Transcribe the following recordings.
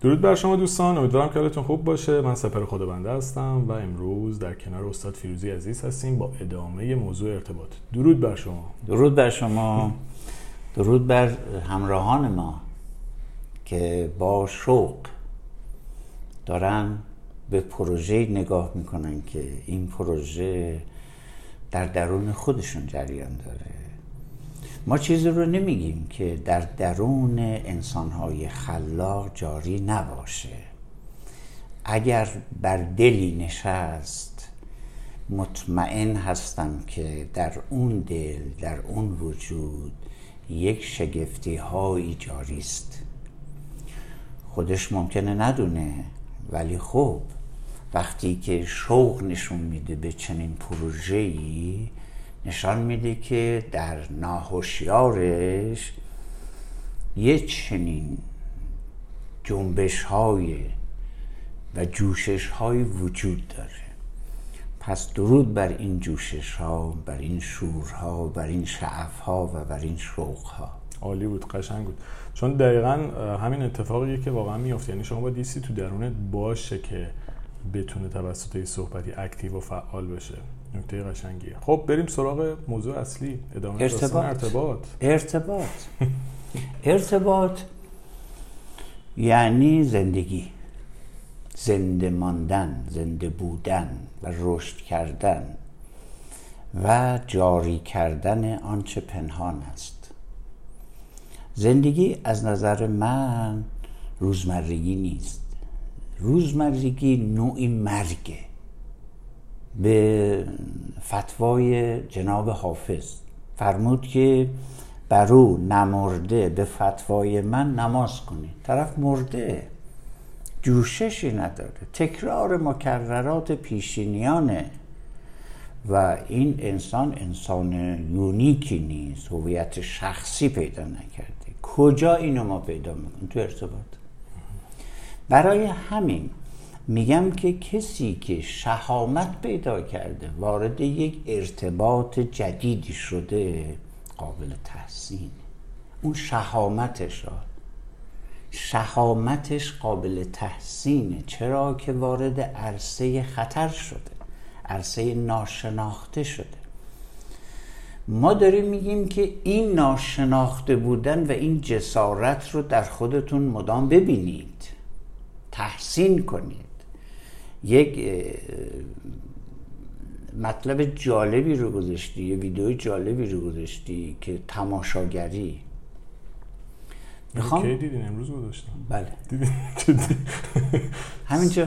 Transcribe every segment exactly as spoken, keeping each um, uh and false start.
درود بر شما دوستان، امیدوارم که حالتون خوب باشه. من سپر خدابنده هستم و امروز در کنار استاد فیروزی عزیز هستیم با ادامه موضوع ارتباط. درود بر شما. درود بر شما. درود بر همراهان ما که با شوق دارن به پروژه نگاه میکنن که این پروژه در درون خودشون جریان داره. ما چیزی رو نمیگیم که در درون انسانهای خلاق جاری نباشه. اگر بر دلی نشست، مطمئن هستم که در اون دل، در اون وجود یک شگفتی هایی جاری است. خودش ممکنه ندونه، ولی خب وقتی که شوق نشون میده به چنین پروژه‌ای، نشان میده که در ناهوشیارش یه چنین جنبش های و جوشش های وجود داره. پس درود بر این جوشش ها، بر این شورها، بر این شعف ها و بر این شوق ها. عالی بود، قشنگ بود. چون دقیقاً همین اتفاقیه که واقعا میفته. یعنی شما باید دیسی تو درونت باشه که بتونه توسط این صحبتی اکتیو و فعال بشه. نکته قشنگیه. خب بریم سراغ موضوع اصلی، ادامه ارتباط. ارتباط ارتباط ارتباط یعنی زندگی، زنده ماندن، زنده بودن و رشد کردن و جاری کردن آنچه پنهان است. زندگی از نظر من روزمرگی نیست. روزمرگی نوعی مرگه. به فتوای جناب حافظ فرمود که بر او نمرده به فتوای من نماز کنید. طرف مرده، جوششی نداره، تکرار مکررات پیشینیانه و این انسان انسان یونیکی نیست، هویت شخصی پیدا نکرده. کجا اینو ما پیدا میکنیم؟ تو ارتباط. برای همین میگم که کسی که شهامت پیدا کرده، وارد یک ارتباط جدیدی شده، قابل تحسین. اون شهامتش ها شهامتش قابل تحسینه. چرا؟ که وارد عرصه خطر شده، عرصه ناشناخته شده. ما داریم میگیم که این ناشناخته بودن و این جسارت رو در خودتون مدام ببینید، تحسین کنید. یک مطلب جالبی رو گذاشتی، یه ویدیو جالبی رو گذاشتی که تماشاگری. میخوام کی دیدین؟ امروز گذاشتم. بله دیدین؟ همینجا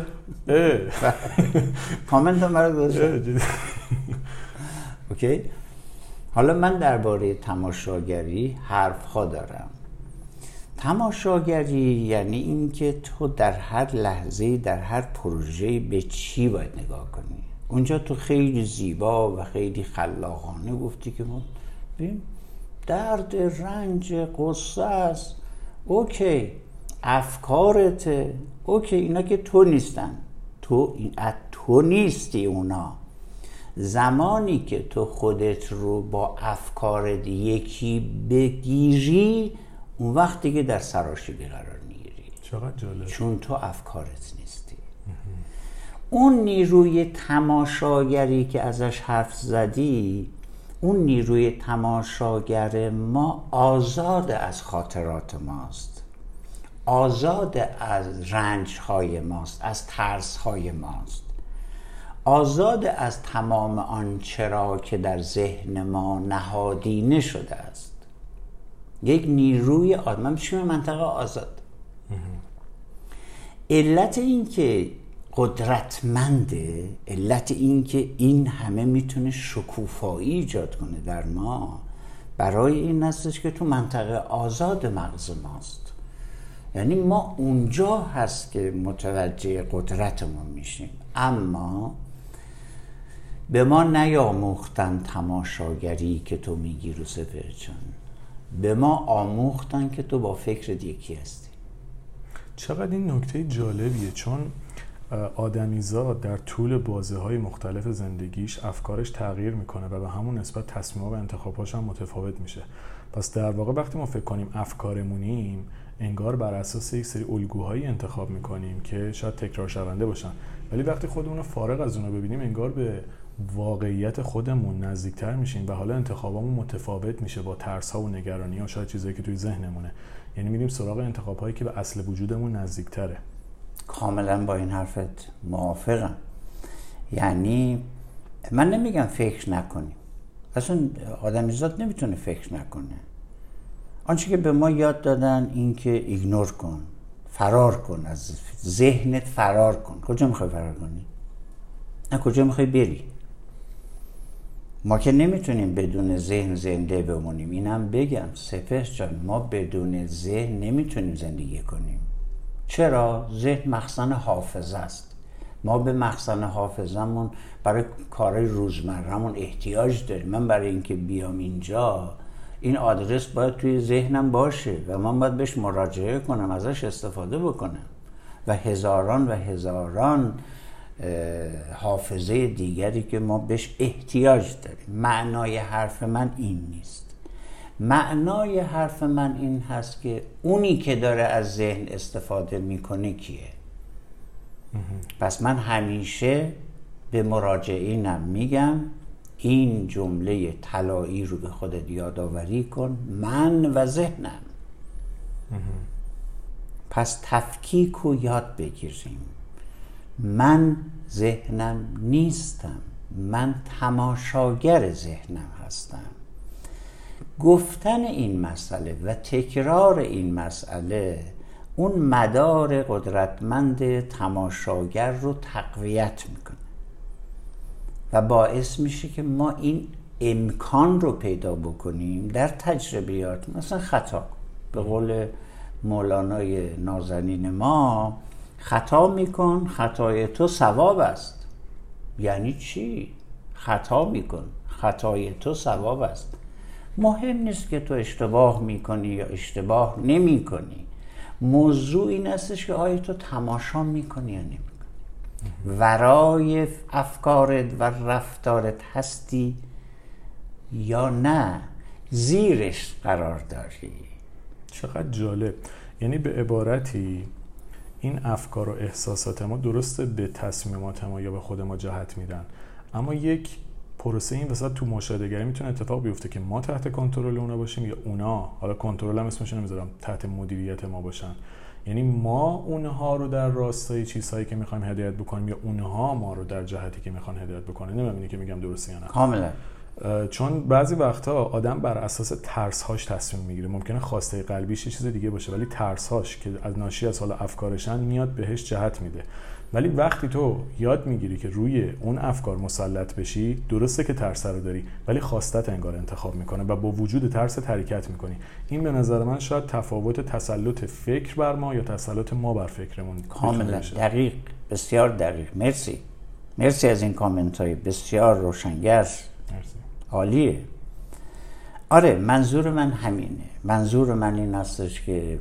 کامنت هم برای گذاشتم. اوکی. حالا من درباره تماشاگری حرف ها دارم. تماشاگری یعنی این که تو در هر لحظه، در هر پروژه‌ای به چی باید نگاه کنی. اونجا تو خیلی زیبا و خیلی خلاقانه گفتی که ما ببین درد، رنج، قصه است، اوکی، افکارته، اوکی، اینا که تو نیستن، تو این تو نیستی. اونا زمانی که تو خودت رو با افکارت یکی بگیری، اون وقتی که در سراشیبی قرار میگیری. چقدر جالب. چون تو افکارت نیستی. اون نیروی تماشاگری که ازش حرف زدی، اون نیروی تماشاگر ما آزاد از خاطرات ماست، آزاد از رنج‌های ماست، از ترس‌های ماست، آزاد از تمام آن چرا که در ذهن ما نهادینه شده است. یک نیروی آزاد. من میشم منطقه آزاد. علت این که قدرتمنده، علت این که این همه میتونه شکوفایی ایجاد کنه در ما، برای این هستش که تو منطقه آزاد مغز ماست. یعنی ما اونجا هست که متوجه قدرتمون میشیم. اما به ما نیاموختن تماشاگری که تو میگی رو سپر جان. به ما آموختن که تو با فکرت یکی هستی. چقدر این نکته جالبیه، چون آدمیزاد در طول بازه‌های مختلف زندگیش افکارش تغییر میکنه و به همون نسبت تصمیم‌ها و انتخاب‌هاش هم متفاوت میشه. پس در واقع وقتی ما فکر کنیم افکارمونیم، انگار بر اساس یک سری الگوهایی انتخاب میکنیم که شاید تکرار شونده باشن، ولی وقتی خودمون رو فارغ از اون رو ببینیم انگار به واقعیت خودمون نزدیکتر میشیم و حالا انتخابامون متفاوت میشه با ترس‌ها و نگرانی‌ها و شاید چیزایی که توی ذهنمونه. یعنی میریم سراغ انتخاب‌هایی که به اصل وجودمون نزدیکتره. کاملا با این حرفت موافقم. یعنی من نمیگم فکر نکنیم، اصلا آدمیزاد نمیتونه فکر نکنه. آنچه که به ما یاد دادن این که ایگنور کن، فرار کن، از ذهنت فرار کن. کجا میخوای فرار کنی؟ نه کجا میخوای بری؟ ما که نمیتونیم بدون ذهن زنده بمونیم. اینم بگم سپهر جان، ما بدون ذهن نمیتونیم زندگی کنیم. چرا؟ ذهن مخزن حافظه است. ما به مخزن حافظه‌مون برای کارهای روزمره‌مون احتیاج داریم. من برای اینکه بیام اینجا این آدرس باید توی ذهنم باشه و من باید بهش مراجعه کنم، ازش استفاده بکنم و هزاران و هزاران حافظه دیگری که ما بهش احتیاج داریم. معنای حرف من این نیست. معنای حرف من این هست که اونی که داره از ذهن استفاده میکنه کیه؟ پس من همیشه به مراجعینم میگم این جمله طلایی رو به خودت یادآوری کن، من و ذهنم. پس تفکیک رو یاد بگیریم. من ذهنم نیستم، من تماشاگر ذهنم هستم. گفتن این مسئله و تکرار این مسئله اون مدار قدرتمند تماشاگر رو تقویت میکنه و باعث میشه که ما این امکان رو پیدا بکنیم در تجربیات. مثلا خطا، به قول مولانای نازنین ما، خطا میکن خطای تو ثواب است. یعنی چی؟ خطا میکن خطای تو ثواب است. مهم نیست که تو اشتباه میکنی یا اشتباه نمیکنی. موضوع این استش که آیا تو تماشا میکنی یا نمیکنی، ورای افکارت و رفتارت هستی یا نه زیرش قرار داری. چقدر جالب. یعنی به عبارتی این افکار و احساسات ما درسته به تصمیمات ما یا به خود ما جهت میدن، اما یک پروسه این وسط تو مشاهده‌گری میتونه اتفاق بیفته که ما تحت کنترل اونا باشیم یا اونا، حالا کنترل هم اسمش نمیذارم، تحت مدیریت ما باشن. یعنی ما اونها رو در راستای چیزهایی که میخوایم هدایت بکنیم یا اونها ما رو در جهتی که میخوان هدایت بکنن. نمیدونی که میگم درسته یا نه؟ کاملا. چون بعضی وقتا آدم بر اساس ترس‌هاش تصمیم میگیره. ممکنه خواسته قلبیش یه چیز دیگه باشه ولی ترس‌هاش که از ناشی از حالا افکارشن میاد بهش جهت میده. ولی وقتی تو یاد میگیری که روی اون افکار مسلط بشی، درسته که ترس رو داری ولی خواستت انگار انتخاب میکنه و با وجود ترس حرکت میکنی. این به نظر من شاید تفاوت تسلط فکر بر ما یا تسلط ما بر فکرمون. کاملا دقیق، بسیار دقیق. مرسی مرسی از این کامنت های بسیار روشنگر. مرسی. عالیه. آره، منظور من همینه. منظور من این هستش که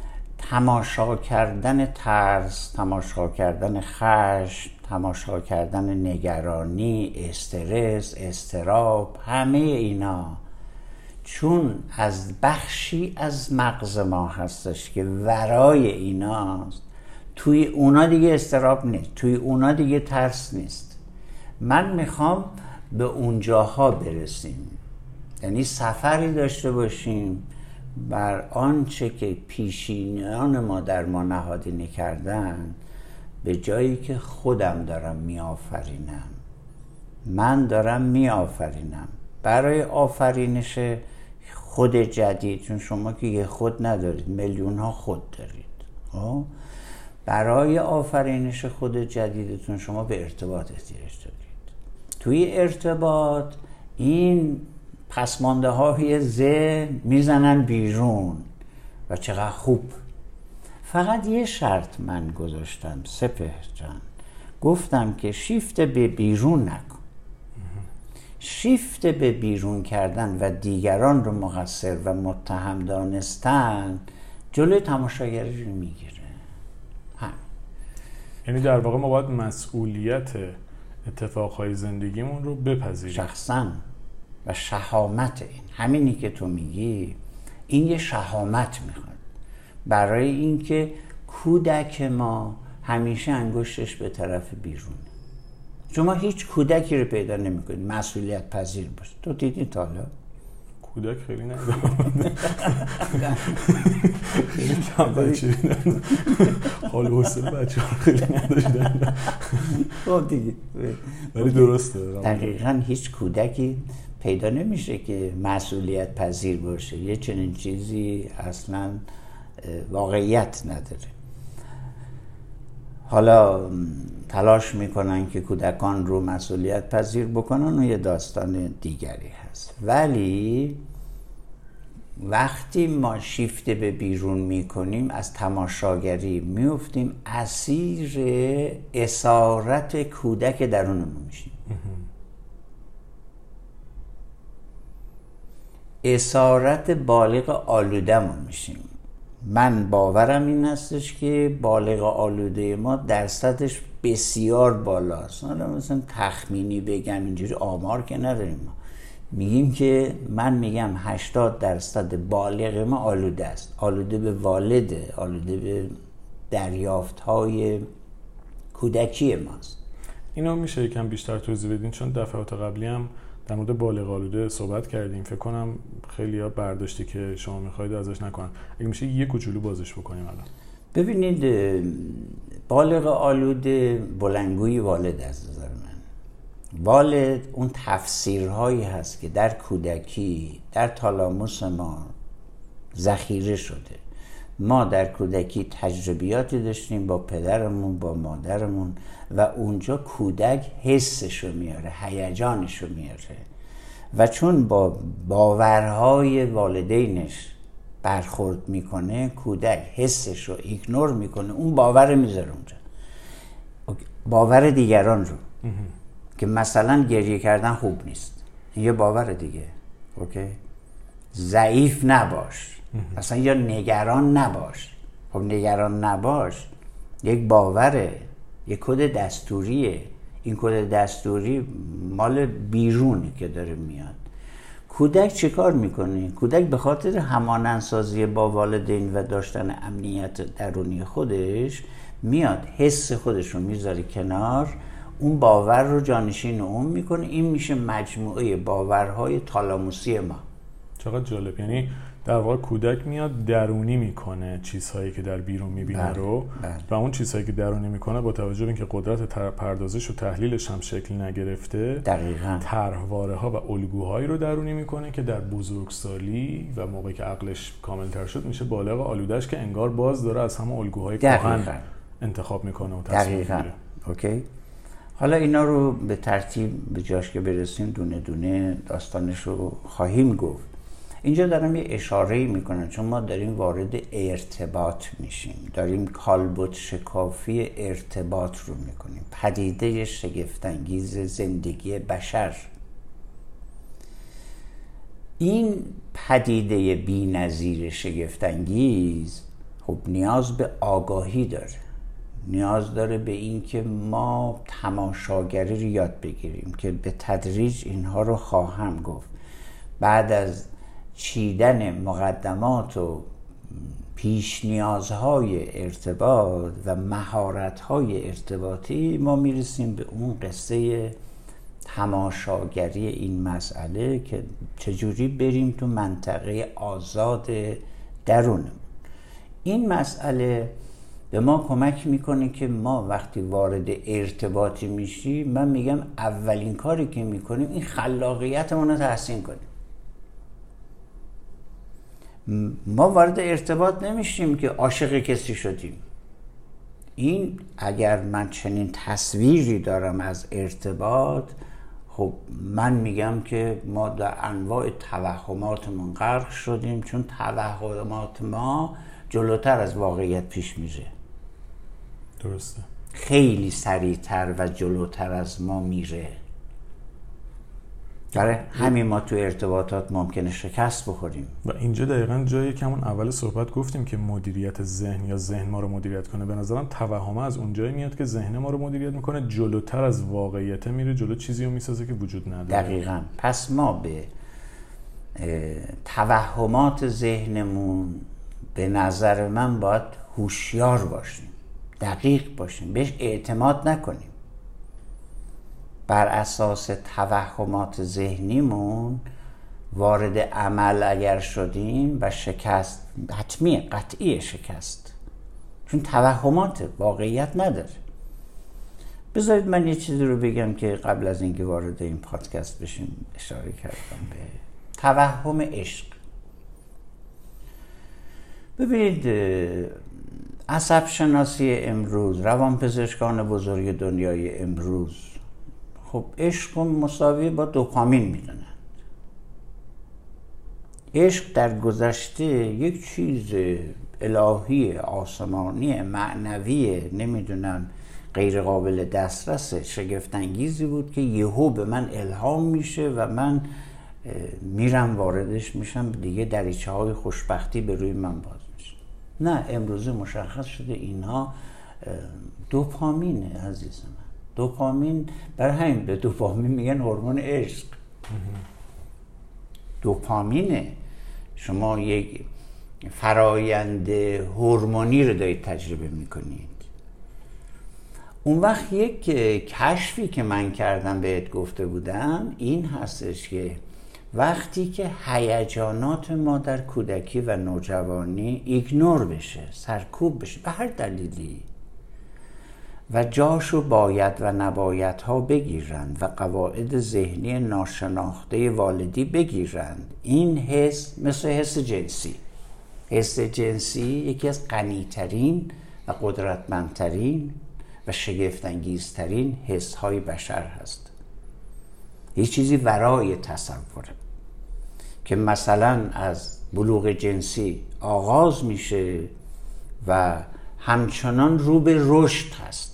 تماشا کردن ترس، تماشا کردن خشم، تماشا کردن نگرانی، استرس، اضطراب، همه اینا چون از بخشی از مغز ما هستش که ورای ایناست، توی اونا دیگه اضطراب نیست، توی اونا دیگه ترس نیست. من میخوام به اونجاها برسیم، یعنی سفری داشته باشیم بر آنچه که پیشینیان ما در ما نهادینه کردن، به جایی که خودم دارم میآفرینم. من دارم میآفرینم برای آفرینش خود جدید، چون شما که یه خود ندارید، میلیون ها خود دارید. برای آفرینش خود جدیدتون شما به ارتباط احتیاج دارید. توی ارتباط این پسمانده های ذهن میزنن بیرون و چقدر خوب. فقط یه شرط من گذاشتم سپهر جان، گفتم که شیفت به بیرون نکن. شیفت به بیرون کردن و دیگران رو مقصر و متهم دانستن جلوی تماشاگری رو میگیره. همین. یعنی در واقع ما باید مسئولیت اتفاقهای زندگیمون رو بپذیریم شخصاً و شهامت این همینی که تو میگی، این یه شهامت میخواد. برای اینکه کودک ما همیشه انگشتش به طرف بیرونه. شما هیچ کودکی رو پیدا نمی‌کنید مسئولیت پذیر باشه. تو دیدی تا حالا؟ کودک خیلی ندیدم. خیلی کم بچه دیدم. حال و حوصله بچه‌ها خیلی نداشتن. خب دیگه. ولی درسته. دقیقاً هیچ کودکی پیدا نمیشه که مسئولیت پذیر باشه. یه چنین چیزی اصلاً واقعیت نداره. حالا تلاش میکنن که کودکان رو مسئولیت پذیر بکنن و یه داستان دیگری هست. ولی وقتی ما شیفته به بیرون میکنیم از تماشاگری میفتیم اسیر اسارت کودک درونمون میشیم. اسارت بالغ آلودمون میشیم. من باورم این هستش که بالغ آلوده ما درصدش بسیار بالاست. حالا مثلا تخمینی بگم اینجوری آمار که نداریم ما. میگیم که من میگم هشتاد درصد بالغ ما آلوده است. آلوده به والده، آلوده به دریافت‌های کودکی ماست. اینو میشه یکم بیشتر توضیح بدین؟ چون دفعات قبلی هم در مورد بالغ آلوده صحبت کردیم. فکر کنم خیلی ها برداشتی که شما میخواید ازش نکنن. اگه میشه یه کوچولو بازش بکنیم الان. ببینید بالغ آلوده بلندگوی والد از نظر من. والد اون تفسیرهایی هست که در کودکی در تالاموس ما ذخیره شده. ما در کودکی تجربیاتی داشتیم با پدرمون، با مادرمون و اونجا کودک حسشو میاره، هیجانشو میاره و چون با باورهای والدینش برخورد میکنه کودک حسشو ایگنور میکنه، اون باور میذاره اونجا، باور دیگران رو که مثلا گریه کردن خوب نیست، یه باور دیگه. اوکی؟ ضعیف نباش، مثلا یا نگران نباش. خب نگران نباش یک باوره، یک کد دستوریه. این کد دستوری مال بیرونه که داره میاد. کودک چه کار میکنه؟ کودک به خاطر همانندسازی با والدین و داشتن امنیت درونی خودش میاد حس خودش رو میذاره کنار، اون باور رو جانشین اون میکنه. این میشه مجموعه باورهای تالاموسی ما. چقدر جالب. یعنی در واقع کودک میاد درونی میکنه چیزهایی که در بیرون میبینه بله، رو بله. و اون چیزهایی که درونی میکنه با توجه به اینکه قدرت پردازش و تحلیلش هم شکل نگرفته، دقیقاً طرحواره ها و الگوهایی رو درونی میکنه که در بزرگسالی و موقعی که عقلش کاملتر شد میشه بالغ آلوده‌اش که انگار باز داره از همه الگوهای کهن انتخاب میکنه و تصمیم میگیره. اوکی. حالا اینا رو به ترتیب به جاش که برسیم دونه دونه داستانش رو خواهیم گفت. اینجا دارم یه اشاره‌ای میکنم چون ما داریم وارد ارتباط میشیم، داریم کالبد شکافی ارتباط رو میکنیم. پدیده شگفت‌انگیز زندگی بشر، این پدیده بی‌نظیر شگفت‌انگیز خب نیاز به آگاهی داره، نیاز داره به این که ما تماشاگری رو یاد بگیریم که به تدریج اینها رو خواهم گفت. بعد از چیدن مقدمات و پیش نیازهای ارتباط و مهارت‌های ارتباطی ما میرسیم به اون قصه تماشاگری این مسئله که چجوری بریم تو منطقه آزاد درونمون. این مسئله به ما کمک میکنه که ما وقتی وارد ارتباطی میشیم، من میگم اولین کاری که میکنیم این خلاقیتمون رو تحسین کنیم. ما وارد ارتباط نمیشیم که عاشق کسی شدیم. این اگر من چنین تصویری دارم از ارتباط، خب من میگم که ما در انواع توهماتمون غرق شدیم، چون توهمات ما جلوتر از واقعیت پیش میره. درسته. خیلی سریعتر و جلوتر از ما میره. برای همین ما تو ارتباطات ممکنه شکست بخوریم. و اینجا دقیقاً جایی که همون اول صحبت گفتیم که مدیریت ذهن یا ذهن ما رو مدیریت کنه، به نظرم توهمه از اونجایی میاد که ذهن ما رو مدیریت میکنه، جلوتر از واقعیت میره، جلو چیزی رو میسازه که وجود نداره. دقیقاً. پس ما به توهمات ذهنمون به نظر من باید هوشیار باشیم، دقیق باشیم، بهش اعتماد نکنیم. بر اساس توهمات ذهنیمون وارد عمل اگر شدیم و شکست حتمیه، قطعی شکست، چون توهمات واقعیت نداره. بذارید من یه چیزی رو بگم که قبل از اینکه وارد این پادکست بشیم اشاره کردم به توهم عشق. ببینید عصب شناسی امروز، روانپزشکان بزرگ دنیای امروز خب عشق رو مساوی با دوپامین میدونن. عشق در گذشته یک چیز الهی، آسمانی، معنوی، نمیدونم غیر قابل دسترس، شگفت انگیزی بود که یهو به من الهام میشه و من میرم واردش میشم، دیگه دریچه های خوشبختی به روی من باز میشه. نه، امروزه مشخص شده اینها دوپامینه عزیز من. دوپامین، بر همین به دوپامین میگن هورمون عشق. دوپامینه. شما یک فرایند هورمونی رو دارید تجربه میکنید. اون وقت یک کشفی که من کردم بهت گفته بودم این هستش که وقتی که هیجانات ما در کودکی و نوجوانی ایگنور بشه، سرکوب بشه به هر دلیلی و جاشو باید و نباید ها بگیرند و قواعد ذهنی ناشناخته والدی بگیرند، این حس مثل حس جنسی، حس جنسی یکی از غنی‌ترین و قدرتمندترین و شگفت‌انگیزترین حس‌های بشر هست. یه چیزی ورای تصوره که مثلا از بلوغ جنسی آغاز میشه و همچنان رو به رشد هست.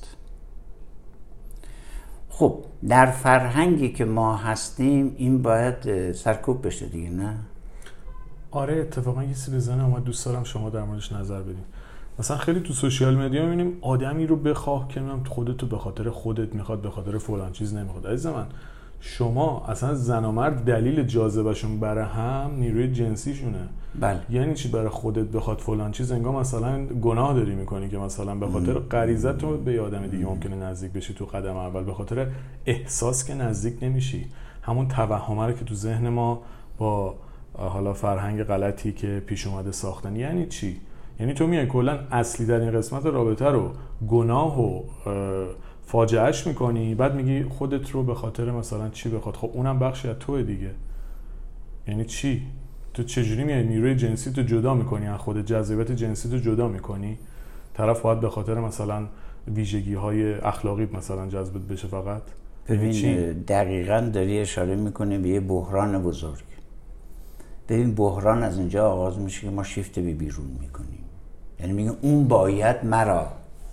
خب در فرهنگی که ما هستیم این باید سرکوب بشه دیگه، نه؟ آره، اتفاقا یه چیزی به ذهنم اومد، دوست دارم شما در موردش نظر بدین. مثلا خیلی تو سوشیال مدیا می‌بینیم آدمی رو بخواه که من خودتو به خاطر خودت میخواد، به خاطر فلان چیز نمیخواد. عزیز من، شما اصلا زن و مرد دلیل جاذبهشون برای هم نیروی جنسیشونه. بله. یعنی چی برای خودت بخواد فلان چیز؟ انگار مثلا گناه داری میکنی که مثلا به خاطر غریزت تو به آدم دیگه ممکنه نزدیک بشی تو قدم اول، به خاطر احساس که نزدیک نمیشی. همون توهمه رو که تو ذهن ما با حالا فرهنگ غلطی که پیش اومده ساختن. یعنی چی؟ یعنی تو میای کلا اصلی در این قسمت رابطه رو گناه و فاجعهش میکنی، بعد میگی خودت رو به خاطر مثلا چی بخواد. خب اونم بخشی از توه دیگه. یعنی چی؟ تو چجوری میای نیروی جنسی تو جدا میکنی از خودت، جذابیت جنسی تو جدا میکنی؟ طرف باید به خاطر مثلا ویژگی های اخلاقی مثلا جذبت بشه فقط؟ ببین دقیقاً داری اشاره میکنه به یه بحران بزرگ. ببین بحران از اینجا آغاز میشه که ما شیفت به بیرون میکنیم. یعنی میگه اون باید مرا.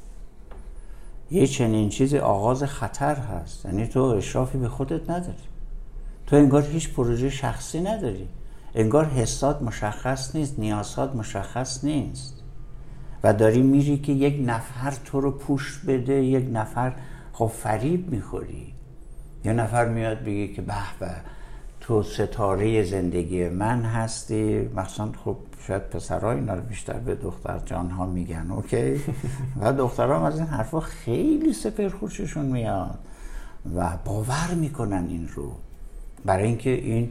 یه چنین چیزی آغاز خطر هست. یعنی تو اشرافی به خودت نداری، تو انگار هیچ پروژه شخصی نداری، انگار حسات مشخص نیست، نیازات مشخص نیست و داری میری که یک نفر تو رو پوش بده، یک نفر خب فریب میخوری. یه نفر میاد بگه که به به تو ستاره زندگی من هستی، مثلا خب شاید پسرها اینا رو بیشتر به دختر جانها میگن، اوکی؟ و دخترها از این حرفا خیلی سپر خوششون میاد و باور میکنن این رو، برای اینکه این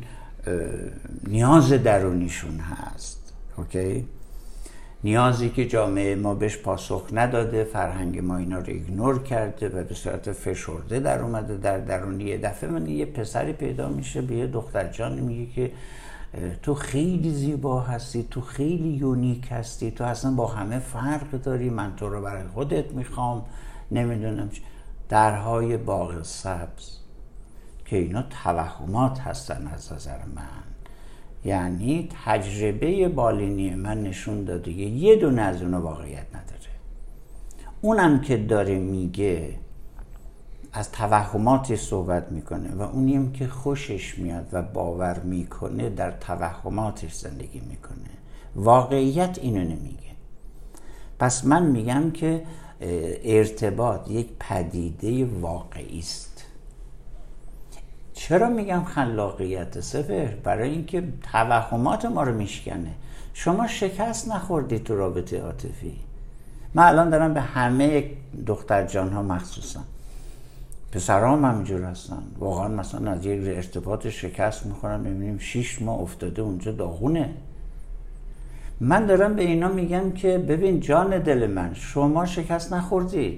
نیاز درونیشون هست، اوکی؟ نیازی که جامعه ما بهش پاسخ نداده، فرهنگ ما اینا رو ایگنور کرده و به صورت فشرده در اومده در درونی. یه دفعه من یه پسری پیدا میشه به یه دختر جان میگه که تو خیلی زیبا هستی، تو خیلی یونیک هستی، تو اصلا با همه فرق داری، من تو رو برای خودت میخوام، نمیدونم چی. درهای باغ سبز که اینا توهمات هستن از نظر من. یعنی تجربه بالینی من نشون داده که یه دونه از اونها واقعیت نداره. اونم که داره میگه از توهماتی صحبت میکنه و اونیم که خوشش میاد و باور میکنه در توهماتش زندگی میکنه، واقعیت اینو نمیگه. پس من میگم که ارتباط یک پدیده واقعی است. چرا میگم خلاقیت صفر؟ برای اینکه توهمات ما رو میشکنه. شما شکست نخوردی تو رابطه عاطفی. من الان دارم به همه دختر جان ها مخصوصا، پسرام هم اینجور هستن، واقعا مثلا از یک ارتباط شکست میخورن، میبینیم شیش ماه افتاده اونجا داغونه. من دارم به اینا میگم که ببین جان دل من، شما شکست نخوردید،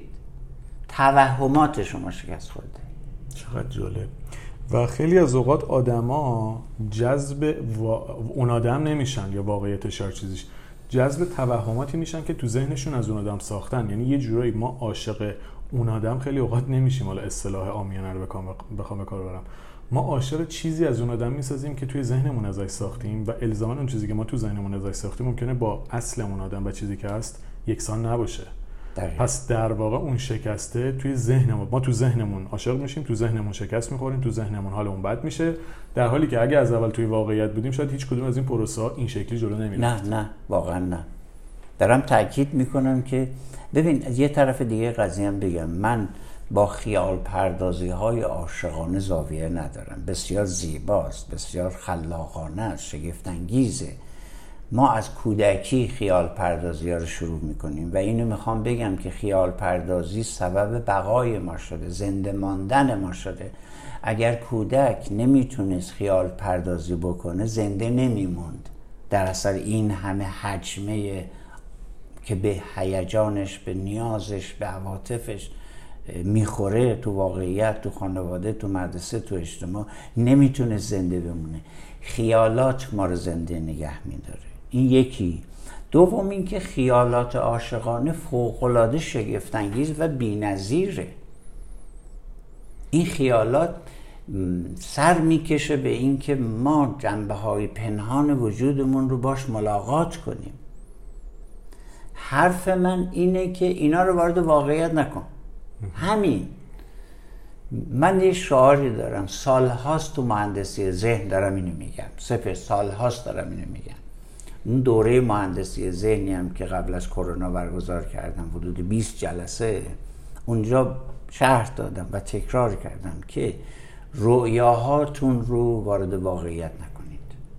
توهمات شما شکست خورده. چقدر جالب. و خیلی از اوقات آدما جذب وا... اون آدم نمیشن یا واقعیتش هر چیزیش، جذب توهماتی میشن که تو ذهنشون از اون آدم ساختن. یعنی یه جورایی ما عاشق اون آدم خیلی اوقات نمیشیم، حالا اصطلاح عامیانه رو بخوام به کار ببرم، ما عاشق چیزی از اون آدم میسازیم که توی ذهنمون ازش ساختیم و الزاما اون چیزی که ما تو ذهنمون ازش ساختیم ممکنه با اصل اون آدم و چیزی که هست یکسان نباشه. دقیقا. پس در واقع اون شکسته توی ذهنمون، ما تو ذهنمون عاشق میشیم، تو ذهنمون شکست میخوریم، تو ذهنمون حالمون بد میشه، در حالی که اگه از اول توی واقعیت بودیم شاید هیچ کدوم از این پروسه ها این شکلی جلو نمیرفت. نه نه واقعا نه. دارم تاکید میکنم که ببین از یه طرف دیگه قضیه هم بگم، من با خیال پردازی های عاشقانه زاویه ندارم. بسیار زیباست، بسیار خلاقانه است، شگفت انگیزه. ما از کودکی خیال پردازی ها رو شروع میکنیم و اینو میخوام بگم که خیال پردازی سبب بقای ما شده، زنده ماندن ما شده. اگر کودک نمیتونست خیال پردازی بکنه زنده نمیموند، در اثر این همه حجمه که به هیجانش، به نیازش، به عواطفش میخوره تو واقعیت، تو خانواده، تو مدرسه، تو اجتماع، نمیتونه زنده بمونه. خیالات ما رو زنده نگه میداره. این یکی. دوم این که خیالات عاشقانه فوق‌العاده شگفت‌انگیز و بی‌نظیره. این خیالات سر میکشه به این که ما جنبه‌های پنهان وجودمون رو باش ملاقات کنیم. حرف من اینه که اینا رو وارد واقعیت نکن. همین. من یه شعاری دارم، سالهاست تو مهندسی ذهن دارم اینو میگم، سپه سالهاست دارم اینو میگم. اون دوره مهندسی ذهنی هم که قبل از کرونا برگزار کردم، حدود بیست جلسه اونجا شرح دادم و تکرار کردم که رؤیاهاتون رو وارد واقعیت نکنید.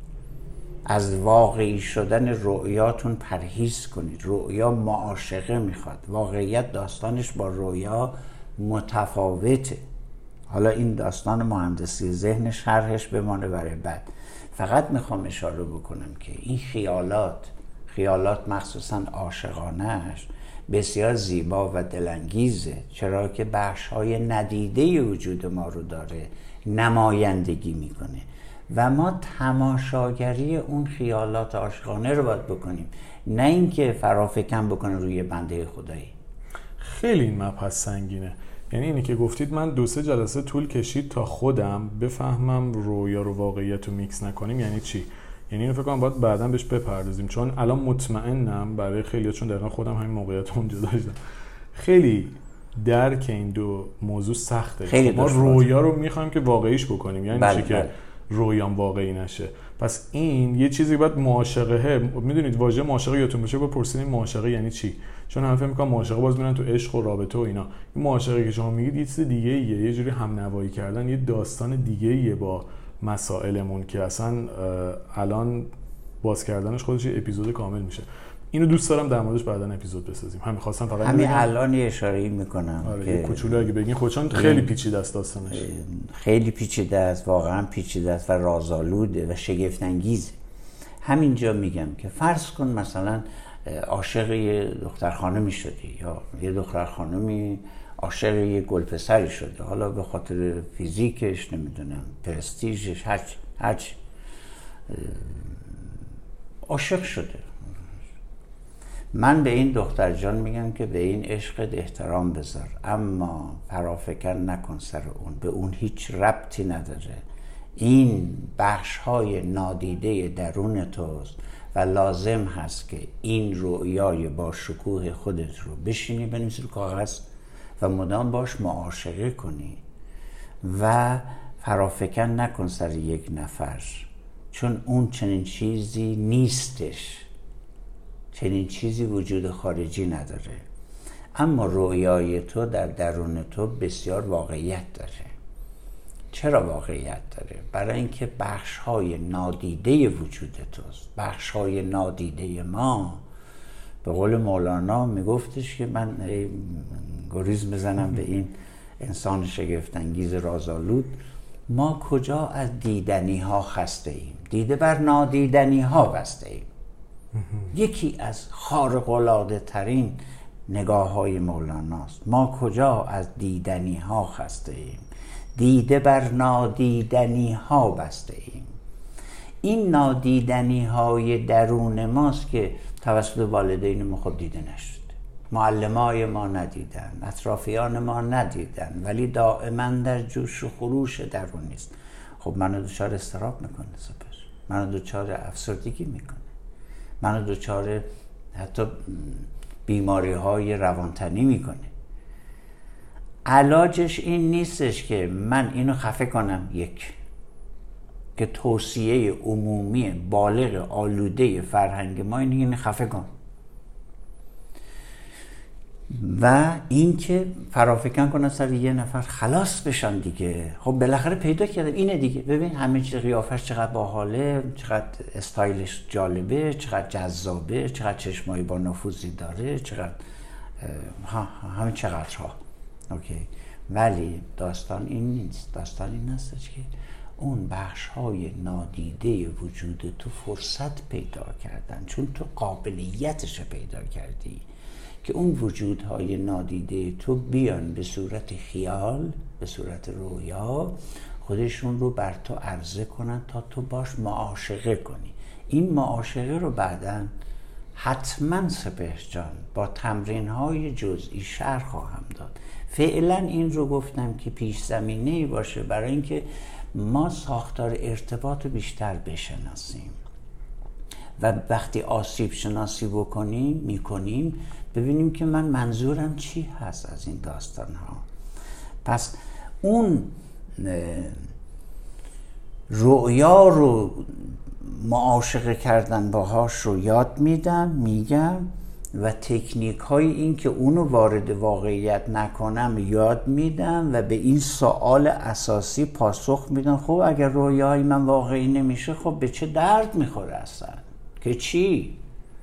از واقعی شدن رؤیاتون پرهیز کنید. رؤیا معاشقه میخواد، واقعیت داستانش با رؤیا متفاوته. حالا این داستان مهندسی ذهن شرحش بمانه برای بعد. فقط میخوام اشاره بکنم که این خیالات خیالات مخصوصا عاشقانه‌اش بسیار زیبا و دلانگیزه، چرا که بخش‌های ندیده وجود ما رو داره نمایندگی میکنه و ما تماشاگری اون خیالات عاشقانه رو باید بکنیم، نه اینکه فرافکن بکنه روی بنده خدایی. خیلی این مبحث سنگینه. یعنی اینی که گفتید من دو سه جلسه طول کشید تا خودم بفهمم رویا رو واقعیت رو میکس نکنیم یعنی چی. یعنی اینو فکر کنم باید بعداً بهش بپردازیم، چون الان مطمئنم برای خیلی‌ها، چون دقیقاً خودم همین موقعیت اونجا داشتم، خیلی درک این دو موضوع سخته. خیلی ما رویا رو میخوایم که واقعیش بکنیم، یعنی بله چی که بله. رویام واقعی نشه. پس این یه چیزی باید معاشقه، میدونید واژه معاشقه یادتون باشه، با پرسیدین معاشقه یعنی چی، چون هم فکر می‌کنم معاشقه باز میرن تو عشق و رابطه و اینا. این معاشقه که شما میگید یه چیز دیگه ایه، یه جوری همنوایی کردن، یه داستان دیگه ایه با مسائلمون که اصلا الان باز کردنش خودش یه اپیزود کامل میشه. اینو دوست دارم در موردش بعداً اپیزود بسازیم. همین خواستم فقط همین الان یه اشاره‌ای میکنم آره که کوچولو اگه بگین خودشون خیلی پیچیده است داستانش. خیلی پیچیده است، واقعا پیچیده است و رازآلوده و شگفت انگیزه. همینجا میگم که فرض کن مثلا عاشق یه دختر خانمی شدی یا یه دختر خانمی عاشق یه گلپسری شده، حالا به خاطر فیزیکش، نمیدونم پرستیژش، هر چی هر چی عاشق شده. من به این دختر جان میگم که به این عشقت احترام بذار، اما فرافکن نکن سر اون، به اون هیچ ربطی نداره. این بخش های نادیده درون توست و لازم هست که این رؤیای با شکوه خودت رو بشینی بنویسی رو کاغذ و مدام باش معاشقه کنی و فرافکن نکن سر یک نفر، چون اون چنین چیزی نیستش، چنین چیزی وجود خارجی نداره. اما رؤیای تو در درون تو بسیار واقعیت داره. چرا واقعیت داره؟ برای اینکه بخش‌های نادیده وجود توست، بخش‌های نادیده ما. به قول مولانا میگفتش که من گریز بزنم به این انسان شگفت‌انگیز رازآلود، ما کجا از دیدنی ها خسته ایم، دیده بر نادیدنی ها بسته ایم. یکی از خارق‌العاده ترین نگاه های مولاناست. ما کجا از دیدنی ها خسته ایم، دیده بر نادیدنی ها بسته ایم. این نادیدنی های درون ماست که توسط والدین ما خود دیده نشد، معلمای ما ندیدن، اطرافیان ما ندیدن، ولی دائما در جوش و خروش درونی است. خب منو دچار اضطراب میکنه، سپس منو دچار افسردگی میکنه، منو دچار حتی بیماری های روانتنی میکنه. علاجش این نیستش که من اینو خفه کنم، یک که توصیه عمومی بالغ آلوده فرهنگ ما اینه اینو خفه کن، و اینکه فرافکن کنن سر یه نفر خلاص بشن دیگه. خب بالاخره پیدا کردم اینه دیگه. ببین همه چیز، قیافش چقدر باحاله، چقدر استایلش جالبه، چقدر جذابه، چقدر چشمایی با نفوذی داره، چقدر ها همه چقدر ها. اوکی، ولی داستان این نیست. داستان این هستش که اون بخش های نادیده وجود تو فرصت پیدا کردن، چون تو قابلیتش پیدا کردی که اون وجودهای نادیده تو بیان به صورت خیال، به صورت رویا، خودشون رو بر تو عرضه کنن تا تو باش معاشقه کنی. این معاشقه رو بعداً حتما سپهر جان با تمرین‌های جزئی شرح خواهم داد. فعلا این رو گفتم که پیش زمینه‌ای باشه برای اینکه ما ساختار ارتباط رو بیشتر بشناسیم و وقتی آسیب شناسی بکنیم میکنیم ببینیم که من منظورم چی هست از این داستان ها. پس اون رؤیا رو معاشقه کردن باهاش رو یاد میدم، میگم، و تکنیک های این که اونو وارد واقعیت نکنم یاد میدم و به این سوال اساسی پاسخ میدم. خب اگر رویای من واقعی نمیشه، خب به چه درد میخوره اصلا؟ که چی؟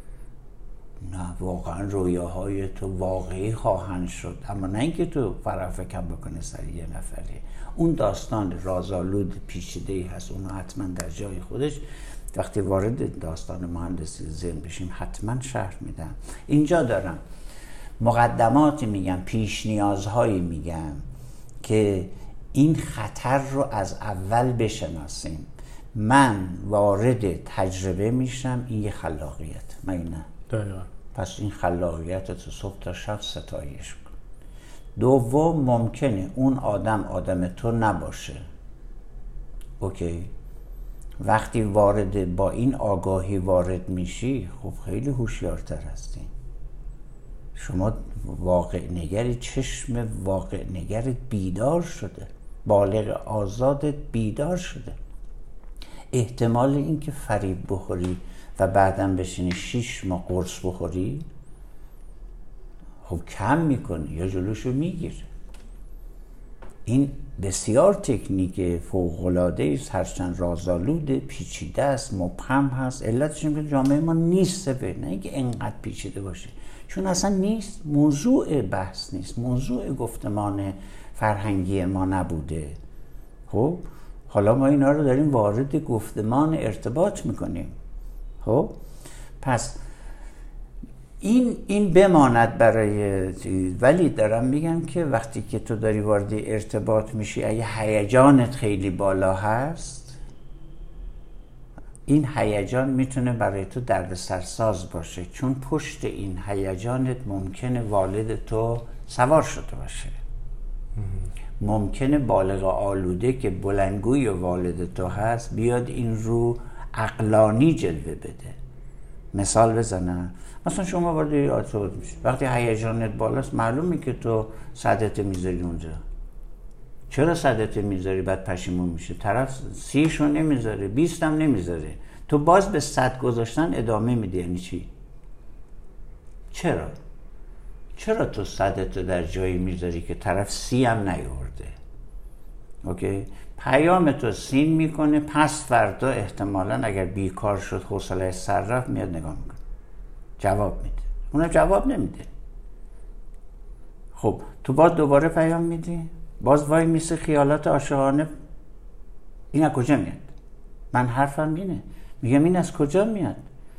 نه، واقعا رویاهای تو واقعی خواهند شد، اما نه اینکه تو فرافکن بکنه سر یه نفری. اون داستان رازآلود پیچیده‌ای هست، اونو حتما در جای خودش وقتی وارد داستان مهندسی ذهن بشیم حتما شرح میدم. اینجا دارم مقدماتی میگم، پیش نیازهایی میگم که این خطر رو از اول بشناسیم. من وارد تجربه میشم، این یه خلاقیت، من نه دقیقا. پس این خلاقیت تو صبح تا شب ستایش کن. دوم، ممکنه اون آدم آدم تو نباشه. اوکی، وقتی وارد با این آگاهی وارد میشی، خب خیلی هوشیارتر هستی. شما واقع نگری، چشم واقع نگرت بیدار شده، بالغ آزادت بیدار شده. احتمال اینکه فریب بخوری و بعداً بشینی شیش ماه قرص بخوری خب کم میکنه یا جلوشو میگیره. این بسیار تکنیک فوق‌العاده است، هرچند رازآلود، پیچیده است، مبهم هست. علتش اینه که جامعه ما نیست به نه اینکه انقدر پیچیده باشه، چون اصلا نیست، موضوع بحث نیست، موضوع گفتمان فرهنگی ما نبوده. خب حالا ما اینا رو داریم وارد گفتمان ارتباط میکنیم. خب پس این این بماند برای، ولی دارم میگم که وقتی که تو داری وارد ارتباط میشی، اگه هیجانت خیلی بالا هست، این هیجان میتونه برای تو دردسرساز باشه، چون پشت این هیجانت ممکنه والد تو سوار شده باشه. ممکنه بالغ آلوده که بلندگوی والد تو هست بیاد این رو عقلانی جلوه بده. مثال بزنم، مثلا شما وارد ارتباط میشی، وقتی هیجانت بالاست معلومه که تو صدت میذاری اونجا. چرا صدت میذاری بعد پشیمون میشه؟ طرف سیشو نمیذاره، بیست هم نمیذاره، تو باز به صد گذاشتن ادامه میده. یعنی چی؟ چرا؟ چرا تو صدت در جایی میذاری که طرف سی هم نیورده؟ اوکی، پیام تو سین میکنه، پس فردا احتمالاً اگر بیکار شد حوصله سر رفت میاد نگاه میکنه، جواب میده. اونم جواب نمیده. خب تو باز دوباره پیام میدی، باز وای میسه خیالات عاشقانه. این از کجا میاد؟ من حرفم اینه، میگم این از کجا میاد؟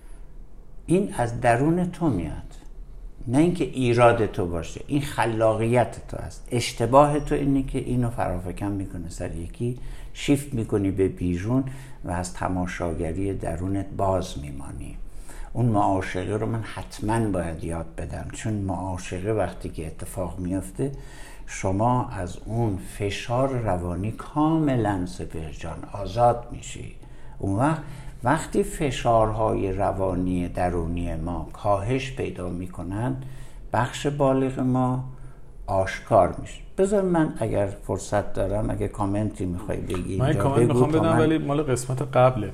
این از درون تو میاد، نه اینکه ایراد تو باشه. این خلاقیت تو است. اشتباه تو اینه که اینو فرافکن میکنه سر یکی، شیفت میکنی به بیرون و از تماشاگری درونت باز میمانی. اون معاشقه رو من حتما باید یاد بدم، چون معاشقه وقتی که اتفاق میفته شما از اون فشار روانی کاملا سپهر جان آزاد میشی. اون وقت وقتی فشارهای روانی درونی ما کاهش پیدا میکنن، بخش بالغ ما آشکار میشه. بذار من اگر فرصت دارم، اگه کامنتی میخوای بگی من کامنت میخوام بدم من... ولی مال قسمت قبله.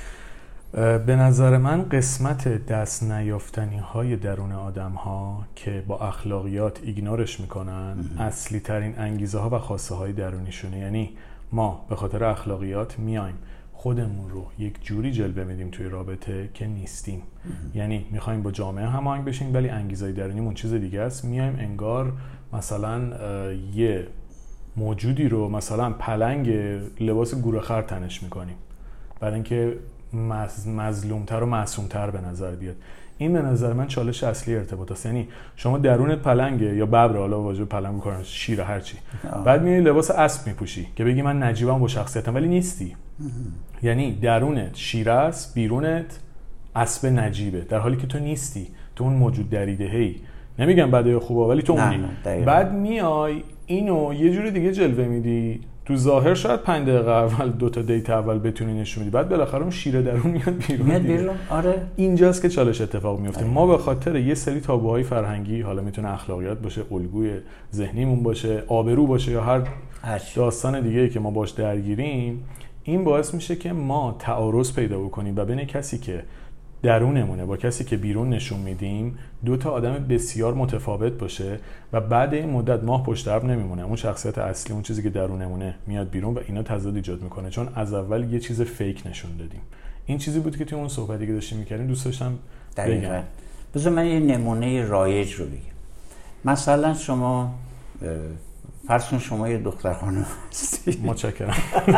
به نظر من قسمت دست نیافتنی های درون آدم ها که با اخلاقیات ایگنورش میکنن اصلی ترین انگیزه ها و خواسته های درونیشونه. یعنی ما به خاطر اخلاقیات میایم خودمون رو یک جوری جلوه میدیم توی رابطه که نیستیم. یعنی میخوایم با جامعه هماهنگ بشیم ولی انگیزه درونیمون چیز دیگه است. میایم انگار مثلا یه موجودی رو مثلا پلنگ لباس گورخر تنش میکنیم برای اینکه مظلومتر و معصومتر به نظر بیاد. این به نظر من چالش اصلی ارتباط است. یعنی شما درونت پلنگه یا ببر، حالا واژه پلنگ میکنن، شیر، هر چی، بعد میای لباس اسب میپوشی که بگی من نجیبم با شخصیتم، ولی نیستی. یعنی درونت شیر است، بیرونت اسب نجیبه، در حالی که تو نیستی. تو اون موجود دریده‌ای. نمیگم بده یا خوبه، ولی تو اونی. بعد میای اینو یه جوری دیگه جلوه میدی. تو ظاهر شاید پنج دقیقه اول دو تا دیت اول بتونی نشون بدی، بعد بالاخره اون شیر درون میاد بیرون. میاد بیرون. آره، اینجاست که چالش اتفاق میفته. ما به خاطر یه سری تابوهای فرهنگی، حالا میتونه اخلاقیات باشه، الگوی ذهنیمون باشه، آبرو باشه، یا هر داستان دیگه‌ای که ما باش درگیریم، این باعث میشه که ما تعارض پیدا بکنیم و بین کسی که درونمونه با کسی که بیرون نشون میدیم دو تا آدم بسیار متفاوت باشه و بعد این مدت ماه پشت ابر نمیمونه. اون شخصیت اصلی، اون چیزی که درونمونه میاد بیرون و اینا تضاد ایجاد میکنه، چون از اول یه چیز فیک نشون دادیم. این چیزی بود که توی اون صحبتی که داشتیم میکردیم دوست داشتم بگم. بذار من یه نمونه رایج رو بگم. مثلا شما فرض کن شما یه دختر خانم هستی. متشکرم.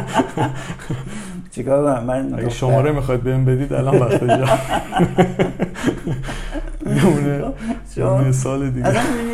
چیکار کنم من؟ اگه شماره میخواید بهم بدید الان وقت جا. نمونه مثال دیگه.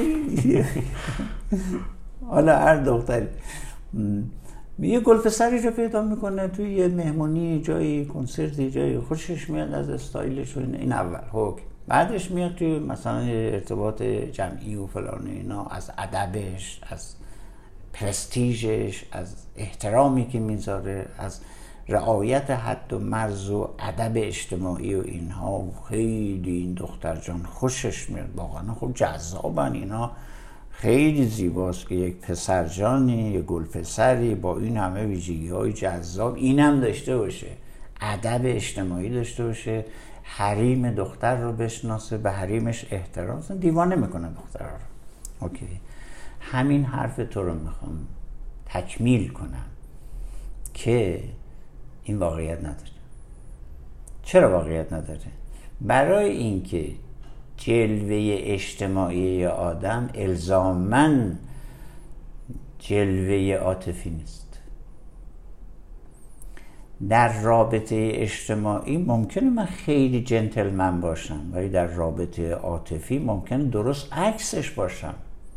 حالا هر دختری یه گلپسری رو پیدا میکنه توی یه مهمونی جایی، کنسرتی جایی، خوشش میاد از استایلش و این اول. خب بعدش میاد توی مثلا ارتباط جمعی و فلان اینا، از ادبش، از پرستیژش، از احترامی که میذاره، از رعایت حد و مرز و ادب اجتماعی و اینها، خیلی این دختر جان خوشش میاد. واقعا خب جذابن اینا، خیلی زیباست که یک پسر جانی، یک گل پسری با این همه ویژگی های جذاب اینم داشته باشه، ادب اجتماعی داشته باشه، حریم دختر رو بشناسه، به حریمش احترام. دیوانه میکنه دختر رو. اوکی، همین حرف تو رو میخوام تکمیل کنم که این واقعیت نداره. چرا واقعیت نداره؟ برای اینکه جلوه اجتماعی آدم الزاماً جلوه عاطفی نیست. در رابطه اجتماعی ممکنه من خیلی جنتلمن باشم، ولی در رابطه عاطفی ممکنه درست عکسش باشم.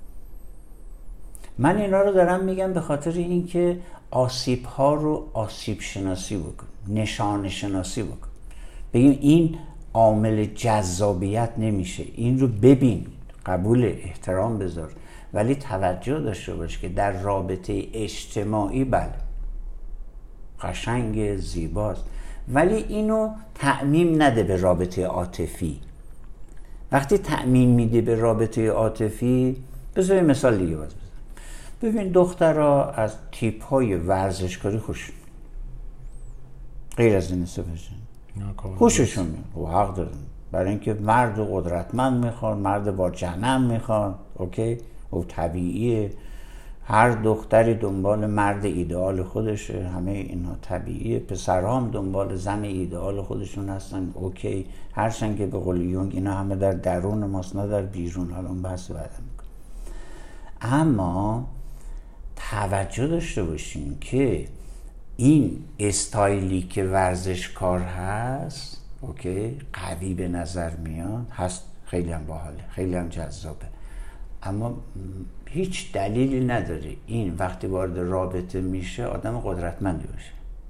من اینا رو دارم میگم به خاطر اینکه آسیب ها رو آسیب شناسی بکن، نشان شناسی بکن، بگیم این عامل جذابیت نمیشه، این رو ببین، قبول، احترام بذار، ولی توجه داشته باش که در رابطه اجتماعی بله قشنگ، زیباست، ولی اینو تعمیم نده به رابطه عاطفی. وقتی تعمیم میده به رابطه عاطفی، بذار مثال دیگه باز بزن. ببین دخترها از تیپ های ورزشکاری خوش، غیر از این استفاده خوششون میاد و حق دارن، برای اینکه مرد قدرتمند میخوان، مرد با جنم میخوان. اوکی، و طبیعیه. هر دختری دنبال مرد ایدئال خودشه، همه اینا طبیعیه. پسرها هم دنبال زن ایدئال خودشون هستن، اوکی. هرچند که به قول یونگ اینا همه در درون ماست نه در بیرون. حالا اون بحث بعدا میکنم. اما توجه داشته باشیم که این استایلی که ورزشکار هست، اوکی، قوی به نظر میاد، هست، خیلی هم باحاله، خیلی هم جذابه، اما هیچ دلیلی نداره این وقتی وارد رابطه میشه آدم قدرتمندی باشه.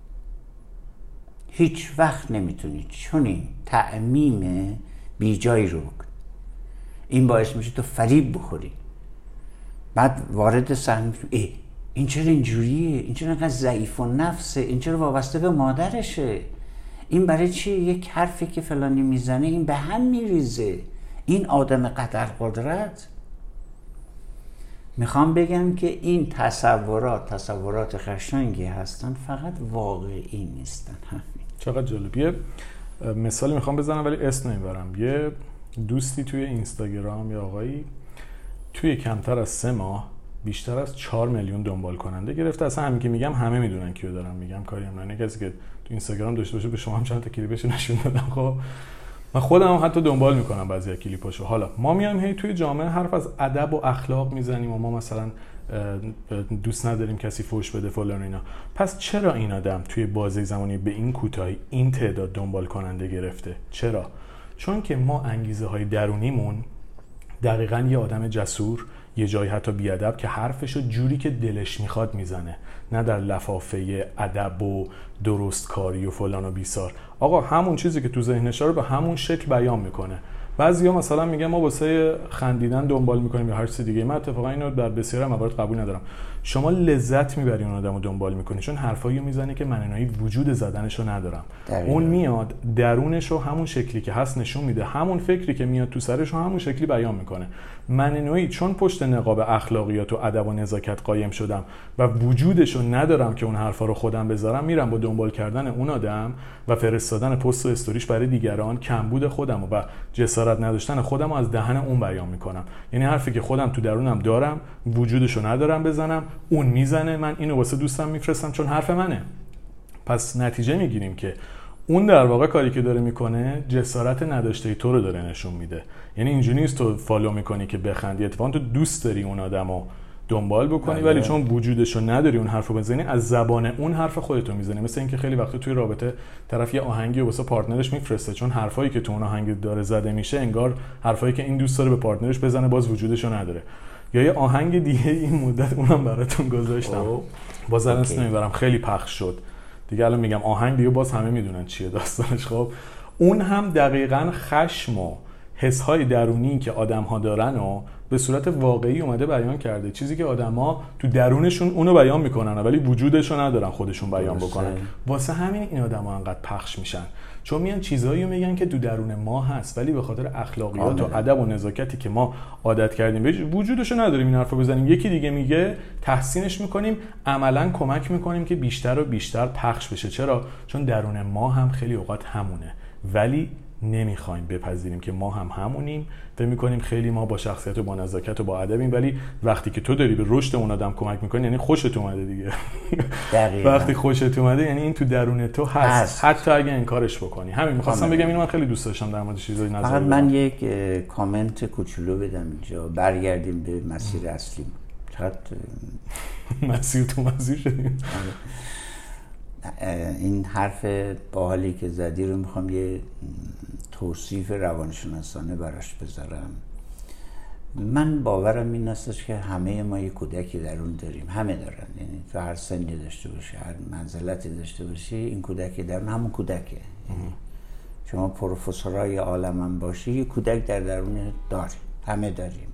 هیچ وقت نمیتونی چونی تعمیم بی جایی رو بکن. این باعث میشه تو فریب بخوری، بعد وارد صحنه میشی ای این چرا اینجوریه، این چرا انقدر ضعیف و نفسه، این چرا وابسته به مادرشه، این برای چی یک حرفی که فلانی میزنه این به هم میریزه، این آدم قدر قدرت. میخوام بگم که این تصورات تصورات قشنگی هستن، فقط واقعی نیستن. چقدر جالب. یه مثالی میخوام بزنم ولی اسم نمیبرم. یه دوستی توی اینستاگرام، یا آقایی توی کمتر از سه ماه بیشتر از چهار میلیون دنبال کننده گرفته. اصلا همین که میگم همه میدونن کیو دارم میگم، کاری هم نه کسی که تو اینستاگرام داشته باشه به شما هم چند تا کلیپش نشون دادم. خب من خودم هم حتی دنبال میکنم بعضی از کلیپاشو. حالا ما میایم هی توی جامعه حرف از ادب و اخلاق میزنیم و ما مثلا دوست نداریم کسی فوش بده فلان اینا. پس چرا این آدم توی بازه زمانی به این کوتاهی این تعداد دنبال کننده گرفته؟ چرا؟ چون که ما انگیزه های درونیمون دقیقاً یه آدم جسور، یه جایی حتی بیادب که حرفشو جوری که دلش میخواد میزنه، نه در لفافه ادب و درست کاری و فلان و بیسار. آقا همون چیزی که تو ذهنشه رو به همون شکل بیان میکنه. بعضیا مثلا میگن ما واسه خندیدن دنبال میکنیم یا هر چیز دیگه. من اتفاقا اینو در بسیار موارد قبول ندارم. شما لذت میبری اون آدمو دنبال میکنی چون حرفایی میزنه که من اینایی وجود زدنشو ندارم. دقیقا. اون میاد درونشو همون شکلی که هست نشون میده، همون فکری که میاد تو سرشو همون شکلی بیان میکنه. من اینایی چون پشت نقاب اخلاقیات و ادب و نزاکت قایم شدم و وجودشو ندارم که اون حرفا رو خودم بذارم، میرم با دنبال کردن اون آدم و فرستادن پست و استوریش برای دیگران کمبود خودم و جسارت نداشتن خودم رو از دهن اون بیان میکنم. یعنی حرفی که خودم تو درونم دارم وجودشو ندارم بزنم، اون میزنه، من اینو واسه دوستم میفرستم چون حرف منه. پس نتیجه میگیریم که اون در واقع کاری که داره میکنه جسارت نداشته تو رو داره نشون میده. یعنی اینجوری نیست تو فالو میکنی که بخندی، اتفاقا تو دوست داری اون آدمو دنبال بکنی ولی چون وجودشو نداری اون حرفو بزنی، از زبان اون حرف خودتو میزنی. مثل اینکه خیلی وقتا توی رابطه طرف یه آهنگی واسه پارتنرش میفرسته، چون حرفایی که تو اون آهنگ داره زده میشه انگار حرفایی که این دوست داره به پارتنرش بزنه باز وجودشو نداره. یا یه آهنگ دیگه این مدت اونم براتون گذاشتم، باز الان نمیبرم، خیلی پخش شد دیگه. الان میگم آهنگ دیگه باز همه میدونن چیه داستانش. خب اون هم دقیقاً خشم و حس‌های درونی که آدم‌ها دارن و به صورت واقعی اومده بیان کرده، چیزی که آدم‌ها تو درونشون اونو بیان میکنن ولی وجودشو ندارن خودشون بیان بکنن. واسه همین این آدم‌ها انقدر پخش میشن، چون میان چیزایی میگن که تو درون ما هست ولی به خاطر اخلاقیات و ادب و نزاکتی که ما عادت کردیم بهش وجودشو نداریم این حرفو بزنیم. یکی دیگه میگه تحسینش میکنیم، عملاً کمک میکنیم که بیشتر و بیشتر پخش بشه. چرا؟ چون درون ما هم خیلی اوقات همونه ولی نمیخوایم بپذیریم که ما هم همونیم. فکر میکنیم خیلی ما با شخصیت و با نزاکت و با ادبیم، ولی وقتی که تو داری به رشد اون آدم کمک میکنی یعنی خوشت اومده دیگه. وقتی خوشت اومده یعنی این تو درون تو هست, هست. حتی اگه انکارش بکنی. همین میخواستم بگم، اینو من خیلی دوست داشتم در مورد چیزای نظر فقط من یک کامنت کوچولو بدم اینجا، برگردیم به مسیر اصلی. چقدر مسیر تو مسیر شدیم. این حرف باحالی که زدی رو میخوام یه توصیف روانشناسانه براش بذارم. من باورم این هستش که همه ما یه کودکی درون داریم، همه دارن. یعنی تو هر سنی داشته باشی، هر منزلتی داشته باشی، این کودکی درون همون کودکه. شما پروفسورای عالم هم باشی یه کودک در درون داری، همه داریم.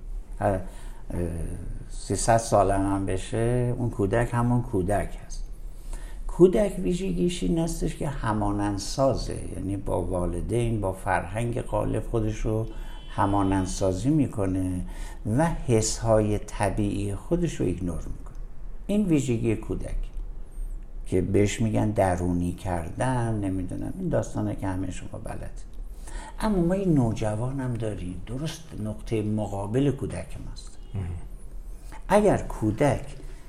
سیصد سال هم بشه اون کودک همون کودک هست. کودک ویژگیش این هستش که همانندسازه، یعنی با والدین، با فرهنگ غالب خودش رو همانندسازی میکنه و حسهای طبیعی خودش رو ایگنور میکنه. این ویژگی کودک که بهش میگن درونی کردن، نمیدونم این داستانه که همه شما بلد. اما ما این نوجوان هم داریم، درست نقطه مقابل کودک ماست. اگر کودک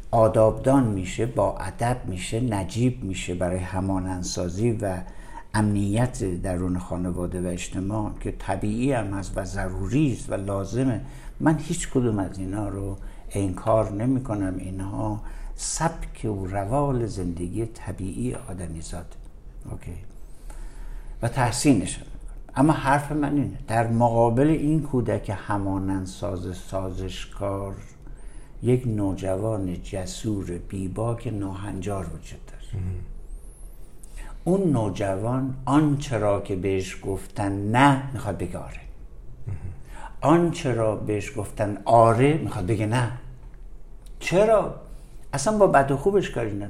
آدابدان میشه، با ادب میشه، نجیب میشه برای همانندسازی و امنیت درون خانواده و اجتماع که طبیعی هم هست و ضروری است و لازمه. من هیچ کدوم از اینا رو انکار نمی کنم. اینها سبک و روال زندگی طبیعی آدمیزاده، اوکی، و تحسینش میکنم. اما حرف من اینه در مقابل این کودک همانندساز سازشکار یک نوجوان جسور بیباک ناهنجار وجود داره. اون نوجوان آنچه را که بهش گفتن نه میخواد بگه آره، آنچه را بهش گفتن آره میخواد بگه نه. چرا؟ اصلا با بد و خوبش کاری نداره،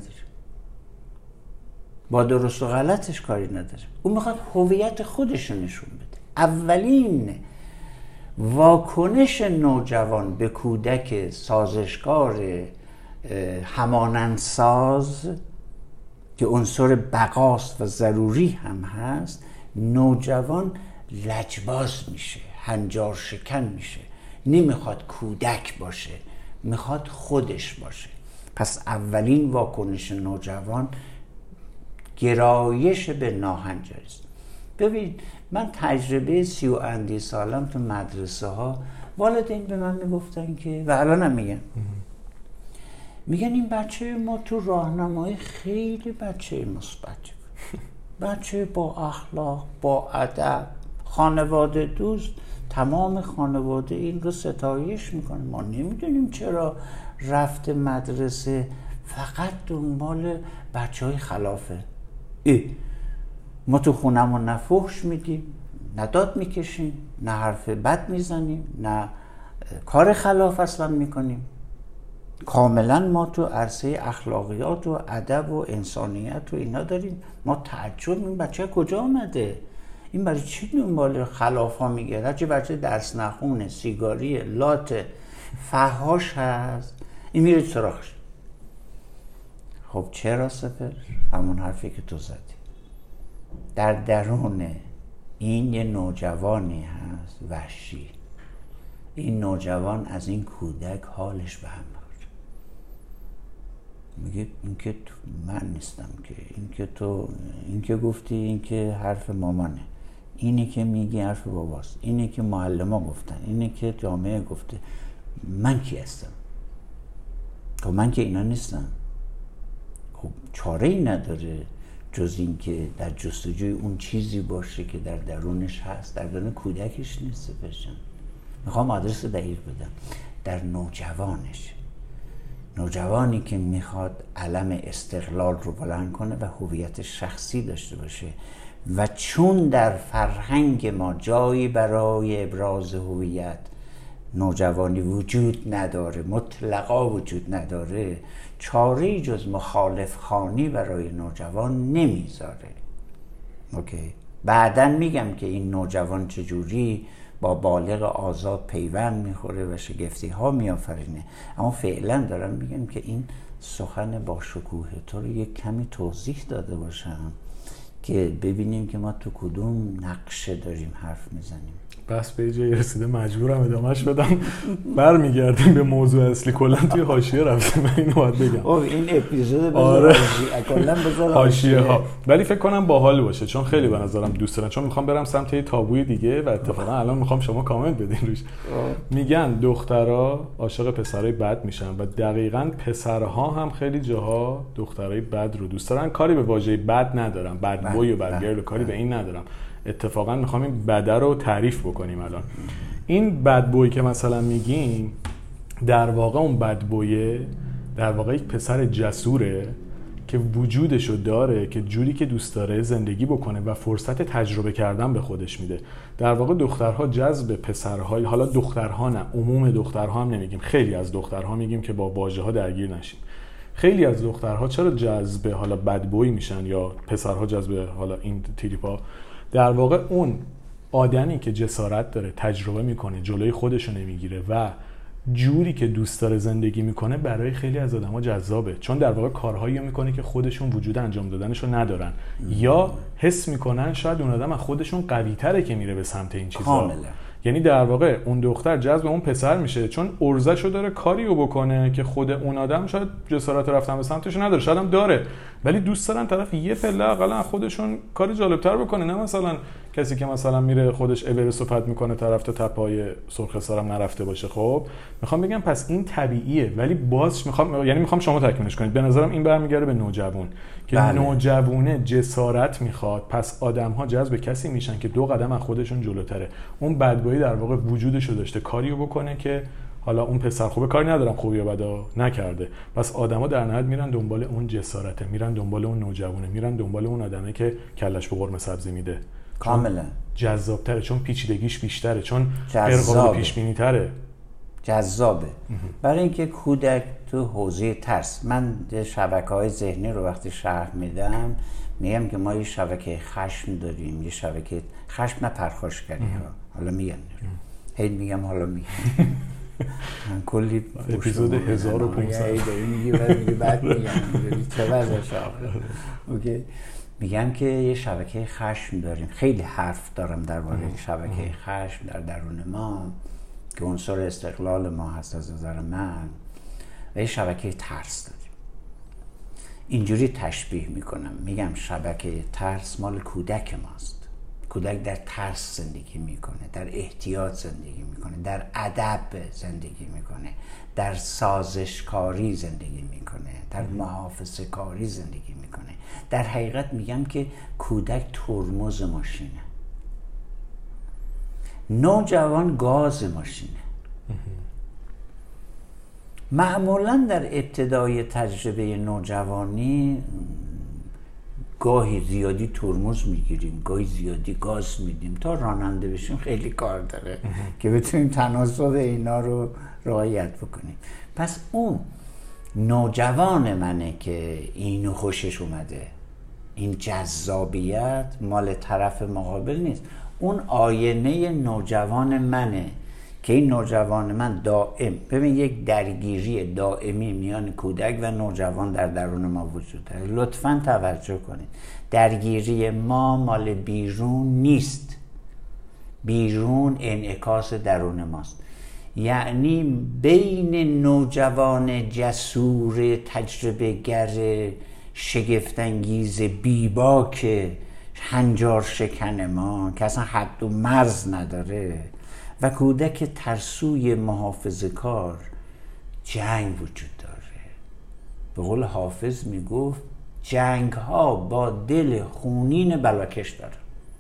با درست و غلطش کاری نداره. اون میخواد هویت خودش رو نشون بده. اولین واکنش نوجوان به کودک سازشکار همانندساز که عنصر بقاست و ضروری هم هست، نوجوان لجباز میشه، هنجار شکن میشه، نمیخواد کودک باشه، میخواد خودش باشه. پس اولین واکنش نوجوان گرایش به ناهنجاری است. ببین من تجربه سی و اندی سالم تو مدرسه ها، والدین به من میگفتن که و الان هم میگن میگن این بچه ما تو راهنمایی خیلی بچه مثبت، بچه با اخلاق، با ادب، خانواده دوست، تمام خانواده این رو ستایش میکنه. ما نمیدونیم چرا رفته مدرسه فقط دنبال بچه های خلافه. ای ما تو خونمون نه فحش میدیم، نه داد میکشیم، نه حرف بد میزنیم، نه کار خلاف اصلا میکنیم. کاملا ما تو عرصه اخلاقیات و ادب و انسانیت و اینا داریم. ما تعجب این بچه کجا آمده؟ این برای چی دنبال خلاف ها میگه؟ هرچی بچه درس نخونه، سیگاری، لات، فحاش هست، این میره سراغش. خب چرا سپر؟ همون حرفی که تو زدی. در درون این یه نوجوانی هست وحشی. این نوجوان از این کودک حالش به هم میخوره. میگه این که من نیستم که، این که تو این که گفتی این که حرف مامانه، اینی که میگی حرف باباست، اینی که معلما گفتن، اینی که جامعه گفته. من کی هستم؟ خب من که اینا نیستم. خب چاره ای نداره جز این که در جستجوی اون چیزی باشه که در درونش هست. در درون کودکش نیست بشن. میخوام آدرس دقیق بدم. در نوجوانش، نوجوانی که میخواد علم استقلال رو بلند کنه و هویت شخصی داشته باشه و چون در فرهنگ ما جایی برای ابراز هویت نوجوانی وجود نداره، مطلقا وجود نداره، چاره‌ای جز مخالف خوانی برای نوجوان نمیذاره. اوکی. بعدن میگم که این نوجوان چجوری با بالغ آزاد پیوند میخوره و شگفتی ها میآفرینه. اما فعلا دارم میگم که این سخن با شکوه تو رو یک کمی توضیح داده باشم که ببینیم که ما تو کدوم نقشه داریم حرف میزنیم. بس به جایی رسیده مجبورم ادامهش بدم. برمیگردیم به موضوع اصلی. کلا توی حاشیه رفتیم، من اینو باید بگم. اوه این اپیزود بذار آره. کلا بذار حاشیه ها، ولی فکر کنم باحال باشه چون خیلی به نظرم دوست دارم، چون میخوام برم سمت یه تابوی دیگه و اتفاقا الان میخوام شما کامنت بدین روش. میگن دخترها عاشق پسرای بد میشن و دقیقاً پسرها هم خیلی جاها دخترای بد رو دوست دارن. کاری به واژه بد ندارم، بد بوی و بد گرل، کاری به این ندارم. اتفاقا میخوام این بده رو تعریف بکنیم الان. این بد بوی که مثلا میگیم در واقع اون بد بویه در واقع یک پسر جسوره که وجودشو داره که جوری که دوست داره زندگی بکنه و فرصت تجربه کردن به خودش میده. در واقع دخترها جذب پسرهای، حالا دخترها نه، عموم دخترها هم نمیگیم، خیلی از دخترها میگیم که با واژه‌ها درگیر نشیم. خیلی از دخترها چرا جذب حالا بد بوی میشن یا پسرها جذب حالا این تریپا؟ در واقع اون آدمی که جسارت داره، تجربه میکنه، جلوی خودشو نمیگیره و جوری که دوست داره زندگی میکنه برای خیلی از آدم‌ها جذابه، چون در واقع کارهایی میکنه که خودشون وجود انجام دادنشو ندارن یا حس میکنن شاید اون آدم از خودشون قوی‌تره که میره به سمت این چیزا. کاملا. یعنی در واقع اون دختر جذب اون پسر میشه چون ارزشو داره کاریو بکنه که خود اون آدم شاید جسارت رفتن به سمتش نداره، شاید هم داره، ولی دوست دارن طرف یه پله اقلا خودشون کاری جالبتر بکنه، نه مثلا کسی که مثلا میره خودش اورست رو فتح میکنه طرف تا تپه‌های سرخ سارم نرفته باشه. خب میخوام بگم پس این طبیعیه، ولی باز میخوام یعنی میخوام شما تکمیلش کنید. به نظرم این برمیگرده به نوجوان که بله. نوجوانه جسارت میخواد، پس آدم‌ها جذب کسی میشن که دو قدم از خودشون جلوتره. اون بدگاهی در واقع وجودشو داشته کاریو بکنه که حالا اون پسر خوبه کاری ندارم خوبی یا بدا نکرده، پس آدما در نهایت میرن دنبال اون جسارته، میرن دنبال اون نوجوانه، میرن دنبال اون آدمه که کلش به قرمه سبزی میده. کاملا جذاب‌تره، چون پیچیدگیش بیشتره، چون قابل پیش بینی تره، جذابه. برای اینکه کودک تو حوزه ترس، من شبکه‌های ذهنی رو وقتی شرح میدم میگم که ما یه شبکه خشم داریم، یه شبکه خشم نه پرخاشگری ها، حالا میگم هی میگم حالا میگم من کلی اپیزود هزار و پانصد میگی بعد میگم چه وضعش آخه. اوکی، میگم که یه شبکه خشم داریم، خیلی حرف دارم درباره شبکه خشم در درون ما که عنصر استقلال ما هست از نظر من، و یه شبکه ترس داریم. اینجوری تشبیه میکنم، میگم شبکه ترس مال کودک ماست. کودک در ترس زندگی میکنه، در احتیاط زندگی میکنه، در ادب زندگی میکنه، در سازشکاری زندگی میکنه، در محافظه کاری زندگی میکنه. در حقیقت میگم که کودک ترمز ماشینه، نوجوان گاز ماشینه. معمولا در ابتدای تجربه نوجوانی گاهی زیادی ترمز میگیریم، گاهی زیادی گاز میدیم تا راننده بشیم. خیلی کار داره که بتونیم تناسب اینا رو رعایت بکنیم. پس اون نوجوان منه که اینو خوشش اومده، این جذابیت مال طرف مقابل نیست، اون آینه نوجوان منه که این نوجوان من دائم، ببین یک درگیری دائمی میان کودک و نوجوان در درون ما وجود داره. لطفاً توجه کنید، درگیری ما مال بیرون نیست، بیرون انعکاس درون ماست. یعنی بین نوجوان جسور تجربه گر شگفت‌انگیز بیباک هنجار شکن ما که اصلا حد و مرز نداره و کودک ترسوی محافظه کار، جنگ وجود داره. به قول حافظ میگفت جنگ ها با دل خونین بلاکش داره.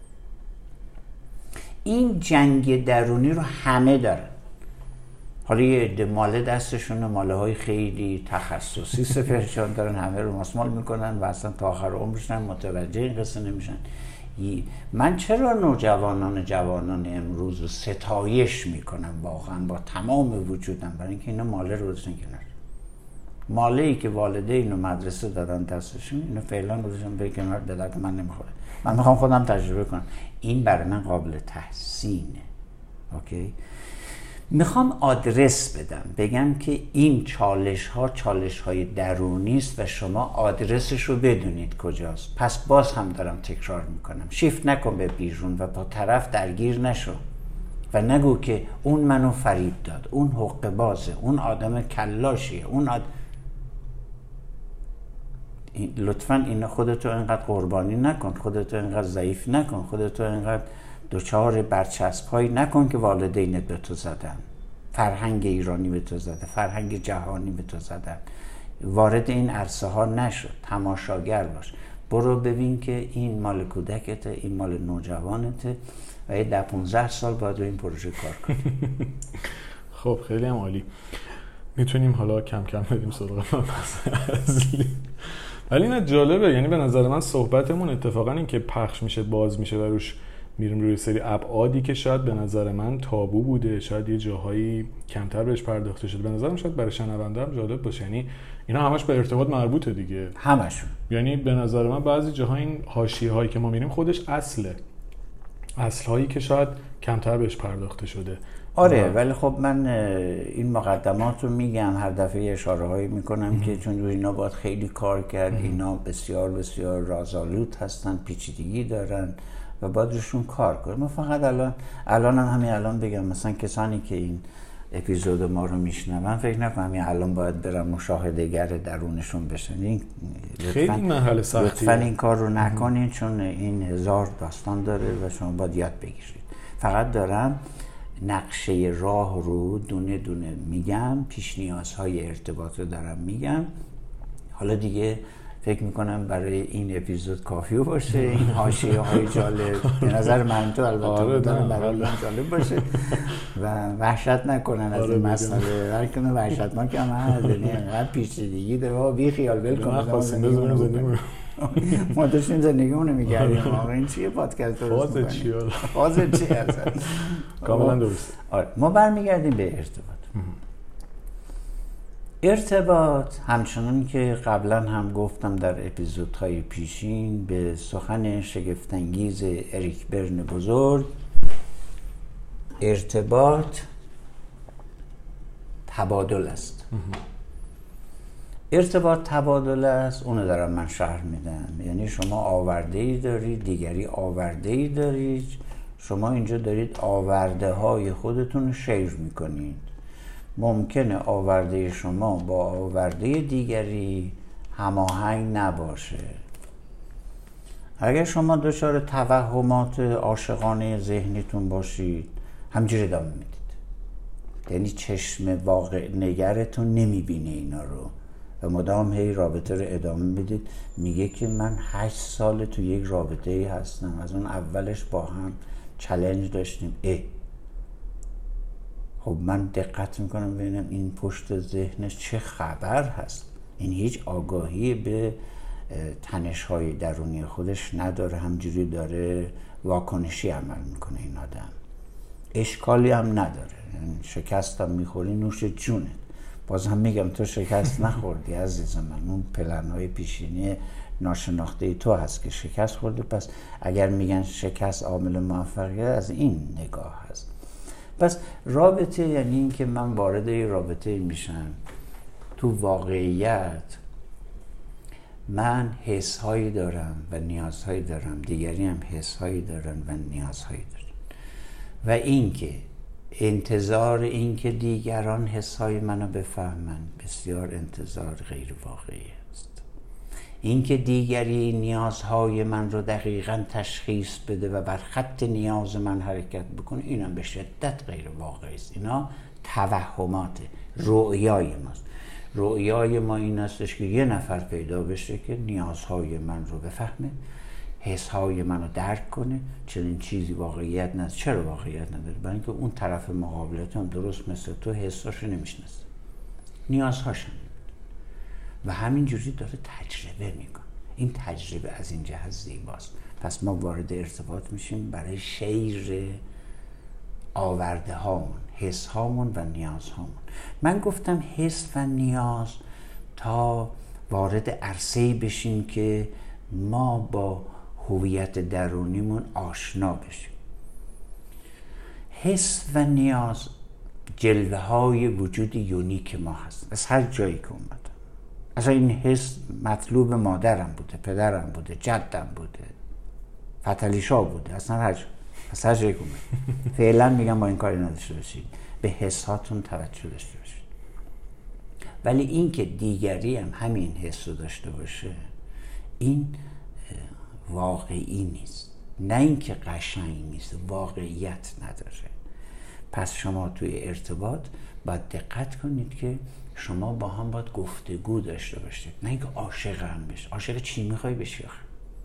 این جنگ درونی رو همه دارن. حالا یه عده ماله دستشونه، ماله های خیلی تخصصی سپهرشان دارن، همه رو ماسمال میکنن و اصلا تا آخر عمرشن متوجه این قصه نمیشن. من چرا نوجوانان جوانان امروز رو ستایش میکنم واقعا با تمام وجودم؟ برای اینکه اینا ماله رو بزنن کنار. ماله ای که والدین و مدرسه دادن دستشون، اینو فعلا گذاشتن به کنار، به درد من نمیخوره، من میخوام خودم تجربه کنم. این برای من قابل تحسینه. اوکی، میخوام آدرس بدم، بگم که این چالش ها چالش های درونی است و شما آدرسش رو بدونید کجاست. پس باز هم دارم تکرار میکنم، شیفت نکن به بیرون و با طرف درگیر نشو و نگو که اون منو فریب داد، اون حقه بازه، اون آدم کلاشیه، اون آد... این... لطفاً این خودتو اینقدر قربانی نکن، خودتو اینقدر ضعیف نکن، خودتو اینقدر دوچار برچسب هایی نکن که والدینت به تو زدن، فرهنگ ایرانی به تو زده، فرهنگ جهانی به تو زدن. وارد این عرصه ها نشد، تماشاگر باش، برو ببین که این مال کودکته، این مال نوجوانته و یه ده پونزده سال باید رو این پروژه کار کنی. خب خیلی هم عالی. میتونیم حالا کم کم بریم سراغ اصلی. ولی نه جالبه، یعنی به نظر من صحبتمون اتفاقا این که پخش میشه، باز میشه و روش میریم روی سری ابعادی که شاید به نظر من تابو بوده، شاید یه جاهایی کمتر بهش پرداخته شده، به نظرم شاید برای شنونده هم جالب باشه. یعنی اینا همش به ارتباط مربوطه دیگه، همشون. یعنی به نظر من بعضی جاها این حاشیه هایی که ما میریم خودش اصله، اصل هایی که شاید کمتر بهش پرداخته شده. آره، ولی خب من این مقدمات رو میگم، هر دفعه اشاره هایی میکنم که چون روی اینا باید خیلی کار کرد، اینا بسیار بسیار رازآلود هستن، پیچیدگی دارن و باید روشون کار کنیم. ما فقط الان الان هم همین الان بگم مثلا کسانی که این اپیزود ما رو میشنون فکر نکنم همین الان باید برن مشاهده‌گر درونشون بشن. این خیلی مرحله سختیه. لطفاً این کار رو نکنین چون این هزار داستان داره و شما باید یاد بگیرید. فقط دارم نقشه راه رو دونه دونه میگم، پیش نیازهای ارتباط رو دارم میگم. حالا دیگه فکر میکنم برای این اپیزود کافی باشه. این حاشیه های جالب به نظر من تو البته آره برای من جالب باشه و وحشت نکنن از این مسئله. هر کنه وحشتناک هم هست، یعنی انقدر پیچیدگی داره. بی خیال ول کن ما داشتیم زندگیمون رو می‌کردیم. آقا این چیه پادکست درست فاز چیه؟ فاز چی هست؟ کاملا درست. آره ما برمیگردیم به ارتباط. ارتباط همچنان که قبلا هم گفتم در اپیزودهای پیشین به سخن شگفت‌انگیز اریک برن بزرگ، ارتباط تبادل است. ارتباط تبادل است، اونو دارم من شرح میدم. یعنی شما آورده‌ای دارید، دیگری آورده‌ای دارید، شما اینجا دارید آورده های خودتون رو شیر میکنید. ممکنه آورده شما با آورده دیگری هماهنگ نباشه. اگر شما دچار توهمات عاشقانه ذهنیتون باشید همجوری ادامه میدید، یعنی چشم واقع نگرتون نمیبینه اینا رو و مدام هی رابطه رو ادامه میدید. میگه که من هشت سال تو یک رابطه ای هستم، از اون اولش با هم چالش داشتیم. اه خب من دقت میکنم ببینم این پشت ذهنش چه خبر هست. این هیچ آگاهی به تنش‌های درونی خودش نداره، همجوری داره واکنشی عمل میکنه. این آدم اشکالی هم نداره، یعنی شکست هم میخوری نوش جونت. باز هم میگم تو شکست نخوردی عزیز من، اون پلن‌های پیشینی ناشناخته تو هست که شکست خورده. پس اگر میگن شکست عامل موفقیت، از این نگاه هست. پس رابطه یعنی این که من وارد یه رابطه میشم، تو واقعیت من حس‌هایی دارم و نیازهایی دارم، دیگری هم حس‌هایی دارن و نیازهایی دارن و این که انتظار این که دیگران حس‌های منو بفهمن بسیار انتظار غیر واقعی است. این که دیگری نیازهای من رو دقیقاً تشخیص بده و بر خط نیاز من حرکت بکنه، اینم به شدت غیر واقعی است. اینا توهمات رؤیای ماست. رؤیای ما این هستش که یه نفر پیدا بشه که نیازهای من رو بفهمه، حسهای منو درک کنه. چنین چیزی واقعیت نداره. چرا واقعیت نداره؟ برای اینکه اون طرف مقابلت هم درست مثل تو حساشو نمیشناسه، نیازهاشو، و همینجوری داره تجربه میکنه. این تجربه از این جهت زیباست. پس ما وارد ارتباط میشیم برای شیر آورده هامون، حس هامون و نیاز هامون. من گفتم حس و نیاز تا وارد عرصه‌ای بشیم که ما با هویت درونیمون آشنا بشیم. حس و نیاز جلوه های وجود یونیک ما هست از هر جایی که اومد. اصلا این حس مطلوب مادرم بوده، پدرم بوده، جدم بوده، فتلیشا بوده، اصلا هر جا از هر جایی که اومد. فعلا میگم با این کاری نداشته باشید، به حس هاتون توجه داشته باشید. ولی این که دیگری هم همین حس رو داشته باشه، این واقعی نیست. نه اینکه قشنگ نیست، واقعیت نداره. پس شما توی ارتباط باید دقت کنید که شما با هم باید گفتگو داشته باشید، نه اینکه عاشق هم بشید. عاشق چی میخوای بشی آخه؟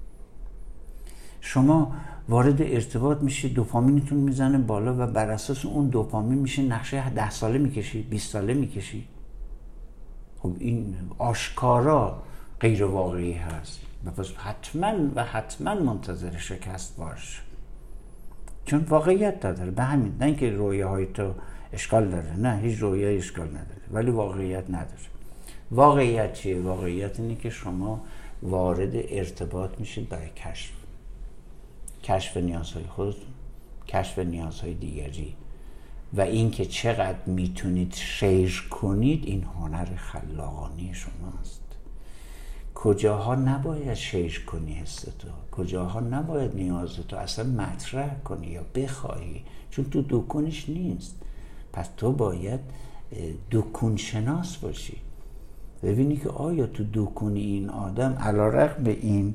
شما وارد ارتباط میشید، دوپامینتون میزنه بالا و بر اساس اون دوپامین میشه نقشه ده ساله میکشید، بیست ساله میکشید. خب این آشکارا غیر واقعی هست و پس حتما و حتما منتظر شکست باش، چون واقعیت نداره. به همین، نه اینکه رویاهای تو اشکال داره، نه هیچ رویای اشکال نداره، ولی واقعیت نداره. واقعیت چیه؟ واقعیت اینه که شما وارد ارتباط میشید برای کشف کشف نیازهای خودتون، کشف نیازهای دیگری و اینکه چقدر میتونید شیر کنید. این هنر خلاقانه شماست. کجاها نباید شیر کنی حستو، کجاها نباید نیازتو اصلا مطرح کنی یا بخواهی، چون تو دکونش نیست. پس تو باید دکون شناس باشی، ببینی که آیا تو دکون این آدم علیرغم این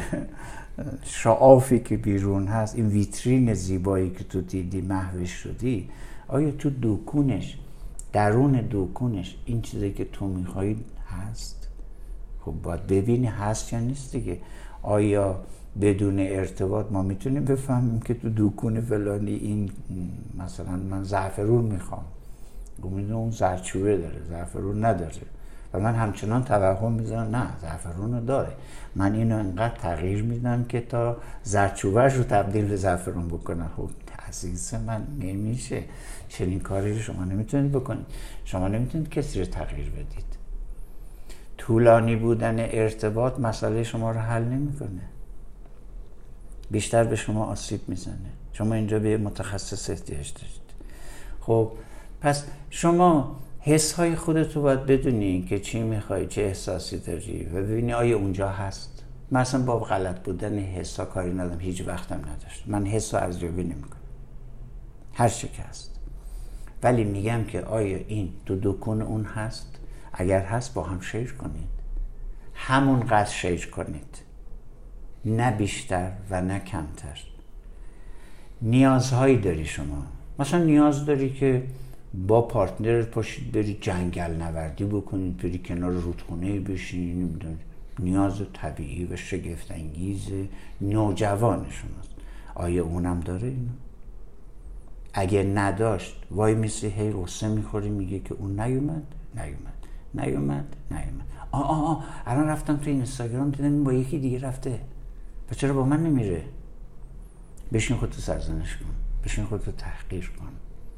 شعافی که بیرون هست، این ویترین زیبایی که تو دیدی محوش شدی، آیا تو دکونش، درون دکونش این چیزی که تو میخوایی هست؟ خب باید ببینی هست یا نیست دیگه. آیا بدون ارتباط ما میتونیم بفهمیم که تو دکون فلانی این مثلا من زعفرون میخوام، میدونم اون زردچوبه داره زعفرون نداره و من همچنان توهم میذارم نه زعفرون رو داره، من اینو انقدر تغییر میدم که تا زردچوبهش رو تبدیل به زعفرون بکنم. خب عزیز من نمیشه، چنین کاری رو شما نمیتونید بکنید. شما نمیتونید کسی رو تغییر بدید. طولانی بودن ارتباط مسئله شما رو حل نمیکنه، بیشتر به شما آسیب میزنه. شما اینجا به متخصص احتیاج دارید. خب پس شما حس های خودتو باید بدونی که چی میخوای، چه احساسی داری و ببینی آیا اونجا هست. من اصلا با غلط بودن حس ها کاری ندارم، هیچ وقتم نداشت. من حس ها ارزیابی نمیکنم، هر چی که هست. ولی میگم که آیا این تو دکون اون هست؟ اگر هست با هم شیر کنید، همون قدر شیر کنید، نه بیشتر و نه کمتر. نیازهایی داری شما، مثلا نیاز داری که با پارتنرت پاشید بری جنگل نوردی بکنید، بری کنار رودخونه بشینید، نمیدونید، نیاز طبیعی و شگفت انگیز نوجوان شماست. آیا اونم داره اینو؟ اگه نداشت وای میسی هی غصه میخوری، میگه که اون نیومد نیومد نیومد نیومد آه آه آه الان رفتم تو اینستاگرام دیدم این با یکی دیگه رفته، و چرا با من نمیره؟ بشین خودتو سرزنش کن، بشین خودتو تحقیر کن.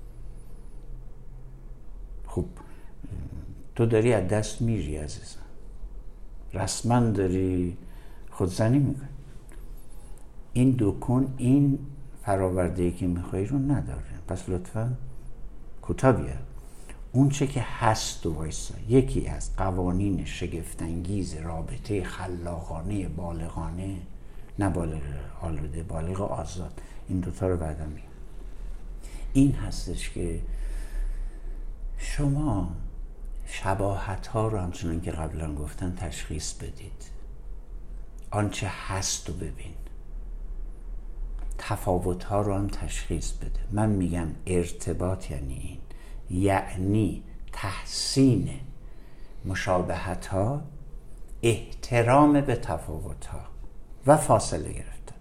خب تو داری از دست میری عزیزم، رسما داری خودزنی میکنی. این دکون این فراورده‌ای که میخوایی رو نداره، پس لطفا کوتاه بیار. اون چه که هست و وایسا. یکی از قوانین شگفت‌انگیز رابطه خلاقانه بالغانه، نه بالغ آلوده، بالغ آزاد، این دوتا رو بعدا میگم، این هستش که شما شباهت ها رو همچنان که قبلا گفتن تشخیص بدید. آنچه هست رو ببین، تفاوت ها رو هم تشخیص بده. من میگم ارتباط یعنی این، یعنی تحسین مشابهت ها، احترام به تفاوت ها و فاصله گرفتن.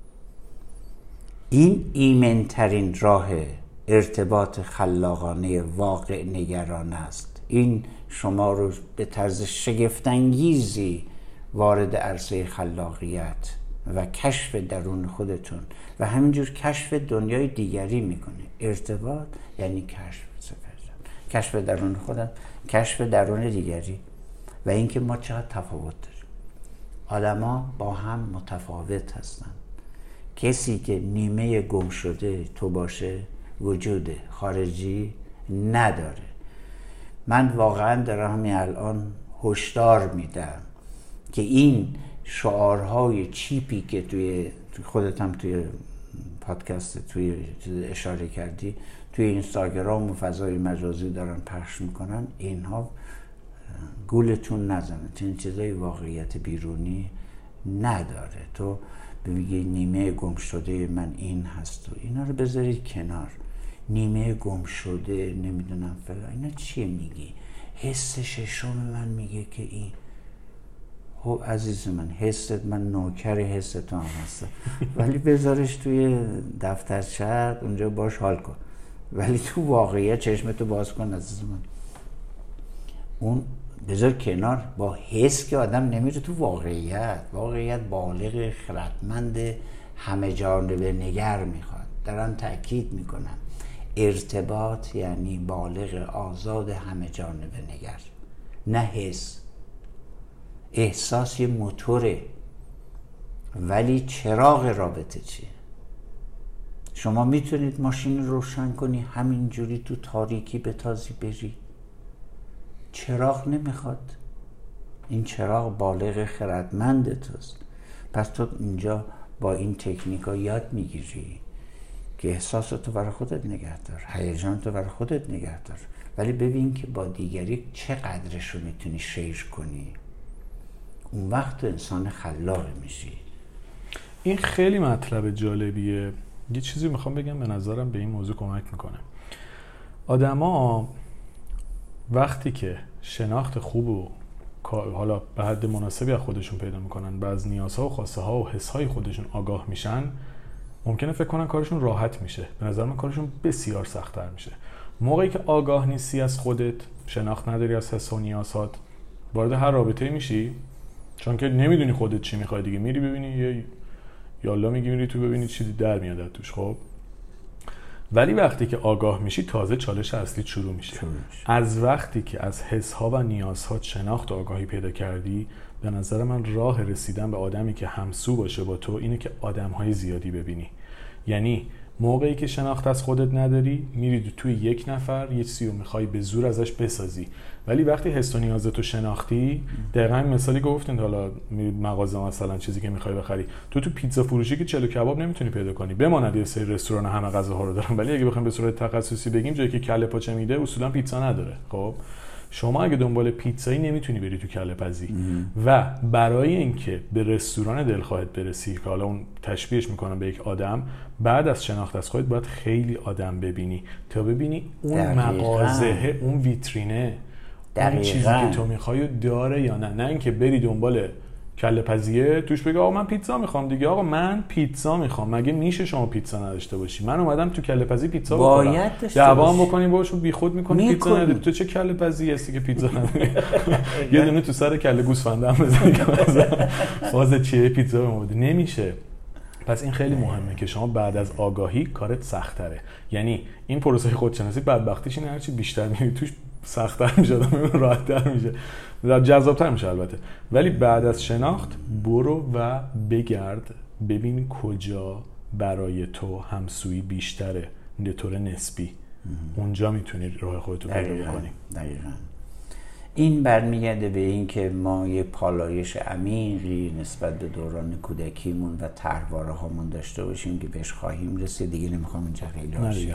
این ایمنترین راه ارتباط خلاقانه واقع نگران است. این شما رو به طرز شگفت‌انگیزی وارد عرصه خلاقیت و کشف درون خودتون و همینجور کشف دنیای دیگری میکنه. ارتباط یعنی کشف سفر، کشف درون خودم، کشف درون دیگری و اینکه ما چقدر تفاوت داریم. آدما با هم متفاوت هستن. کسی که نیمه گم شده تو باشه وجود خارجی نداره. من واقعا دارم همین الان هشدار میدم که این شعارهای چیپی که توی خودت هم توی پادکست توی اشاره کردی توی اینستاگرام و فضای مجازی دارن پخش میکنن، اینها گولتون نزنه. چنین چیزای واقعیت بیرونی نداره. تو بمیگی نیمه گم شده من این هست و اینا رو بذارید کنار. نیمه گم شده نمیدونم فلان، اینا چیه میگی؟ حس ششم من میگه که این. خب عزیز من، حست، من نوکر حست هم هستم، ولی بذارش توی دفترچه اونجا باش حال کن، ولی تو واقعیت چشمتو باز کن عزیز من. اون بذار کنار. با حس که آدم نمیره تو واقعیت. واقعیت بالغ، خردمند، همه جانبه نگر میخواد. دارم تأکید میکنم ارتباط یعنی بالغ، آزاد، همه جانبه نگر، نه حس. احساس یه موتوره، ولی چراغ رابطه چیه؟ شما میتونید ماشین روشن کنی همینجوری تو تاریکی بتازی بری، چراغ نمیخواد. این چراغ بالغ خردمند توست. پس تو اینجا با این تکنیکا یاد میگیری که احساساتو برای خودت نگه دار، هیجانتو برای خودت نگه دار، ولی ببین که با دیگری چقدرش رو میتونی شیر کنی. اون وقت انسان خلاق میشی. این خیلی مطلب جالبیه. یه چیزی میخوام بگم به نظرم به این موضوع کمک میکنه. آدما وقتی که شناخت خوب و حالا به حد مناسبی از خودشون پیدا میکنن، از نیازها و خواسته ها و حس های خودشون آگاه میشن، ممکنه فکر کنن کارشون راحت میشه. به نظر من کارشون بسیار سخت‌تر میشه. موقعی که آگاه نیستی از خودت، شناخت نداری از حس و نیازات، وارد هر رابطه‌ای میشی چون که نمیدونی خودت چی میخوای دیگه، میری ببینی یه یالا میگی میری تو ببینی چی در میاد از توش. خب ولی وقتی که آگاه میشی تازه چالش اصلی شروع میشه. از وقتی که از حس‌ها و نیازها شناخت و آگاهی پیدا کردی، به نظر من راه رسیدن به آدمی که همسو باشه با تو اینه که آدم‌های زیادی ببینی. یعنی موقعی که شناخت از خودت نداری، میری توی یک نفر یه چیزی رو میخوای به زور ازش بسازی، ولی وقتی حس و نیازتو شناختی، دقیقاً مثالی گفتین حالا مغازه مثلا چیزی که میخوای بخری، تو تو پیتزا فروشی که چلو کباب نمیتونی پیدا کنی، بماند یه سری رستوران همه غذاها رو دارن، ولی اگه بخوایم به صورت تخصصی بگیم جایی که کله پاچه میده اصولا پیتزا نداره. خب شما اگه دنبال پیتزایی نمیتونی بری تو کله پزی و برای اینکه به رستوران دلخواهت برسی که حالا اون تشبیهش میکنم به یک آدم، بعد از شناخت از خودت باید خیلی آدم ببینی تا ببینی اون مغازه، اون ویترینه، اون چیزی که تو میخوای داره یا نه. نه اینکه بری دنبال کله پزیه توش بگی آقا من پیتزا میخوام دیگه، آقا من پیتزا میخوام. مگه میشه شما پیتزا نداشته باشی؟ من اومدم تو کله پزی پیتزا بخورم، دعوام بکنی باهاشون بیخود میکنی پیتزا نداری. تو چه کله پزی هستی که پیتزا نداری؟ یه دونه تو سر کله گوسفنده هم بزنی که مثلا فاز چیه پیتزا اومده. نمیشه. پس این خیلی مهمه که شما بعد از آگاهی کارت سخت‌تره. یعنی این پروسه خودشناسی بدبختیش اینه هرچی بیشتر میری توش سخت‌تر میشه، راحت‌تر میشه، جذاب‌تر میشه البته. ولی بعد از شناخت برو و بگرد ببین کجا برای تو همسویی بیشتره به طور نسبی. اونجا میتونی راه خودت رو پیدا کنی. دقیقاً. این برمیگرده به این که ما یه پالایش عمیقی نسبت به دوران کودکیمون و طرحواره هامون داشته باشیم که بهش خواهیم رسید. دیگه نمیخوام اینجا خیلی هاشی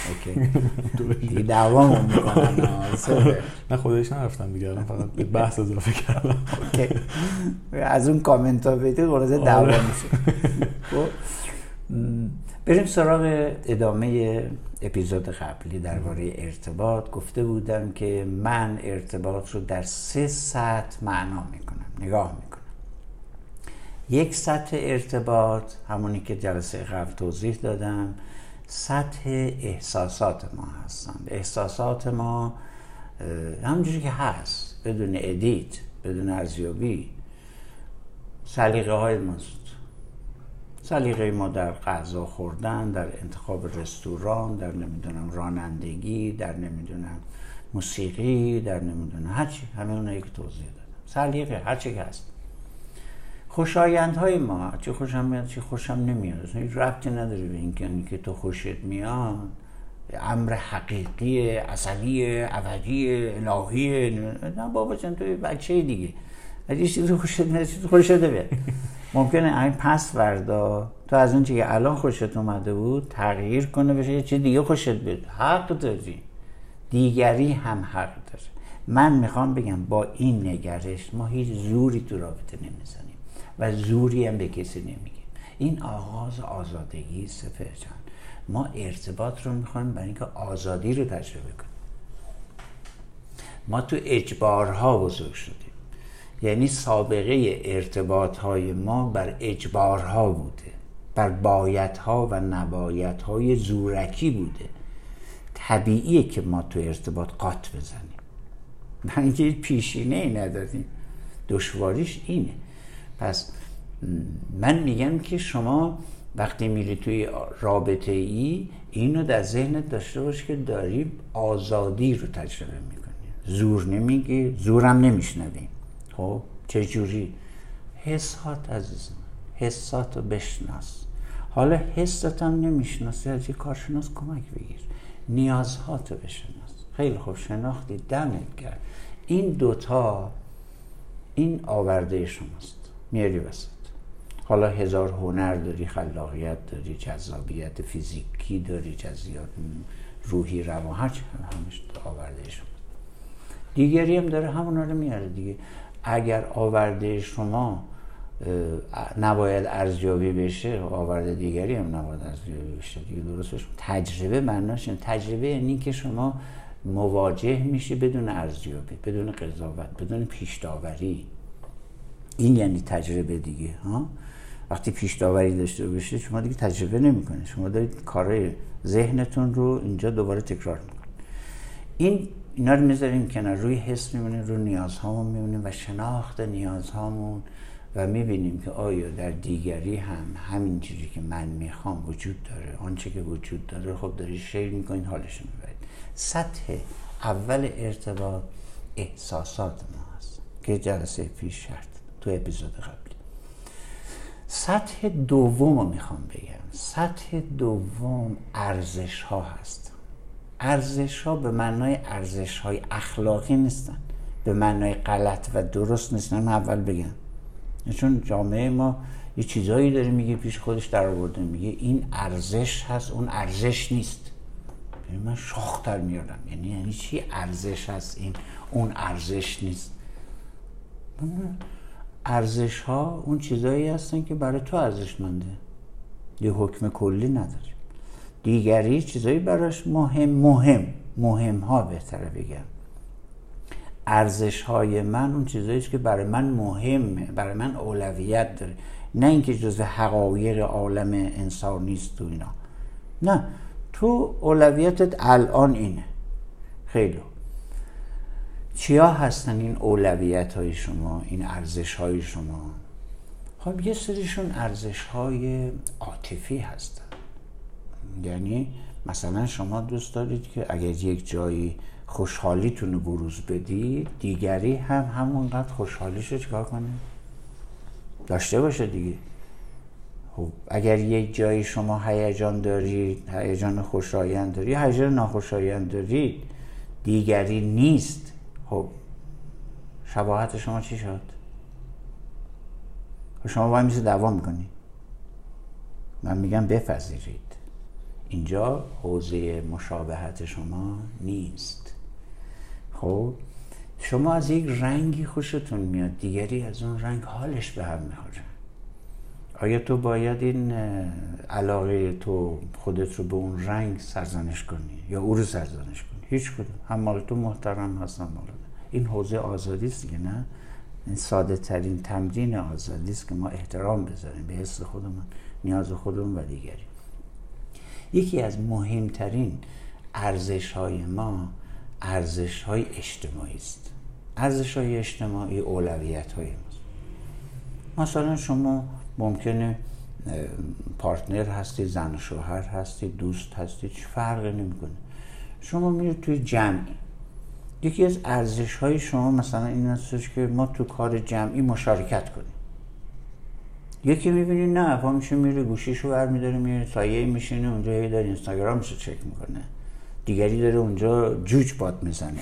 دیگه دعوامون میکنن. نه خودش نرفتم دیگه، الان فقط به بحث اضافه کردم. از اون کامنت ها بیدی قرازه دعوا میشه. بریم سراغ ادامه اپیزود قبلی درباره ارتباط. گفته بودم که من ارتباط رو در سه سطح معنا میکنم، نگاه میکنم. یک سطح ارتباط همونی که جلسه قبل توضیح دادم، سطح احساسات ما هستن. احساسات ما همونجوری که هست، بدون ادیت، بدون ارزیابی، سلیقه های ماست. سلیقه ما در غذا خوردن، در انتخاب رستوران، در نمیدونم رانندگی، در نمیدونم موسیقی، در نمیدونم هرچی، همه اونایی که توضیح دادم. سلیقه هرچی که هست. خوشایندهای ما، چی خوشم میاد چی خوشم نمیاد، هیچ ربطی نداره به اینکه اینکه تو خوشت میاد امر حقیقی، ازلی، ابدی، الهی. نه بابا جان تو بچه دیگه، اگه چیزی خوشت میاد چیزی خوشت بیاد. ممکنه این پس فردا تو از اون چیزی که الان خوشت اومده بود تغییر کنه بشه یه چیز دیگه خوشت بیاد. حق داری، دیگری هم حق داره. من میخوام بگم با این نگرش ما هیچ زوری تو رابطه نمیزنیم و زوری هم به کسی نمیگیم. این آغاز آزادگی سفر جان. ما ارتباط رو میخوایم برای اینکه آزادی رو تجربه کنیم. ما تو اجبارها بزرگ شدیم، یعنی سابقه ارتباطهای ما بر اجبارها بوده، بر بایدها و نبایدهای زورکی بوده. طبیعیه که ما تو ارتباط قاط بزنیم، من اینکه پیشینه ای نداریم. دشواریش اینه. پس من میگم که شما وقتی میری توی رابطه ای اینو در ذهنت داشته باش که داری آزادی رو تجربه میکنی. زور نمیگی، زورم نمیشنوی. خب چه جوری؟ حسات عزیزم، حساتو بشناس. حالا حست هم نمیشناسی، از یه کارشناس کمک بگیر. نیازهاتو بشناس. خیلی خوب شناختی، دمت گرم. این دوتا این آورده شماست، میاری وسط. حالا هزار هنر داری، خلاقیت داری، جذابیت فیزیکی داری، جذابیت روحی، روان، هر چی همش آورده شما. دیگری هم داره همونا رو میاره دیگه. اگر آورده شما نباید ارزیابی بشه، آورده دیگری هم نباید ارزیابی بشه دیگه. درستش تجربه معناش اینه. تجربه یعنی که شما مواجه میشی بدون ارزیابی، بدون قضاوت، بدون پیش داوری. این یعنی تجربه دیگه ها. وقتی پیش داوری داشته باشید شما دیگه تجربه نمیکنید، شما دارید کارهای ذهنتون رو اینجا دوباره تکرار میکنید. این اینا رو میذاریم کنار، روی حس میمونیم، روی نیازهامون میمونیم و شناخت نیازهامون و میبینیم که آیا در دیگری هم همین چیزی که من میخوام وجود داره، آنچه که وجود داره. خب داری شیر میکنید، حالش میبرید. سطح اول ارتباط احساسات ما هست که جلسه پیش شرط تو اپیزود قبلی. سطح دوم رو میخوام بگم. سطح دوم ارزش ها هست. ارزش ها به معنای ارزش های اخلاقی نیستن، به معنای غلط و درست نیستن. من اول بگم چون جامعه ما یه چیزایی داره میگه پیش خودش در آورده، میگه این ارزش هست اون ارزش نیست. من شاختر میارم، یعنی یعنی چی ارزش هست این اون ارزش نیست؟ ارزش ها اون چیزایی هستن که برای تو ارزشمنده، یه حکم کلی نداره. دیگری چیزایی براش مهم مهم مهم ها بهتره بگم. ارزش های من اون چیزایی که برای من مهمه، برای من اولویت داره، نه اینکه جزء حقایق عالم انسان نیست تو اینا. نه، تو اولویتت الان اینه. خیلی چیا هستن این اولویت های شما، این ارزش های شما؟ خب یه سریشون ارزش های عاطفی هستن. یعنی مثلا شما دوست دارید که اگر یک جایی خوشحالیتون رو بروز بدید، دیگری هم همونقدر خوشحالیش رو چکار کنه؟ داشته باشه دیگه. خب اگر یک جایی شما هیجان دارید، هیجان خوشایند دارید، هیجان ناخوشایند دارید، دیگری نیست، خب شباهت شما چی شد؟ شما باید میشه دعوا میکنید. من میگم بپذیرید اینجا حوزه مشابهت شما نیست. خب شما از یک رنگی خوشتون میاد، دیگری از اون رنگ حالش به هم میخوره. آیا تو باید این علاقه تو خودت رو به اون رنگ سرزنش کنی یا او رو سرزنش کنی؟ هیچ کدوم. هم مال تو محترم هستن مال تو. این حوزه آزادی است دیگه. نه، این ساده ترین تمرین آزادی است که ما احترام بذاریم به حس خودمون، نیاز خودمون و دیگری. یکی از مهمترین ارزش‌های ما ارزش‌های اجتماعی است. ارزش‌های اجتماعی اولویت‌های ماست. مثلا شما ممکنه پارتنر هستی، زن و شوهر هستی، دوست هستی، چه فرقی نمی‌کنه. شما میرید توی جمعی، یکی از ارزش‌های شما مثلا این هستش که ما تو کار جمعی مشارکت کنیم. یکی میبینی نه، پا میشه میره گوشیشو برمی‌داره میره سایه میشینه اونجا، یه داره اینستاگرامشو چک میکنه، دیگری داره اونجا جوج باد میزنه.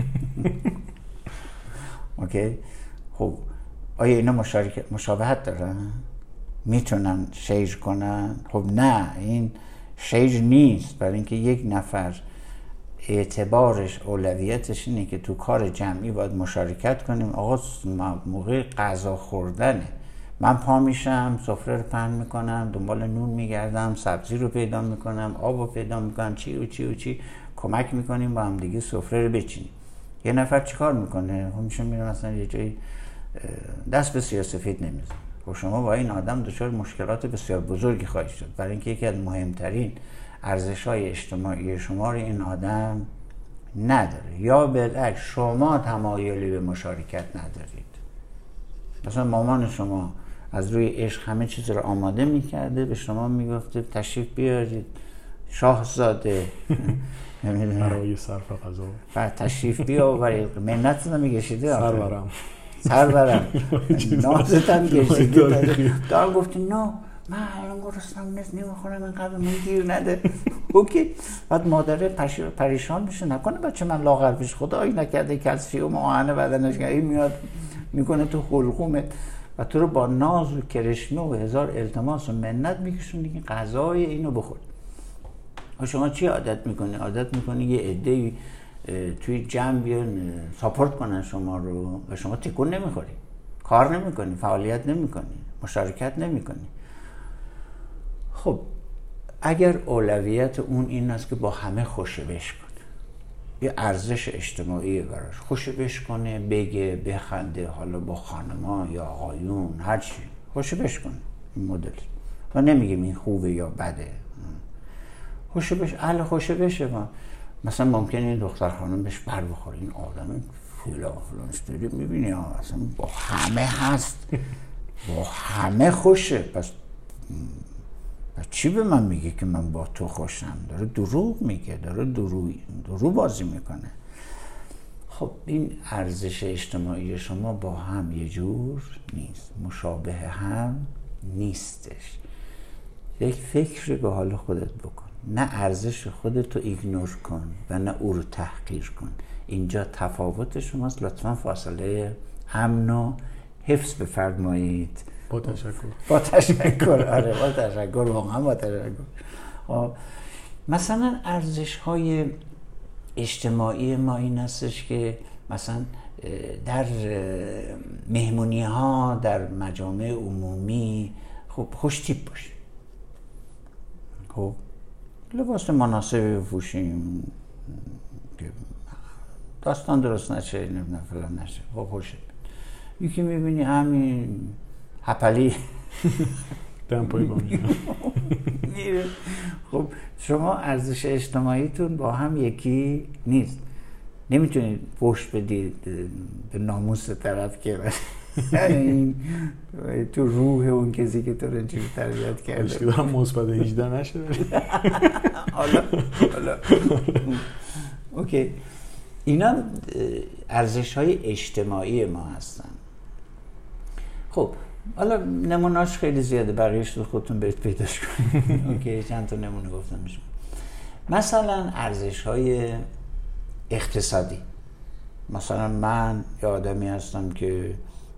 اوکی، خب آیا اینا مشارکت مشابهت دارن؟ میتونن شیر کنن؟ خب نه، این شیر نیست. برای اینکه یک نفر اعتبارش اولویتش اینه که تو کار جمعی باید مشارکت کنیم. آقا موقع غذا خوردنه، من پا میشم سفره رو پهن میکنم، دنبال نون میگردم، سبزی رو پیدا میکنم، آب رو پیدا میکنم، چی و چی و چی، کمک میکنیم با هم دیگه سفره رو بچینیم. یه نفر چیکار میکنه؟ هم میشه میره مثلا یه جایی دست به سیاه‌سفید نمیزنه. و شما با این آدم دچار مشکلات بسیار بزرگی خواهید شد، برای اینکه یکی از مهمترین ارزش‌های اجتماعی شما رو این آدم نداره، یا بالعکس شما تمایلی به مشارکت ندارید. مثلا مامان شما از روی عشق همه چیز رو آماده میکرده، به شما میگفته تشریف بیارید شاهزاده برای صرف غذا بعد تشریف بیاورید، منت نمیگشیده سرورم سرورم نازتم گشیده دار گفتی نه من الان گرسنم نیست نمیخورم من قبل من گیر نده. اوکی، بعد مادره پریشان میشه، نکنه بچه من لاغر پیش خدایی نکرده کلسیوم آهن بدنش این میاد میکنه تو حلقومت و تو رو با ناز و کرشمه و هزار التماس و منت میکشونه که غذای اینو بخور. و شما چی عادت میکنی؟ عادت میکنی یه عده‌ای توی جمع بیان ساپورت کنن شما رو و شما تکون نمیخوری، کار نمیکنی، فعالیت نمیکنی، مشارکت نمیکنی. خب اگر اولویت اون این است که با همه خوشبش کنه، یه ارزش اجتماعی براش خوشبش کنه، بگه، بخنده، حالا با خانما یا آقایون هر چی خوشبش کنه، این مدل. و نمیگیم این خوبه یا بده، خوشبش اهل خوشبشه. ما مثلا ممکنه این دختر خانم بهش بر بخوره، این آدم فیلا فلانش داری میبینی اصلا با همه هست، با همه خوشه، پس پس چی به من میگه که من با تو خوشم؟ داره دروغ میگه، داره درو درو بازی میکنه. خب این ارزش اجتماعی شما با هم یه جور نیست، مشابه هم نیستش. یک فکر به حال خودت بکن، نه ارزش خودت رو ایگنور کن و نه او رو تحقیر کن. اینجا تفاوت شماست. لطفا فاصله امن و حفظ بفرمایید. با تشکر. با تشکر. آره با تشکر، واقعا با تشکر. مثلا ارزش های اجتماعی ما این هستش که مثلا در مهمونی ها، در مجامع عمومی خب خوش تیپ باشیم، خب لباس مناسبی بپوشیم که داستان درست نشه، نمیدونم فلان نشه، خب خوشه. یکی میبینی همین هپلی دمپایی با میره. خب شما ارزش اجتماعیتون با هم یکی نیست. نمیتونید پشت بدید به ناموس طرف که این تو روح اون کسی که تو رو اینجوری تربیت کرده اشکی دارم مثبت هجده نشه. حالا حالا اوکی، اینا ارزش های اجتماعی ما هستن. خب حالا نمونهاش خیلی زیاده، بقیه‌اش رو خودتون برید پیداش کنید. اوکی، چند تا نمونه گفتم میشه. مثلا ارزش های اقتصادی، مثلا من یه آدمی هستم که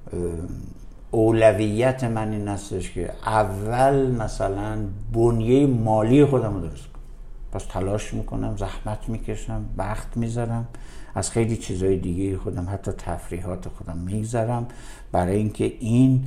اولویت من این هستش که اول مثلا بنیه مالی خودم رو درست کنم، پس تلاش میکنم، زحمت میکشم، وقت میذارم، از خیلی چیزهای دیگه خودم، حتی تفریحات خودم میگذارم برای اینکه این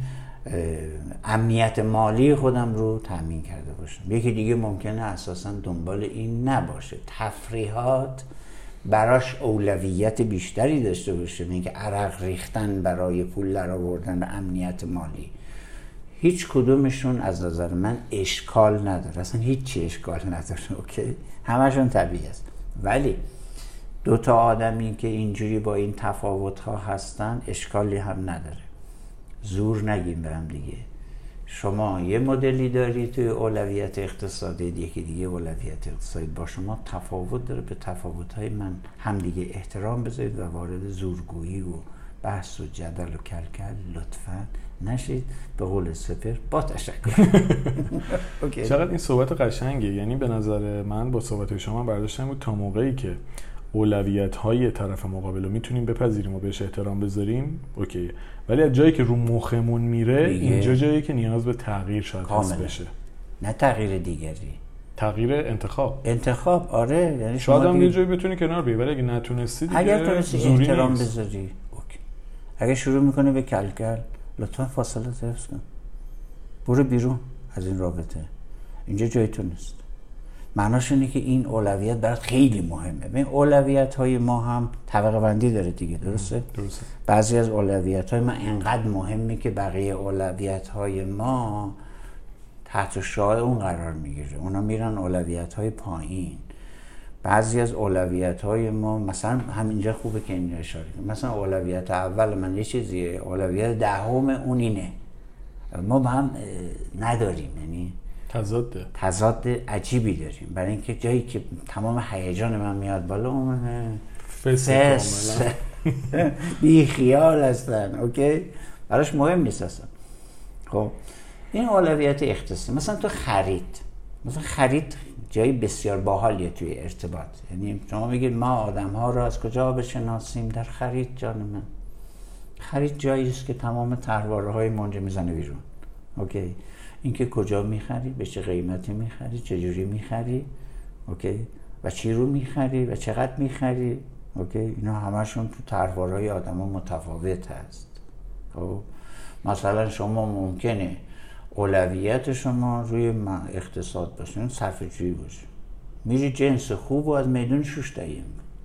امنیت مالی خودم رو تامین کرده باشم. یکی دیگه ممکنه اساسا دنبال این نباشه، تفریحات براش اولویت بیشتری داشته باشه، اینکه عرق ریختن برای پول درآوردن و امنیت مالی. هیچ کدومشون از نظر من اشکال نداره، اصلا هیچی اشکال نداره. اوکی، همشون طبیعی است. ولی دو تا آدمی که اینجوری با این تفاوت‌ها هستن اشکالی هم نداره. زور نگیم به هم دیگه. شما یه مدلی داری توی اولویت اقتصادی، یکی دیگه اولویت اقتصادی با شما تفاوت داره. به تفاوت‌های من هم دیگه احترام بذارید و وارد زورگویی و بحث و جدل و کلکل لطفاً نشید. به قول سپر با تشکر. چقدر این صحبت قشنگه. یعنی به نظر من با صحبت شما برداشتم بود تا موقعی که اولویت‌های طرف مقابل رو میتونیم بپذیریم و بهش احترام بذاریم اوکی، ولی از جایی که رو مخمون میره دیگه. اینجا جایی که نیاز به تغییر شاید حس بشه. نه تغییر دیگری، تغییر انتخاب. انتخاب آره، یعنی شاید هم یه جایی بتونی کنار بیای، ولی اگه نتونستی دیگه اگر تونستی احترام بذاری اوکی. اگه شروع میکنی به کلکل لطفا فاصله حفظ کن، برو بیرون از این رابطه، اینجا جای تو نیست. معناش اینه که این اولویت برات خیلی مهمه. ببین اولویت های ما هم طبقه بندی داره دیگه، درسته؟ درسته. بعضی از اولویت های ما انقدر مهمه که بقیه اولویت های ما تحت شعاع اون قرار میگیره، اونا میرن اولویت های پایین. بعضی از اولویت های ما مثلا همینجا خوبه که اینجا اشاره کنم، مثلا اولویت اول من یه چیزیه، اولویت دهم اون اینه. ما با هم نداریم، یعنی تضاد تضاد عجیبی داریم. برای اینکه جایی که تمام هیجان من میاد بالا اون فس کاملا بی خیال هستن. اوکی، براش مهم نیست اصلا. خب این اولویت اختصاصی. مثلا تو خرید، مثلا خرید جایی بسیار باحالیه توی ارتباط. یعنی شما میگید ما آدم ها رو از کجا بشناسیم؟ در خرید جان من. خرید جایی است که تمام طرحواره های مانجه میزنه بیرون. اوکی، اینکه کجا میخری، به چه قیمتی میخری، چجوری میخری، اوکی، و چی رو میخری و چقدر میخری، اوکی، اینا همشون تو طرحواره های آدما متفاوت هست. خب مثلا شما ممکنه اولویت شما روی اقتصاد باشه، صرفه‌جویی باشه، میری جنس خوب و از میدون شوش دهیم.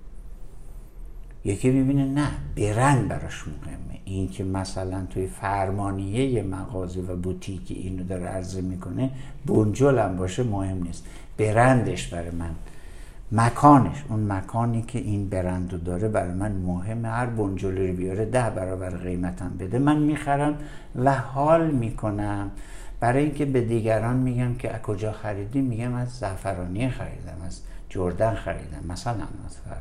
یکی میبینه نه، برند براش مهمه، این که مثلا توی فرمانیه مغازه و بوتیکی اینو داره عرضه میکنه بنجل هم باشه مهم نیست، برندش برای من، مکانش، اون مکانی که این برندو داره برای من مهمه. هر بنجلی رو بیاره ده برابر قیمتم بده، من میخرم و حال میکنم. برای اینکه به دیگران میگم که از کجا خریدی، میگم از زعفرانی خریدم، از جردن خریدم مثلا. مثلا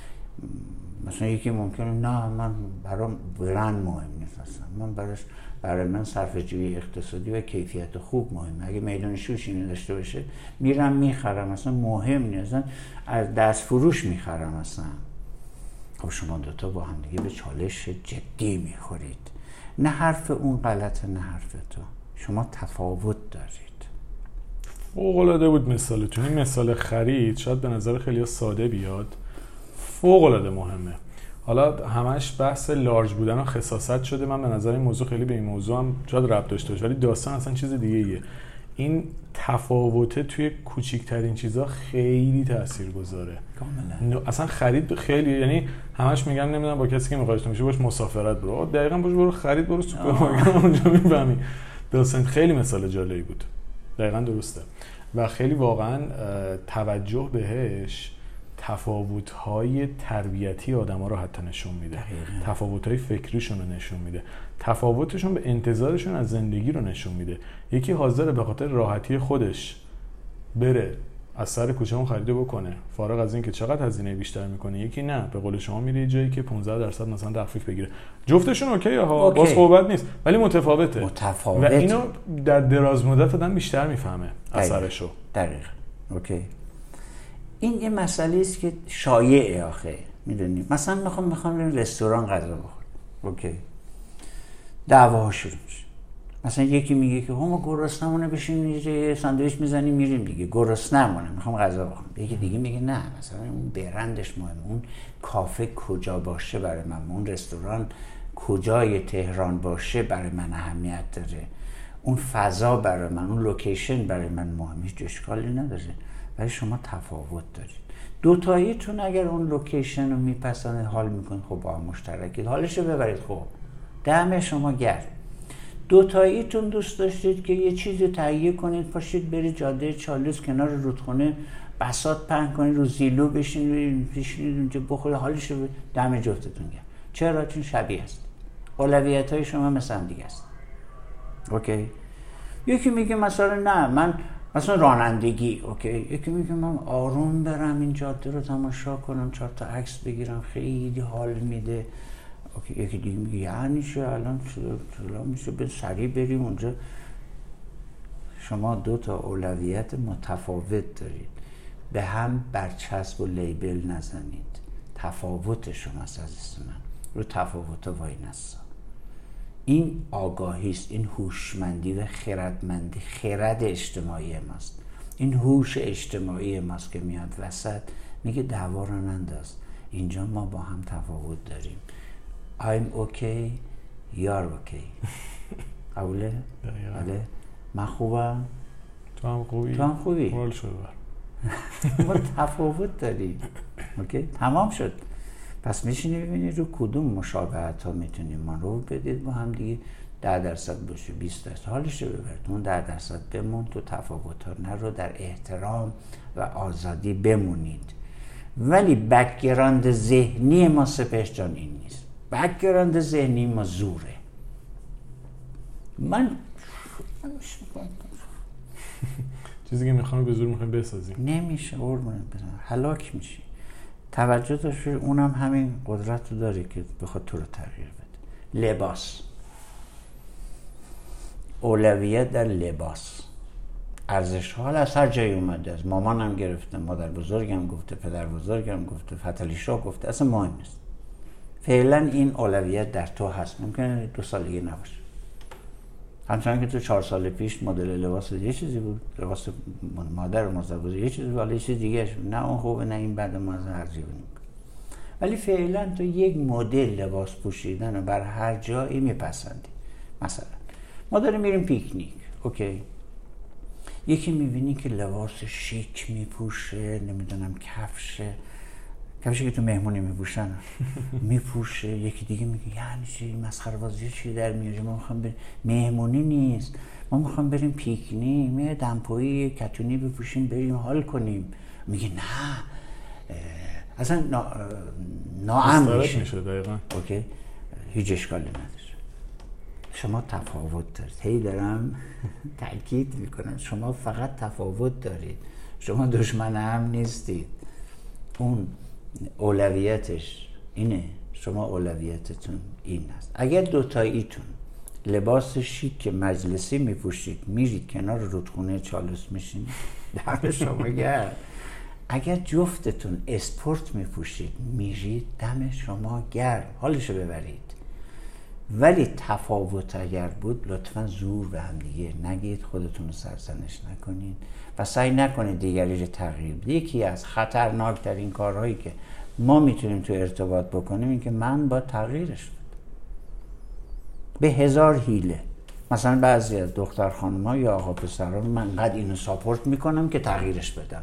مثلا یکی ممکنه نه من برام برند مهم نیست، اصلا من براش برای من صرفه‌جویی اقتصادی و کیفیت خوب مهمه. اگه میدان شوش اینو داشته باشه میرم میخرم، اصلا مهم نیست، از دست فروش میخرم اصلا. خب شما دوتا با هم دیگه به چالش جدی میخورید. نه حرف اون غلطه نه حرف تو، شما تفاوت دارید. فوق‌العاده بود مثالتون. این مثال خرید شاید به نظر خیلی ساده بیاد، فوق‌العاده مهمه. حالا همش بحث لارج بودن و خساست شده، من به نظر این موضوع خیلی به این موضوع هم شاید ربط داشته باشه، ولی داستان اصلا چیز دیگه ایه. این تفاوته توی کوچکترین چیزا خیلی تاثیرگذاره. کاملا. اصلا خرید خیلی، یعنی همش میگن نمیدونم با کسی که میخواد میشه باش مسافرت برو، دقیقاً باش برو خرید، برو سوپرمارکت اونجا میفهمی. داستان خیلی مثال جالبی بود. دقیقاً درسته و خیلی واقعاً توجه بهش تفاوت‌های تربیتی آدم‌ها رو حتی نشون میده، تفاوت‌های فکریشون رو نشون میده، تفاوتشون به انتظارشون از زندگی رو نشون میده. یکی حاضره به خاطر راحتی خودش بره از سر کوچه‌مون خریده بکنه، فارغ از این که چقدر هزینه بیشتر میکنه. یکی نه، به قول شما میره جایی که پانزده درصد مثلا تخفیف بگیره. جفتشون اوکی ها، باز صحبت نیست، ولی متفاوته. متفاوت. و اینو در دراز مدت آدم بیشتر میفهمه اثرشو. دقیقاً. اوکی. این یه مسئله است که شایعه آخه، میدونی مثلا میخوام میخوام بریم رستوران غذا بخورم، اوکی، دعواها شروع میشه. مثلا یکی میگه که ما گرسنمونه بشین یه ساندویچ میزنیم میریم دیگه، گرسنمونه میخوام غذا بخورم. یکی دیگه میگه نه مثلا اون برندش مهمه، اون کافه کجا باشه برای من، اون رستوران کجای تهران باشه برای من اهمیت داره، اون فضا برای من، اون لوکیشن برای من مهمه. هیچ اشکالی نداره، ولی شما تفاوت دارید. دوتاییتون اگر اون لوکیشن رو میپسنه حال میکنید، خب با هم مشترکید، حالشو ببرید، خب دم شما گرم. دوتاییتون دوست داشتید که یه چیزی تهیه کنید، پاشید برید جاده چالوس کنار رودخونه بساط پهن کنید، رو زیلو بشینید بشینید اونجا بخورید، حالشو دم جفتتون گرم. چرا؟ چون شبیه است. اولویت‌های شما مثلا هم دیگه است. اوکی. یکی میگه مثلا نه من مثلا رانندگی، اوکی، یکی میگه من آروم برم این جاده رو تماشا کنم، چهار تا عکس بگیرم، خیلی حال میده. اوکی. یکی دیگه میگه یعنی چه الان چرا میشه به سریع بریم اونجا. شما دو تا اولویت متفاوت دارید، به هم برچسب و لیبل نزنید. تفاوت شماست عزیز من، رو تفاوت وای نسا. این آگاهی است، این هوشمندی و خردمندی، خرد اجتماعی ماست، این هوش اجتماعی ماست که میاد وسط میگه دعوا رو ننداز، اینجا ما با هم تفاوت داریم. I'm okay, you're okay. قبوله؟ بله. من خوبم، تو هم خوبی، تو هم خوبی. رول شد بر ما تفاوت داریم. اوکی، تمام شد. پس میشینی ببینید رو کدوم مشابهت ها میتونیم ما رو بدید با هم دیگه. ده درصد باشه، بیست درصد، حالش رو ببرد. اون ده درصد بمون تو تفاوت ها، نه رو در احترام و آزادی بمونید. ولی بک‌گراند ذهنی ما سپهر جان این نیست. بک‌گراند ذهنی ما زوره. من چیزی که میخوام به زور میخوایم بسازیم نمیشه، قربونت برم، هلاک میشی. توجه داشت، اونم همین قدرت رو داره که بخواد تو رو تغییر بده. لباس، اولویت در لباس، ارزش حال از هر جایی اومده، از مامانم گرفته، مادر بزرگم گفته، پدر بزرگم گفته، فتحعلی شاه گفته، اصلا مهم نیست. فعلا این اولویت در تو هست. ممکنه دو سال دیگه نباشه. همچنان که تو چهار سال پیش مدل لباس یه چیزی بود، لباس مادر و مزدوج یه چیزی بود، ولی یه چیز دیگه نه اون خوبه نه این بده، ما از هر جیبی نمی‌کنیم. ولی فعلا تو یک مدل لباس پوشیدن رو بر هر جایی میپسندی. مثلا ما داریم میریم پیکنیک، اوکی، یکی میبینی که لباس شیک میپوشه، نمیدونم کفشه کفشی که تو مهمونی میپوشن میپوشه، یکی دیگه میگه یعنی چی مسخره بازی چی در میاری، ما میخوام بریم مهمونی نیست، ما میخوام بریم پیکنیک، می دمپایی کتونی بپوشیم بریم حال کنیم. میگه نه اصلا نا... ناامن میشه. میشه دقیقاً. اوکی، هیچ اشکالی نداره. شما تفاوت دارید. هی دارم تاکید میکنم شما فقط تفاوت دارید، شما دشمن هم نیستید. اون اولویتش اینه، شما اولویتتون این است. اگر دوتاییتون لباس شیک مجلسی میپوشید میرید کنار رودخونه چالش میشین، دم شما گرم. اگر جفتتون اسپورت میپوشید میرید دم شما گرم، حالشو ببرید. ولی تفاوت اگر بود لطفا زور به هم دیگه نگید، خودتون رو سرزنش نکنید و سعی نکنید دیگری رو تغییر بدید. یکی از خطرناکترین کارهایی که ما میتونیم تو ارتباط بکنیم این که من با تغییرش بدم به هزار حیله. مثلا بعضی از دختر خانم‌ها یا آقا پسران من انقدر اینو ساپورت میکنم که تغییرش بدم.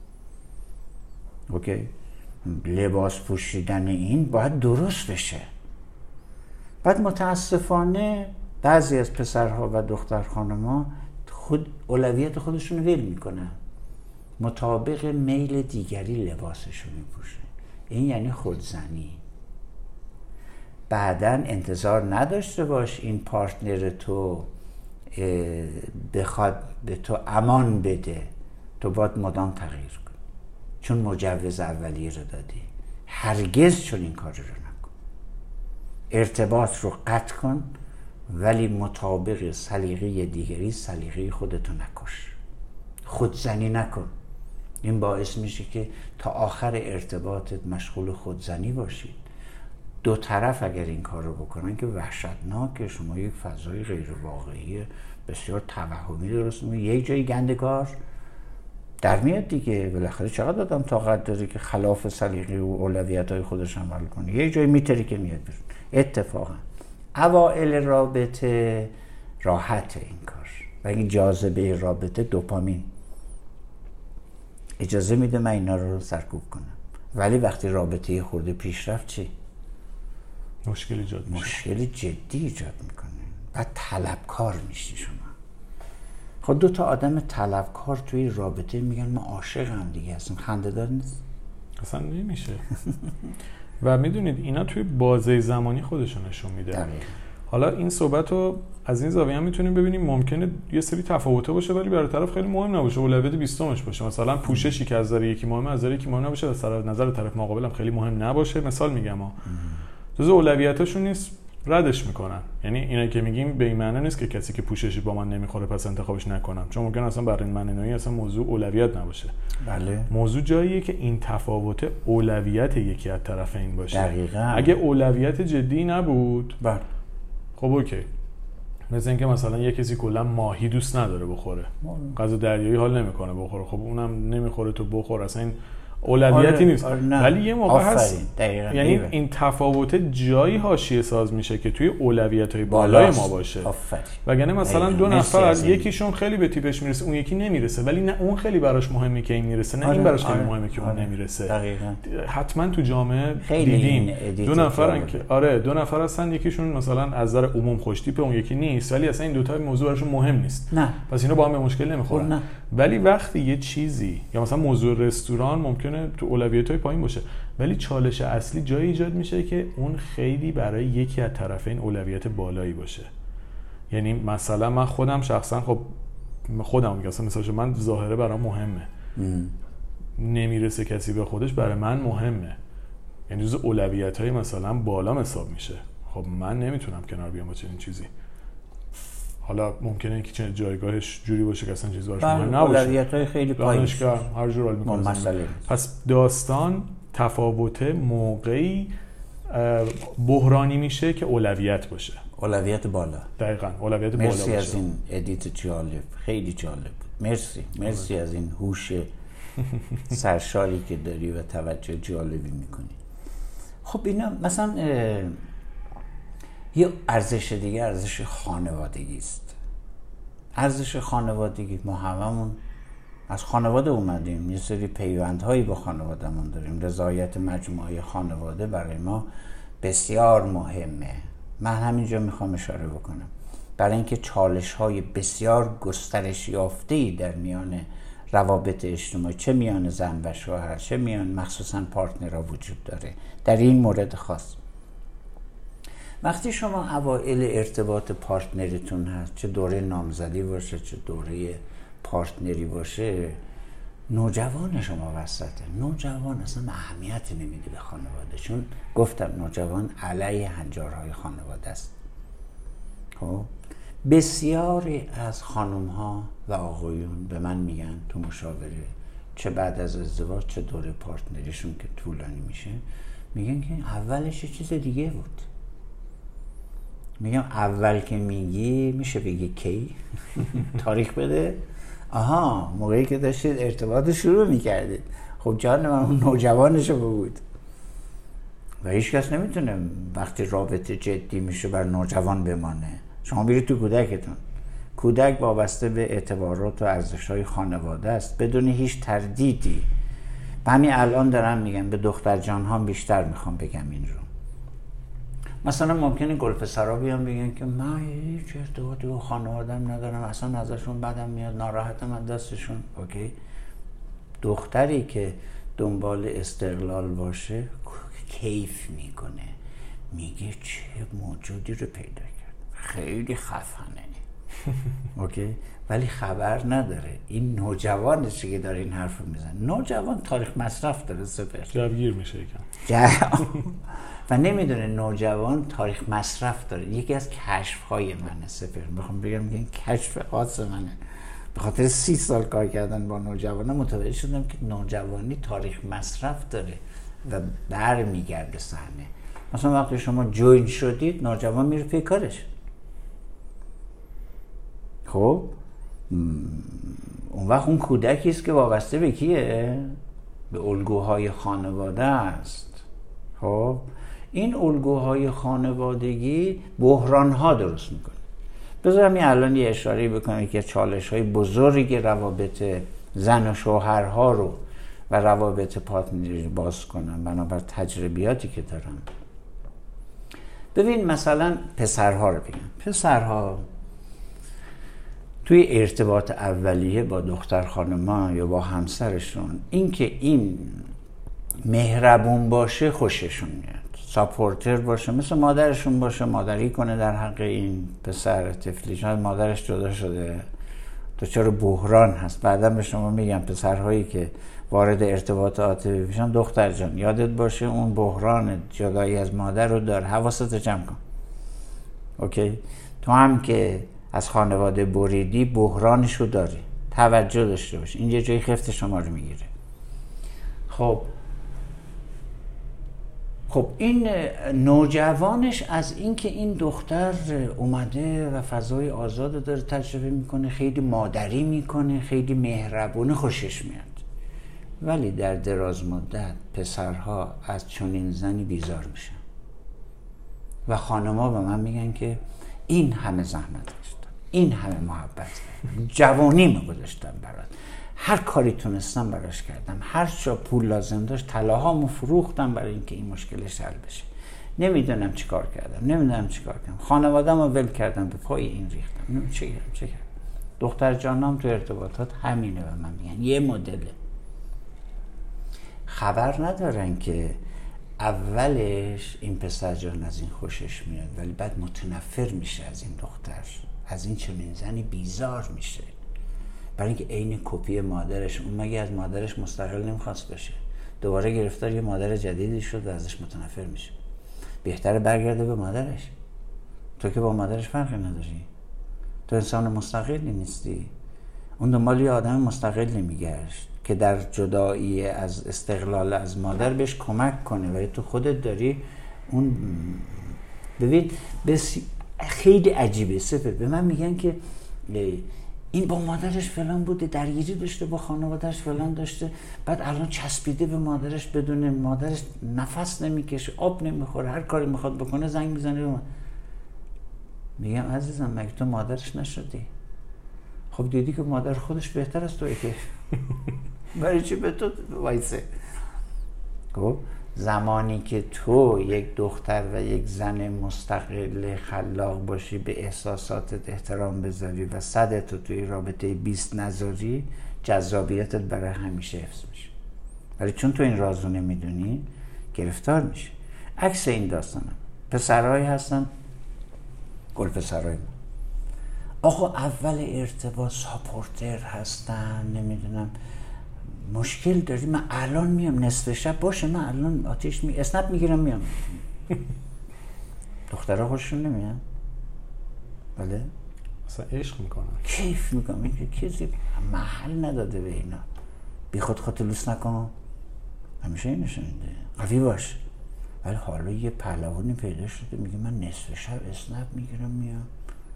اوکی، لباس پوشیدن این باید درست بشه. بعد متاسفانه بعضی از پسرها و دختر خانم‌ها خود اولویت خودشون رو ول میکنن، مطابق میل دیگری لباسشون میپوشه. این یعنی خودزنی. بعدن انتظار نداشته باش این پارتنر تو بخواد به تو امان بده، تو باید مدام تغییر کن چون مجوز اولیه رو دادی. هرگز چون این کار رو نکن. ارتباط رو قطع کن ولی مطابق سلیقه دیگری سلیقه خودتو نکش. خودزنی نکن. این باعث میشه که تا آخر ارتباطت مشغول خودزنی باشید. دو طرف اگر این کار رو بکنن که وحشتناکه، شما یک فضای غیر واقعی بسیار توهمی درست میکنید. یک جایی گنده کار در میاد دیگه. بالاخره چقدر آدم طاقت داره که خلاف سلیقه و اولویت‌های خودش عمل کنه. یک جایی میتره که میاد بیرون. اتفاقا اوائل رابطه راحت این کار و این جاذبه رابطه دوپامین اجازه میده من اینا رو سرکوب کنم. ولی وقتی رابطه خورده پیشرفت چی؟ مشکل ایجاد میشه. مشکل جدی ایجاد میکنه. بعد طلبکار میشی شما. خب دو تا آدم طلبکار توی رابطه میگن ما عاشق هم دیگه هستیم. خنده دار نیست؟ اصلا نمیشه. و میدونید اینا توی بازه زمانی خودشون نشون میده. دقیقا. حالا این صحبت رو از این زاویه هم میتونیم ببینیم. ممکنه یه سری تفاوته باشه ولی برای طرف خیلی مهم نباشه، اولویت بیستمش باشه. مثلا پوششی که از نظر یکی مهمه از نظر یکی مهم نباشه، از نظر طرف مقابل هم خیلی مهم نباشه. مثال میگم ها جز اولویتاشون نیست، ردش میکنن. یعنی اینا که میگیم به این معنی نیست که کسی که پوششی با من نمیخوره پس انتخابش نکنم، چون ممکن اصلا برای من اینایی اصلا موضوع اولویت نباشه. بله. موضوع جاییه که این تفاوت اولویت یکی از طرفین باشه. دقیقاً. اگه اولویت جدی نبود بله خب اوکی. مثل اینکه مثلا یه کسی کلا ماهی دوست نداره بخوره، غذا دریایی حال نمیکنه بخوره، خب اونم نمیخوره تو بخور، اصلا این اولویتی آره، نیست. آره ولی یه موقع آفرین. هست دقیقا. یعنی دقیقا. این تفاوت جایی حاشیه ساز میشه که توی اولویت‌های بالای ما باشه. وگرنه مثلا دقیقا. دو نفر از یکیشون خیلی به تیپش میرسه اون یکی نمیرسه، ولی نه اون خیلی براش مهمه که این میرسه نه آره، این براش آره، خیلی مهمه که آره، اون نمیرسه. دقیقاً. حتما تو جامعه دیدیم دو نفرن که آره دو نفر هستن، یکیشون مثلا از نظر عموم خوش تیپ اون یکی نیست، ولی اصلا این دو تا موضوع براشون مهم نیست. نه. پس اینا با هم به مشکل نمیخورن. ولی وقتی یه چیزی یا مثلا موضوع رستوران ممکنه تو اولویت‌های پایین باشه، ولی چالش اصلی جایی ایجاد میشه که اون خیلی برای یکی از طرفین اولویت بالایی باشه. یعنی مثلا من خودم شخصا خب خودم میگم مثلا من ظاهره برام مهمه. ام. نمیرسه کسی به خودش برای من مهمه. یعنی جزء اولویت‌های مثلا بالا حساب میشه. خب من نمیتونم کنار بیام با چنین چیزی. حالا ممکنه که چه جایگاهش جوری باشه که اصلا چیز براش مهم نباشه. اولویت‌های خیلی پایین هر جور حال می‌کنه. پس داستان تفاوت موقعی بحرانی میشه که اولویت باشه، اولویت بالا. دقیقاً اولویت بالا باشه. مرسی از این ادیت جالب، خیلی جالب. مرسی مرسی از این هوش سرشاری که داری و توجه جالبی میکنی. خب اینا مثلا یه ارزش دیگه ارزش خانوادگی است. ارزش خانوادگی، ما هممون از خانواده اومدیم، یه سری پیوندهایی با خانوادهمون داریم. رضایت مجموعه خانواده برای ما بسیار مهمه. من همینجا میخوام اشاره بکنم برای اینکه چالش‌های بسیار گسترش یافته‌ای در میان روابط اجتماعی، چه میان زن و شوهر، چه میان مخصوصاً پارتنرها وجود داره. در این مورد خاص وقتی شما اوایل ارتباط پارتنرتون هست، چه دوره نامزدی باشه چه دوره پارتنری باشه، نوجوان شما وسطه. نوجوان اصلا اهمیتی نمیده به خانواده، چون گفتم نوجوان علیه هنجارهای خانواده است. خب بسیاری از خانم ها و آقایون به من میگن تو مشاوره، چه بعد از ازدواج چه دوره پارتنریشون که طولانی میشه، میگن که اولش یه چیز دیگه بود. میگم اول که میگی میشه بگی کی؟ تاریخ بده. آها، موقعی که داشتید ارتباط شروع میکردید. خب جان من اون نوجوانشو بود و هیچ کس نمیتونه وقتی رابطه جدی میشه بر نوجوان بمانه. شما برید تو کودکتون. کودک وابسته به اعتبارات و ارزش‌های خانواده است بدون هیچ تردیدی. همین الان دارم میگم، به دختر جان ها بیشتر میخوام بگم این رو. مثلا ممکنه گلپسرها بیان بگن که من هیچ ارتباطی با خانواده‌ام ندارم، اصلا ازشون بدم میاد، ناراحتم از دستشون. اوکی، دختری که دنبال استقلال باشه کیف میکنه، میگه چه موجودی رو پیدا کرد، خیلی خفنه. اوکی، ولی خبر نداره این نوجوانشه که داره این حرف رو میزنه. نوجوان تاریخ مصرف داره، سپر جوگیر میشه یکم و نمیدونه نوجوان تاریخ مصرف داره. یکی از کشف‌های منه سپر، میخوام بگم میگن کشف خاص منه. به خاطر سی سال کار کردن با نوجوانان متوجه شدم که نوجوانی تاریخ مصرف داره و بر میگرده صحنه. مثلا وقتی شما جوین شدید، نوجوان میره پی کارش. خب اون وقت اون کودکی است که وابسته به کیه؟ به الگوهای خانواده است. خب این الگوهای خانوادگی بحران‌ها درست میکنه. بذارم این الان یه اشاره بکنم که چالش‌های بزرگی روابط زن و شوهرها رو و روابط پارتنری باز کنم بنابر تجربیاتی که دارم. ببین مثلا پسرها رو بگم. پسرها توی ارتباط اولیه با دختر خانم‌ها یا با همسرشون، اینکه این مهربون باشه خوششون میاد، ساپورتر باشه، مثل مادرشون باشه، مادری کنه در حق این پسر طفلی. شاید مادرش جدا شده، دچار بحران هست. بعدا به شما میگم پسرهایی که وارد ارتباط عاطفی میشن، دختر جان یادت باشه اون بحران جدایی از مادر رو داره، حواست جمع کن. اوکی، تو هم که از خانواده بریدی بحرانش رو داری، توجه داشته باش، این یه جایی خفت شما رو میگیره. خب خب این نوجوانش از این که این دختر اومده و فضای آزاد داره تجربه میکنه، خیلی مادری میکنه، خیلی مهربونه، خوشش میاد. ولی در دراز مدت پسرها از چنین زنی بیزار میشن و خانم‌ها به من میگن که این همه زحمت کشیدم، این همه محبت کردم، جوانیمو گذاشتم برات، هر کاری تونستم براش کردم، هر چا پول لازم داشت طلاهامو فروختم برای اینکه این مشکلش حل بشه. نمیدونم چی کار کردم، نمیدونم چی کار کردم، خانواده‌مو ول کردم، به پای این ریختم، نمیدونم چه کردم چه کردم. دختر جانم تو ارتباطات همینه به من میگن، یه مدله. خبر ندارن که اولش این پسر جان از این خوشش میاد، ولی بعد متنفر میشه از این دختر، از این چنین زنی بیزار میشه، برای اینکه عین کپی مادرش. اون مگه از مادرش مستقل نمیخواست بشه، دوباره گرفتار یه مادر جدیدی شد و ازش متنفر میشه. بهتره برگرده به مادرش. تو که با مادرش فرقی نداری، تو انسان مستقلی نیستی. اون دنبال یه آدم مستقلی میگشت که در جدایی از استقلال از مادر بهش کمک کنه، ولی تو خودت داری اون ببین بسی خیلی عجیبه. سپر به من میگن که این با مادرش فلان بوده، درگیری داشته با خانوادهش فلان داشته، بعد الان چسبیده به مادرش، بدون مادرش نفس نمیکشه، آب نمیخوره، هر کاری میخواد بکنه زنگ میزنه به من. میگم عزیزم مگه تو مادرش نشدی؟ خب دیدی که مادر خودش بهتر از توئه که برای چی به تو وایسه؟ خب زمانی که تو یک دختر و یک زن مستقل خلاق باشی، به احساساتت احترام بذاری و صدت رو توی رابطه بیست نذاری، جذابیتت برای همیشه حفظ میشه. ولی چون تو این رازو نمیدونی گرفتار میشه. عکس این داستانم پسرهایی هستن، گل پسرهای ما آقا اول ارتباط ساپورتر هستن، نمیدونم مشکل داری، من الان میام نصف شب باشه، من الان آتیش می اسنپ میگیرم میام. دخترها خوششون نمیاد؟ بله اصلا عشق میکنن، کیف میکنم، این کسی محل نداده به اینا. بی خود خاطلوس نکن، همیشه اینو شنیده، قوی باش. ولی حالا یه پهلوانی پیدا شده میگه من نصف شب اسنپ میگیرم میام.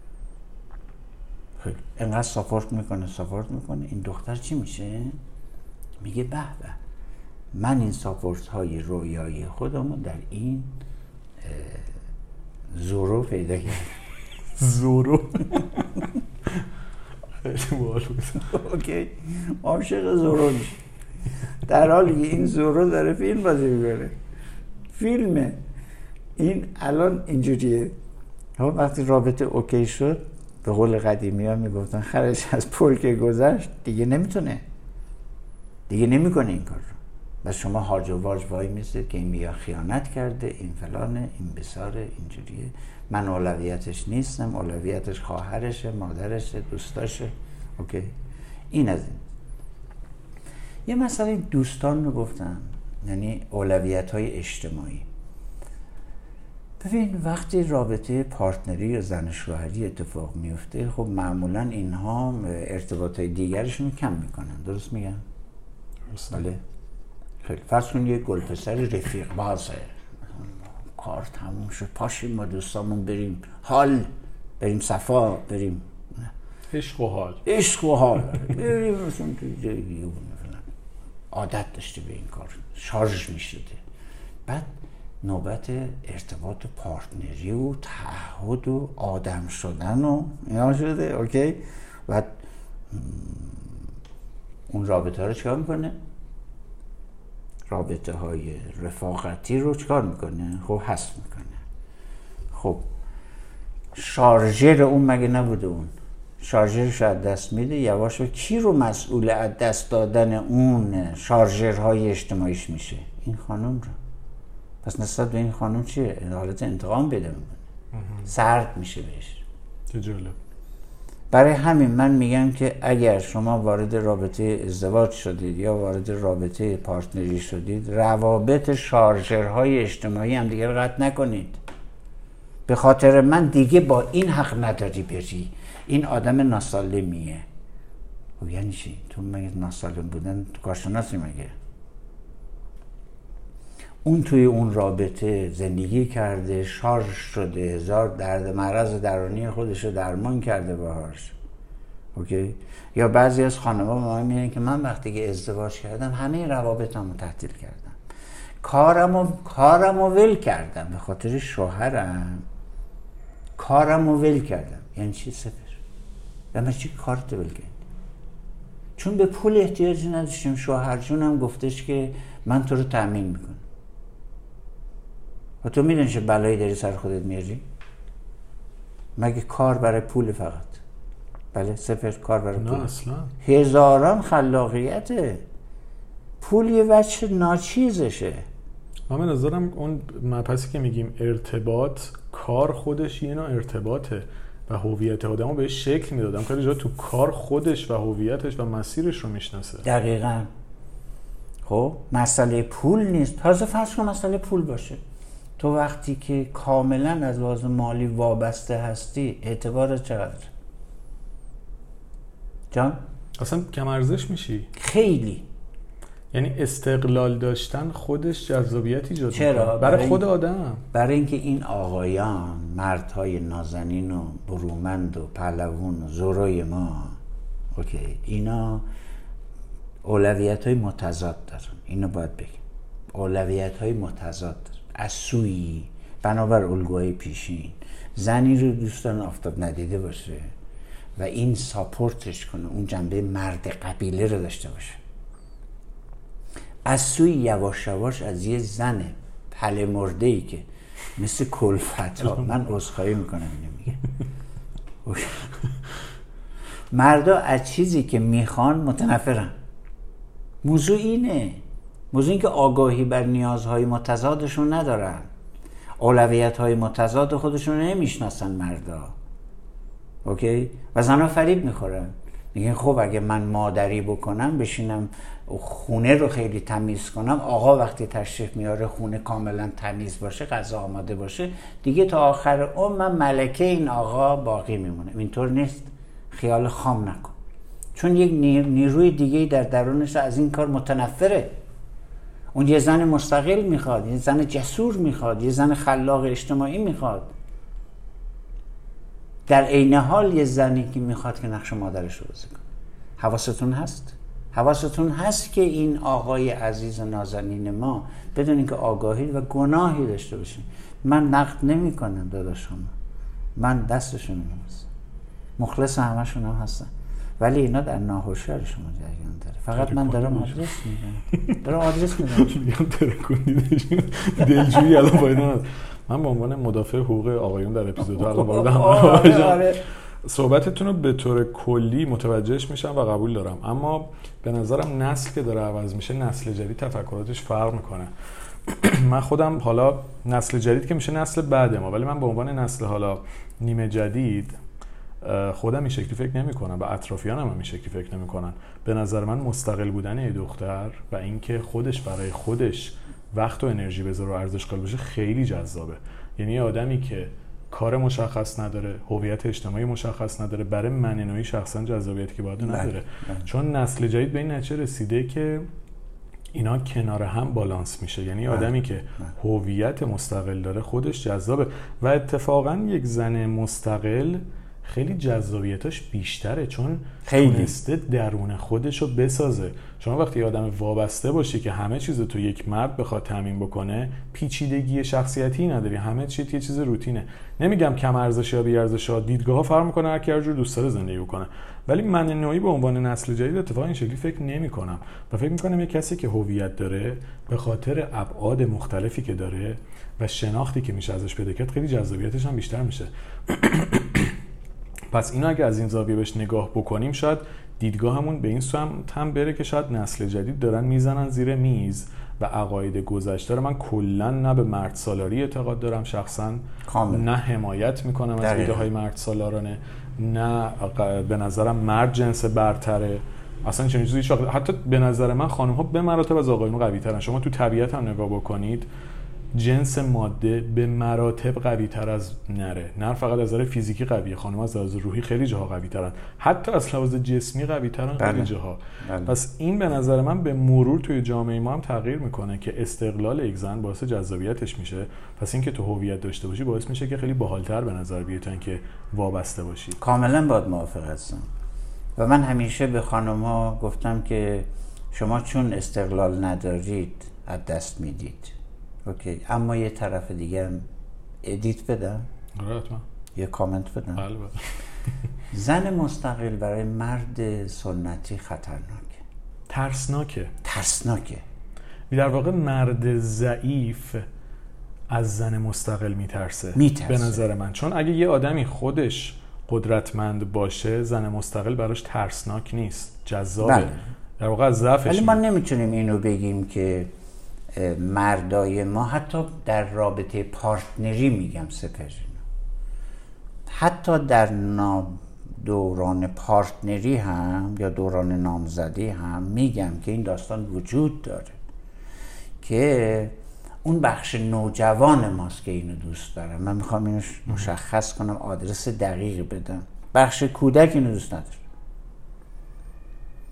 خیلی انقدر ساپورت میکنه ساپورت میکنه این دختر چی میشه؟ میگه به به من این ساپورت های رویایی خودمو در این زورو پیدا کردم. زورو خیلی باحال بود. اوکی عاشق زورو میشه، در حالی که این زورو داره فیلم بازی میکنه. فیلمه این الان اینجوریه. وقتی رابطه اوکی شد، به قول قدیمی ها میگفتن خرش از پل که گذشت دیگه نمیتونه، دیگه نمیکنه این کار رو. بس شما هاج و واج وای میستید که این بیا خیانت کرده، این فلانه، این بساره، اینجوریه. من اولویتش نیستم، اولویتش خواهرشه، مادرشه، دوستاشه. اوکی این از این. یه مسئله دوستان رو گفتم، یعنی اولویت های اجتماعی. ببین وقتی رابطه پارتنری یا زن شوهری اتفاق میفته، خب معمولا اینها ارتباط های دیگرشون رو کم میکنن. درست میگم؟ بله. خیلی فرض کن یه گل پسر رفیق بازه، کار تموم شد پاشیم ما دوستامون بریم حال، بریم صفا، بریم عشق و حال، عشق و حال بریم مثلا توی جایی عادت داشته به این کار، شارژ میشده. بعد نوبت ارتباط پارتنری و تعهد و آدم شدن و اینا شده. اوکی بعد اون رابطه ها رو چیکار میکنه؟ رابطه های رفاقتی رو چیکار میکنه؟ خب حذف میکنه. خب شارژر اون مگه نبوده؟ اون شارژرش از دست میده، یواش کی رو مسئول از دست دادن اون شارژرهای اجتماعیش میشه؟ این خانم رو. پس نسبت به این خانم چیه؟ حالت انتقام بده میکنه، سرد میشه بهش. چه جالب. برای همین من میگم که اگر شما وارد رابطه ازدواج شدید یا وارد رابطه پارتنری شدید، روابط شارژرهای اجتماعی هم دیگه قطع نکنید. به خاطر من دیگه با این حق نداری بری، این آدم ناسالمیه. و یعنی چی؟ تو مگه ناسالم بودن تو کارشناسی مگه؟ اون توی اون رابطه زندگی کرده، شارژ شده، هزار درد مرض درونی خودش رو درمان کرده باهاش. اوکی؟ یا بعضی از خانم‌ها به من میگن که من وقتی که ازدواج کردم همه روابطمو تعطیل کردم، کارمو کارمو ول کردم به خاطر شوهرم، کارمو ول کردم. یعنی چی سپر؟ یعنی چی کارت ول کردی؟ چون به پول احتیاجی نداشتیم، شوهر جونم گفتش که من تو رو تأمین میکنم. و تو میدونی چه بلایی داری سر خودت میاری؟ مگه کار برای پول فقط؟ بله سپر، کار برای پول؟ نه اصلا. هزاران خلاقیته. پول یه وجه ناچیزشه. من به نظرم اون مبحثی که میگیم ارتباط، کار خودش یه نوع ارتباطه و هویت آدمو بهش شکل میدادم که جا تو کار خودش و هویتش و مسیرش رو میشناسه. دقیقاً. خب مسئله پول نیست. تازه فرض کن مسئله پول باشه، تو وقتی که کاملا از لحاظ مالی وابسته هستی، اعتبارت چقدر؟ جان؟ اصلا کم ارزش میشی. خیلی. یعنی استقلال داشتن خودش جذابیت ایجاد میکنه. چرا؟ برای, برای خود آدم. برای اینکه این آقایان، مردهای نازنین و برومند و پهلوان و زورای ما، اوکی، اینا اولویت های متضاد دارن. اینو باید بگیم، اولویت های متضاد دارن. از سوی بنابر الگوهای پیشین زنی رو دوستان آفتاب ندیده باشه و این ساپورتش کنه، اون جنبه مرد قبیله رو داشته باشه. از سوی یواش یواش از یه زن پله مرده‌ای که مثل کلفتا، من عذرخواهی میکنم اینو میگم، مردا از چیزی که میخوان متنفرن. موضوع اینه، موضوع این که آگاهی بر نیازهای متضادشون ندارن، اولویت‌های متضاد خودشون نمیشناسن مردا. اوکی؟ و زنها فریب میخورن، میگن خب اگه من مادری بکنم، بشینم خونه رو خیلی تمیز کنم، آقا وقتی تشریف میاره خونه کاملا تمیز باشه، غذا آماده باشه، دیگه تا آخر عمر من ملکه این آقا باقی میمونه. اینطور نیست، خیال خام نکن، چون یک نیروی دیگه در درونش از این کار متنفره. اون یه زن مستقل میخواد، یه زن جسور میخواد، یه زن خلاق اجتماعی میخواد. در عین حال یه زنی که میخواد که نقش مادرش رو بازی کنه. حواستون هست؟ حواستون هست که این آقای عزیز نازنین ما بدون اینکه آگاهی و گناهی داشته باشه. من نقد نمی کنم داداشم، من دستشون میبوسم، مخلص همشون هم هستن، ولی اینا در ناهوشیاری شما جریان داره. فقط من دارم آدرس میدم، دارم آدرس میدم. میگم ترکوندیدشون دلجویی الان فایده نداره. من به عنوان مدافع حقوق آقایون در اپیزودها الان وارد هم بشم. صحبتتون رو به طور کلی متوجهش میشم و قبول دارم، اما به نظرم نسل که داره عوض میشه، نسل جدید تفکراتش فرق میکنه. من خودم حالا نسل جدید که میشه نسل بعد ما، ولی من به عنوان نسل حالا نیمه جدید خودم این شکلی فکر نمی کنم و اطرافیانم هم این شکلی فکر نمی کنن. به نظر من مستقل بودن یه دختر و اینکه خودش برای خودش وقت و انرژی بذاره و ارزش قائل بشه خیلی جذابه. یعنی یه آدمی که کار مشخص نداره، هویت اجتماعی مشخص نداره، برای من نوعی شخصا جذابیتی که باید نداره. چون نسل جدید به این نتیجه رسیده که اینا کنار هم بالانس میشه. یعنی آدمی که هویت مستقل داره خودش جذابه و اتفاقا یک زن مستقل خیلی جذابیتاش بیشتره، چون تونسته درون خودش رو بسازه. شما وقتی آدم وابسته باشی که همه چیز تو یک مرد بخواد تامین بکنه، پیچیدگی شخصیتی نداری، همه چیز یه چیز روتینه. نمیگم کم ارزش یا بی ارزش ها، دیدگاه‌ها فرق می‌کنه، هر کی هر جور دوست داره زندگی بکنه، ولی من نوعی به عنوان نسل جدید اتفاقا این شکلی فکر نمی‌کنم و فکر می‌کنم یک کسی که هویت داره به خاطر ابعاد مختلفی که داره و شناختی که میشه ازش پیدا کرد، خیلی جذابیتش هم بیشتر میشه. پس اینو اگه از این زاویه بهش نگاه بکنیم، شاید دیدگاهمون به این سمت هم بره که شاید نسل جدید دارن میزنن زیر میز و عقاید گذشته رو. من کلا نه به مرد سالاری اعتقاد دارم شخصا، کامل. نه حمایت میکنم از ایده های مرد سالارانه، نه به نظرم مرد جنس برتره، اصلا چنین چیزی شاید. حتی به نظر من خانم ها به مراتب از آقایون قوی ترن. شما تو طبیعت هم نگاه بکنید، جنس ماده به مراتب قوی تر از نره. نر فقط از نظر فیزیکی قویه، خانم از نظر روحی خیلی جاها قوی ترن، حتی از لحاظ جسمی قوی ترن خیلی جاها. بله. پس این به نظر من به مرور توی جامعه ما هم تغییر میکنه که استقلال یک زن باعث جذابیتش میشه. پس این که تو هویت داشته باشی باعث میشه که خیلی باحالتر به نظر بیاد تا اینکه وابسته باشی. کاملا باهات موافق هستم و من همیشه به خانم‌ها گفتم که شما چون استقلال ندارید از دست میدید. اوکی، اما یه طرف دیگه هم ادیت بدم، حتما یه کامنت بدم. بله. زن مستقل برای مرد سنتی خطرناکه، ترسناکه ترسناکه در واقع مرد ضعیف از زن مستقل میترسه. میترسه به نظر من، چون اگه یه آدمی خودش قدرتمند باشه، زن مستقل براش ترسناک نیست، جذابه. بله. در واقع از ضعفش. ولی ما نمیتونیم اینو بگیم که مردای ما حتی در رابطه پارتنری، میگم سپر، حتی در دوران پارتنری هم یا دوران نامزدی هم میگم که این داستان وجود داره که اون بخش نوجوان ماست که اینو دوست داره. من میخوام اینو مشخص کنم، آدرس دقیق بدم. بخش کودک اینو دوست نداره.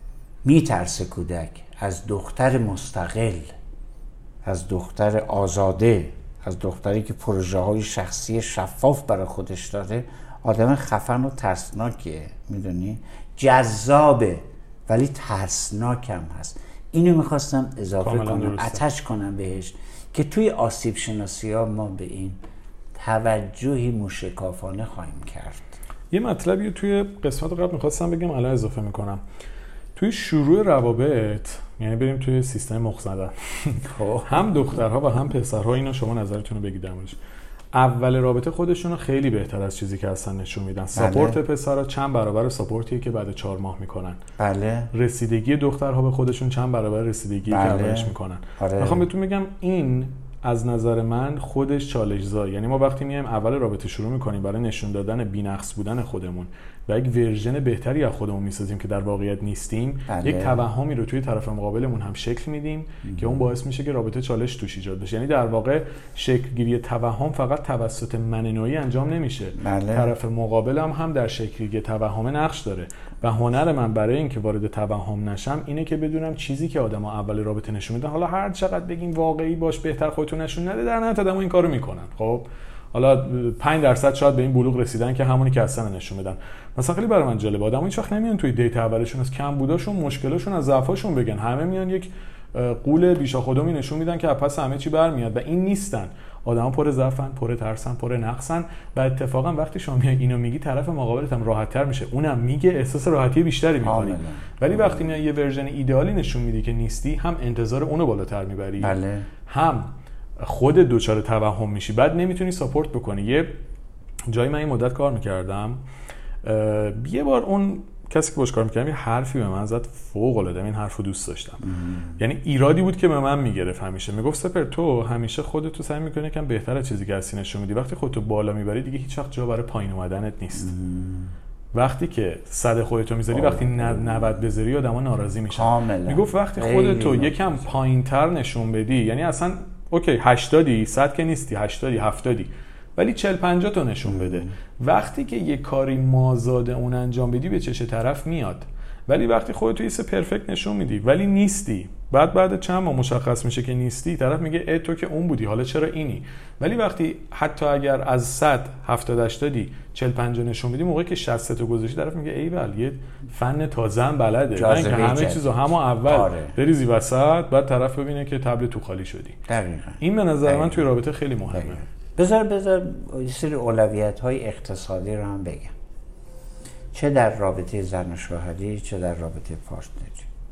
میترسه کودک از دختر مستقل، از دختر آزاده، از دختری که پروژه های شخصی شفاف برای خودش داره. آدم خفن و ترسناکیه، میدونی؟ جذابه ولی ترسناک هم هست. اینو میخواستم اضافه کنم، اتش کنم بهش که توی آسیب شناسی ها ما به این توجهی موشکافانه خواهیم کرد. یه مطلبی توی قسمت قبل میخواستم بگم، الان اضافه میکنم. توی شروع روابط، یعنی بریم توی سیستم مخ زدن، هم دخترها و هم پسرها، اینو شما نظرتون رو بگید درموردش. اول رابطه خودشون رو خیلی بهتر از چیزی که اصلا نشون میدن. ساپورت پسرها چند برابر ساپورتیه که بعد چهار ماه میکنن. بله. رسیدگی دخترها به خودشون چند برابر رسیدگی که اولش میکنن. آره. میخوام بهتون بگم این از نظر من خودش چالش زا. یعنی ما وقتی میایم اول رابطه شروع میکنیم برای نشون دادن بی‌نقص بودن خودمون و یک ورژن بهتری از خودمون میسازیم که در واقعیت نیستیم، بله. یک توهمی رو توی طرف مقابلمون هم شکل میدیم ام. که اون باعث میشه که رابطه چالش توش ایجاد بشه. یعنی در واقع شکل گیری توهم فقط توسط من نوعی انجام نمیشه. بله. طرف مقابلم هم در شکل گیری توهم نقش داره و هنر من برای اینکه وارد توهم نشم اینه که بدونم چیزی که آدما اول رابطه نشون میدن، حالا هر چقدر بگیم واقعی باش، بهتر خودتون نشون نده، در نهایت آدما این کارو میکنن. خب حالا پنج درصد شاید به این بلوغ رسیدن که همونی که اصلا نشون میدن. مثلا خیلی برای من جالبه، آدم‌ها هیچ وقت نمیان توی دیت اولشون از کم بوداشون، مشکلاشون، از ضعفاشون بگن. همه میان یک قول بیشاخودمی نشون میدن که پس همه چی برمیاد و این نیستن. آدم‌ها پر ضعفن، پر ترسن، پر نقصن و اتفاقا وقتی شما میای اینو میگی طرف مقابلت هم راحت‌تر میشه، اونم میگه، احساس راحتی بیشتری می‌کنی. ولی وقتی میای یه ورژن ایدئالی نشون میدی که نیستی، هم انتظار اونو بالاتر میبری، بله. هم خود دوچار توهم میشی، بعد نمیتونی ساپورت بکنی. یه جایی من این مدت کار میکردم، یه بار اون کسی که باش کار میکردم یه حرفی به من زد فوق العاده، این حرفو دوست داشتم. ام. یعنی ایرادی بود که به من میگرفت، همیشه میگفت سپر تو همیشه خودتو سعی میکنی یکم بهتر از چیزی که هستی نشون میدی، وقتی خودتو بالا میبری دیگه هیچ وقت جا برای پایین اومدنت نیست. ام. وقتی که صد خودتو میذاری، وقتی نود بذاری آدما ناراضی میشن. میگفت وقتی خودتو یکم پایینتر نشون بدی، یعنی اصلا اوکی هشتادی، صد که نیستی، هشتادی، هفتادی، ولی چهل پنجاه تا نشون بده. وقتی که یه کاری مازاد اون انجام بدی به چش طرف میاد، ولی وقتی خودت یه سه پرفکت نشون میدی ولی نیستی، بعد بعد چند ماه مشخص میشه که نیستی، طرف میگه ای تو که اون بودی، حالا چرا اینی؟ ولی وقتی حتی اگر از صد هفتاد هشتادی چهل پنجاه نشون میدی، موقعی که شصت تا گذاشتی طرف میگه ایول یه فن تازه هم بلده، نه اینکه همه چیزو همون اول آره. بریزی وسط بعد طرف ببینه که تبل تو خالی شدی. دقیقاً این به نظر دقیقا. من توی رابطه خیلی مهمه. دقیقا. بذار بذار یه سری اولویت‌های اقتصادی رو هم بگم، چه در رابطه زن و شوهری چه در رابطه پارتنری.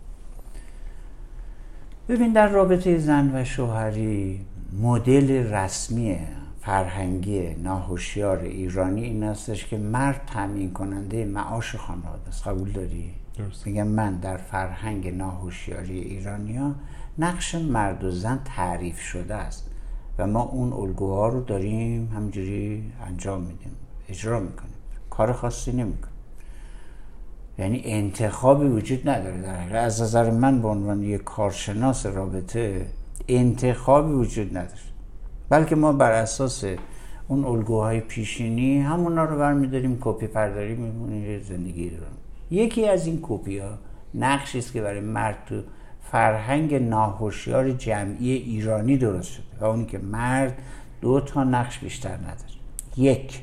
ببین در رابطه زن و شوهری مدل رسمی فرهنگی ناهوشیار ایرانی این هستش که مرد تامین کننده معاش خانواده است. قبول داری؟ درست. میگم من در فرهنگ ناهوشیاری ایرانی‌ها نقش مرد و زن تعریف شده است و ما اون الگوها رو داریم همینجوری انجام میدیم، اجرا میکنیم، کار خاصی نمیکنیم. یعنی انتخابی وجود نداره. در حقیقت از نظر من به عنوان یک کارشناس رابطه انتخابی وجود نداره، بلکه ما بر اساس اون الگوهای پیشینی همونا رو برمی‌داریم، کپی پرداری می‌کنیم، زندگی داریم. یکی از این کپی‌ها نقشی است که برای مرد تو فرهنگ ناهوشیار جمعی ایرانی درست شده و اونی که مرد دو تا نقش بیشتر نداره. یک،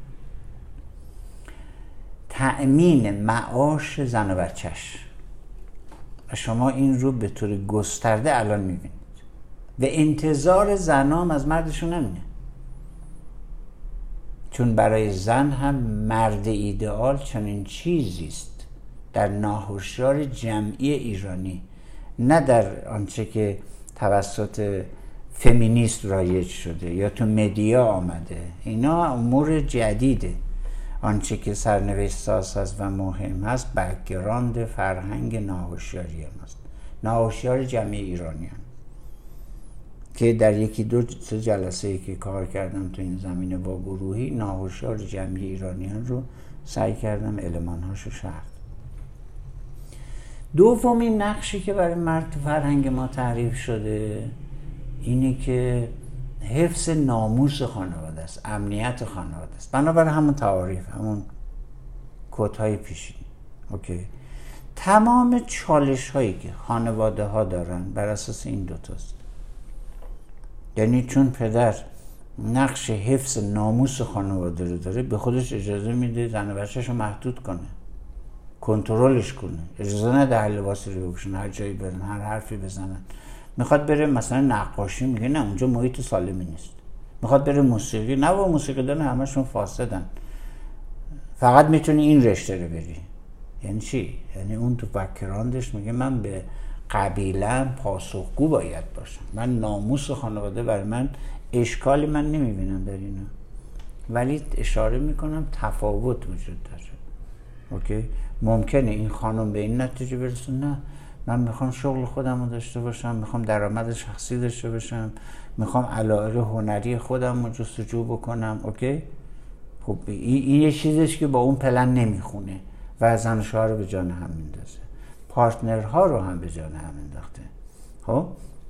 تأمین معاش زن و بچه‌ش و شما این رو به طور گسترده الان می‌بینید و انتظار زنام از مردشون همینه، چون برای زن هم مرد ایدئال چنین چیزی است در ناهوشیار جمعی ایرانی، نه در آنچه که توسط فمینیست رایج شده یا تو مدیا آمده. اینا امور جدیده. آنچه که سرنوشت ساز است و مهم است بک‌گراند فرهنگ ناهوشیاری ماست، ناهوشیار جمعی ایرانیان که در یکی دو سه جلسه‌ای که کار کردم تو این زمینه با گروهی ناهوشیار جمعی ایرانیان رو سعی کردم المان‌هاشو شرح. دومین نقشی که برای مرد تو فرهنگ ما تعریف شده اینه که حفظ ناموس خانواده است، امنیت خانواده است، بنابراین همون تعاریف، همون کدهای پیشینی. اوکی. تمام چالش هایی که خانواده ها دارن بر اساس این دوتاست. یعنی چون پدر نقش حفظ ناموس خانواده رو داره، به خودش اجازه میده زن و بچه‌ش رو محدود کنه، کنترلش کنه، اجازه نده هر لباسی رو بپوشن، هر جایی برن، هر حرفی بزنن. میخواد بره مثلا نقاشی، میگه نه اونجا محیط سالمی نیست. میخواد بره موسیقی، نه و موسیقی دارن همشون فاسدن، فقط میتونی این رشته رو بری. یعنی چی؟ یعنی اون تو بک‌گراندش میگه من به قبیله‌ام پاسخگو باید باشم، من ناموس خانواده برای من اشکالی من نمیبینم در اینا، ولی اشاره میکنم تفاوت وجود داره. اوکی؟ ممکنه این خانم به این نتیجه برسه نه من میخوام شغل خودم رو داشته باشم، میخوام درآمد شخصی داشته باشم، میخوام علایق هنری خودم رو جستجو بکنم. اوکی؟ خب این, این یه چیزیست که با اون پلن نمیخونه و زن و شوهر رو به جان هم میندازه، پارتنرها رو هم به جان هم انداخته. خب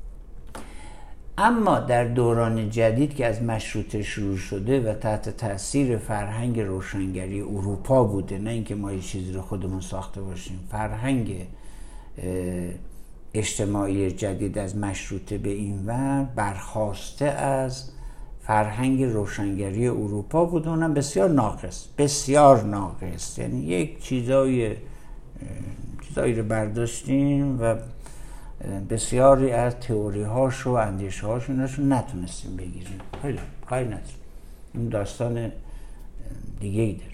اما در دوران جدید که از مشروطه شروع شده و تحت تاثیر فرهنگ روشنگری اروپا بوده، نه اینکه ما یه چیزی رو خودمون ساخته باشیم، فرهنگ اجتماعی جدید از مشروطه به این ور برخواسته از فرهنگ روشنگری اروپا بود، اونم بسیار ناقص، بسیار ناقص. یعنی یک چیزای چیزایی رو برداشتیم و بسیاری از تئوری هاش و اندیشه هاشون رو نتونستیم بگیریم. خیلی کاری نداریم، این داستان دیگه ای داره.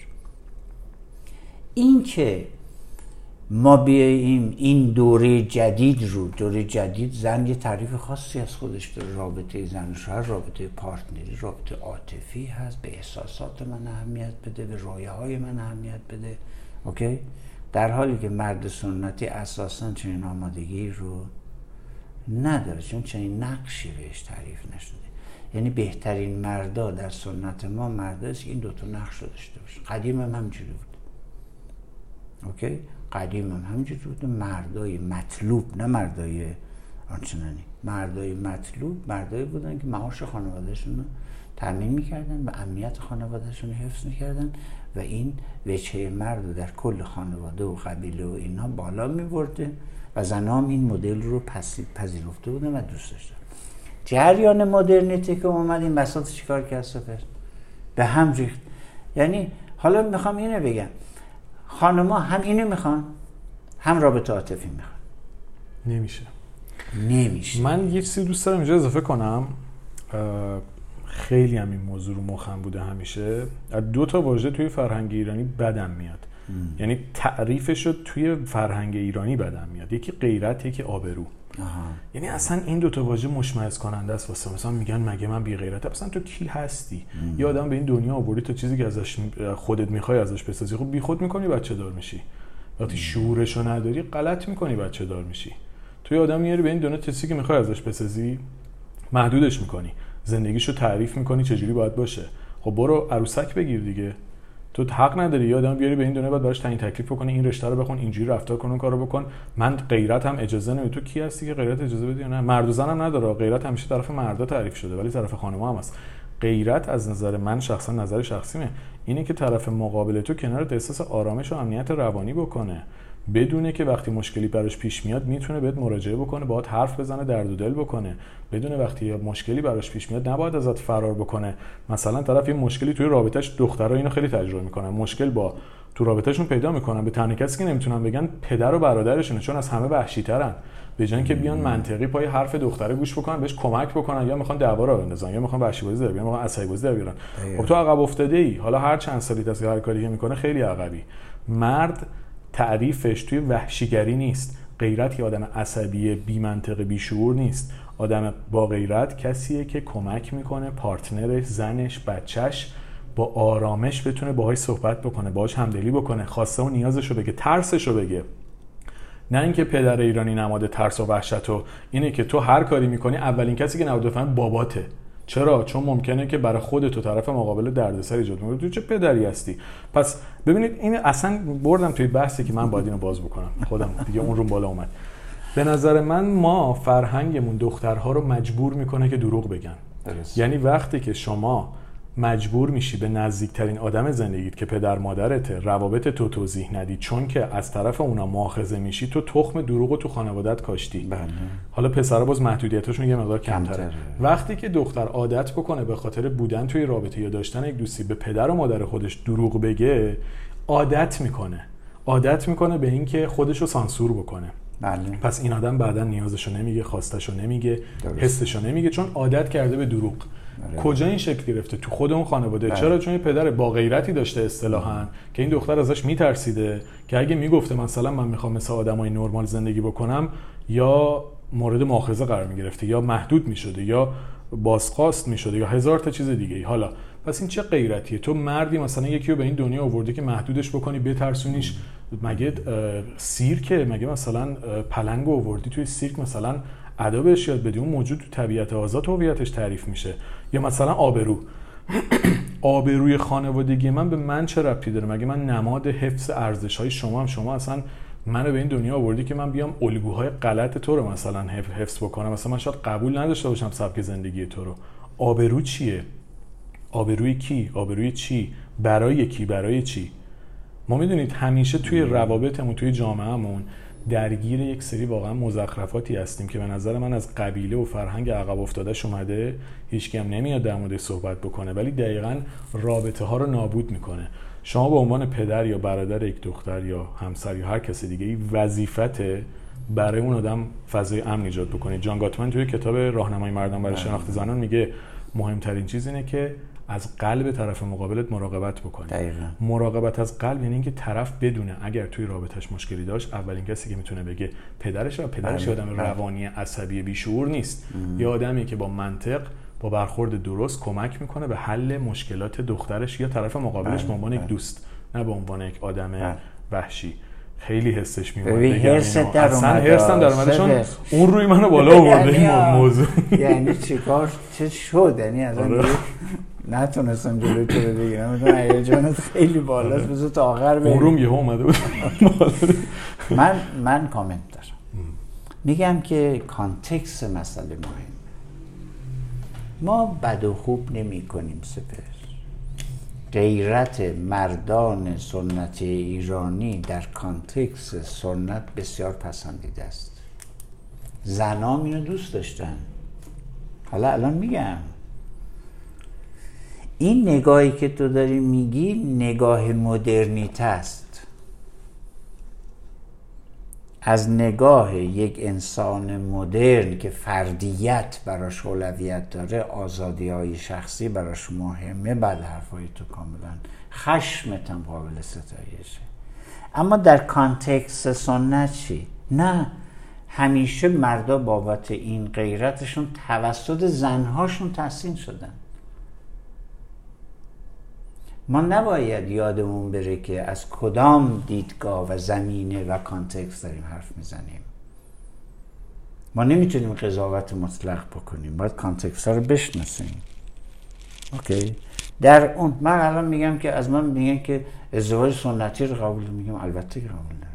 این که ما بیاییم این دوره جدید رو، دوره جدید زن یه تعریف خاصی از خودش داره، رابطه زن و شوهر رابطه پارتنری، رابطه عاطفی هست، به احساسات من اهمیت بده، به رویه های من اهمیت بده. اوکی؟ در حالی که مرد سنتی اساساً چنین آمادگی رو نداره، چون چنین نقشی بهش تعریف نشده. یعنی بهترین مردا در سنت ما مرداست که این دوتا نقش رو داشته باشه. قدیم هم همجوری بود. اوکی؟ قدیم هم همجوری بود. مردای مطلوب، نه مردای آنچنانی، مردای مطلوب مردایی بودن که معاش خانوادهشون رو تامین میکردن و امنیت خانوادهشون رو حفظ میکردن و این وجهه مرد رو در کل خانواده و قبیله و اینا بالا میبرده و زنام این مدل رو پذیرفته بودن و دوست داشتن. جریان مدرنیته که اومد این بساط چیکار کرد؟ سپر به هم ریخت. یعنی حالا میخوام اینو بگم، خانم‌ها هم اینو میخوان هم رابطه عاطفی میخوان. نمیشه نمیشه. من یه چیزی دوست دارم اینجا اضافه کنم، خیلی هم این موضوع رو مخم بوده همیشه. دو تا واژه توی فرهنگ ایرانی بدم میاد، ام. یعنی تعریفش رو توی فرهنگ ایرانی بدم میاد. یکی غیرت، یکی آبرو. آها. یعنی اصلا این دو تا واژه مشمئز کننده است واسه مثلا میگن مگه من بی غیرتم؟ اصلا تو کی هستی؟ یه آدم به این دنیا آوردی تا چیزی که ازش خودت میخوای ازش بسازی، خب بی خود میکنی بچه دار میشی. وقتی شعورشو نداری غلط میکنی بچه دار میشی. توی آدم میاری به این دنیا چیزی که میخوای ازش بسازی، محدودش میکنی، زندگیشو تعریف میکنی چجوری باید باشه. خب برو عروسک بگیر دیگه. تو حق نداری یه آدم بیاری به این دنیا بعد براش تعیین تکلیف بکنی، این رشته رو بخون، اینجوری رفتار کن، اون کارو بکن. من غیرتم اجازه نمیدم. تو کی هستی که غیرت اجازه بدی؟ نه، مرد و زنم نداره. غیرت همیشه طرف مردا تعریف شده ولی طرف خانم‌ها هم هست. غیرت از نظر من شخصا، نظر شخصیمه، اینه که طرف مقابل تو کنارت احساس آرامش و امنیت روانی بکنه، بدونه که وقتی مشکلی براش پیش میاد میتونه بهت مراجعه بکنه، باهات حرف بزنه، درد و دل بکنه، بدونه وقتی مشکلی براش پیش میاد نباید ازت فرار بکنه. مثلا طرف یه مشکلی توی رابطه‌اش، دخترها اینو خیلی تجربه میکنن، مشکل با تو رابطه‌شون پیدا میکنن، به تنها کسی که نمیتونن بگن پدر و برادرشونه، چون از همه وحشی‌ترن. به جای اینکه بیان منطقی پای حرف دختره گوش بکنن، بهش کمک بکنن، یا میخوان دعوا رو بندازن، یا میخوان وحشی بازی در بیارن، میخوان عصبی بازی در بیارن. خب تو عقب افتاده‌ای. حالا هر چند سالی هست هر کاری که میکنه خیلی عقبی. مرد تعریفش توی وحشیگری نیست. غیرت که آدم عصبی، بی منطق، بی شعور نیست. آدم با غیرت کسیه که کمک میکنه پارتنرش، زنش، بچهش با آرامش بتونه باهاش صحبت بکنه، باهاش همدلی بکنه، خواسته و نیازشو بگه، ترسشو بگه. نه اینکه پدر ایرانی نماد ترس و وحشت و اینه که تو هر کاری میکنی اولین کسی که نباید بفهمه باباته. چرا؟ چون ممکنه که برای خودت و طرف مقابل دردسر ایجاد کنه. تو چه پدری هستی؟ پس ببینید این اصلا بردم توی بحثی که من باید اینو باز بکنم، خودم دیگه اون رو بالا اومد. به نظر من ما فرهنگمون دخترها رو مجبور میکنه که دروغ بگن. درست. یعنی وقتی که شما مجبور میشی به نزدیکترین آدم زندگیت که پدر مادرته روابط تو توضیح ندی، چون که از طرف اونا مؤاخذه میشی، تو تخم دروغو تو خانوادت کاشتی. بله. حالا پسرا باز محدودیتاشون یه مقدار کمتره. کمتره. وقتی که دختر عادت بکنه به خاطر بودن توی رابطه یا داشتن یک دوستی به پدر و مادر خودش دروغ بگه، عادت میکنه عادت میکنه به این که خودشو سانسور بکنه. بله. پس این آدم بعداً نیازشو نمیگه، خواستشو نمیگه، حسشو نمیگه، چون عادت کرده به دروغ. بله. کجا این شکل گرفته؟ تو خود اون خانواده. بله. چرا؟ چون یه پدر با غیرتی داشته اصطلاحاً که این دختر ازش میترسیده که اگه میگفته مثلا من میخوام مثل آدمای نرمال زندگی بکنم، یا مورد مؤاخذه قرار میگرفته، یا محدود میشده، یا بازخواست میشده، یا هزار تا چیز دیگه. حالا پس این چه غیرتیه؟ تو مردی مثلا یکی رو به این دنیا آوردی که محدودش بکنی، بترسونیش. مگه سیرک؟ مگه مثلا پلنگو آوردی توی سیرک مثلا ادا بهش یاد بدی؟ اون موجود تو طبیعت آزاد هویتش تعریف میشه. یا مثلا آبرو آبروی خانوادگی من به من چه ربطی داره؟ مگه من نماد حفظ ارزش‌های شما هم شما اصلا منو به این دنیا آوردی که من بیام الگوهای غلط تو رو مثلا حفظ بکنم؟ مثلا من شاید قبول نداشته باشم سبک زندگی تو رو. آبرو چیه؟ آبروی کی؟ آبروی چی؟ برای کی؟ برای چی؟ ما میدونید همیشه توی روابطمون، توی جامعهمون درگیر یک سری واقعا مزخرفاتی هستیم که به نظر من از قبیله و فرهنگ عقب افتادهش اومده، هیچ کم نمیاد در موردش صحبت بکنه، ولی دقیقاً رابطه ها رو نابود میکنه. شما به عنوان پدر یا برادر یک دختر یا همسر یا هر کسی دیگه وظیفته برای اون آدم فضای امن ایجاد بکنید. جان گاتمن توی کتاب راهنمای مردان برای شناخت زنان میگه مهمترین چیز اینه که از قلب طرف مقابلت مراقبت بکنی. دقیقاً. مراقبت از قلب یعنی اینکه طرف بدونه اگر توی رابطش مشکلی داشت، اولین کسی که میتونه بگه پدرش، و پدرش آدم روانی عصبی بیشعور نیست، یه آدمی که با منطق، با برخورد درست کمک میکنه به حل مشکلات دخترش یا طرف مقابلش به عنوان یک دوست، نه به عنوان یک آدم وحشی. خیلی حسش میومد. حست در اصلا حسم در اومده چون اون روی منو بالا آورده این موضوع. یعنی چیکار چه شد؟ یعنی اصلا نتونستم جلوی تو رو بگیرم. مثلا هیجانت خیلی بالاست، بذار تا آخر بریم. اون روم یهو اومده بود. من من کامنت دارم. میگم که کانتکست مسئله مهم. ما بد و خوب نمی کنیم سپر. غیرت مردان سنتی ایرانی در کانتکست سنت بسیار پسندیده است. زنام اینو دوست داشتن. حالا الان میگم این نگاهی که تو داری میگی نگاه مدرنیته است. از نگاه یک انسان مدرن که فردیت براش اولویت داره، آزادی‌های شخصی براش مهمه، بعد حرفای تو کاملا خشمت هم قابل ستایشه. اما در کانتکست سنت چی؟ نه، همیشه مردا بابت این غیرتشون توسط زنهاشون تحسین شدن. ما نباید یادمون بره که از کدام دیدگاه و زمینه و کانتکست داریم حرف میزنیم. ما نمیتونیم قضاوت مطلق بکنیم، باید کانتکست ها رو بشناسیم. اوکی؟ در اون من الان میگم که از من میگن که ازدواج سنتی رو قبول دارم، میگم البته که قبول دارم.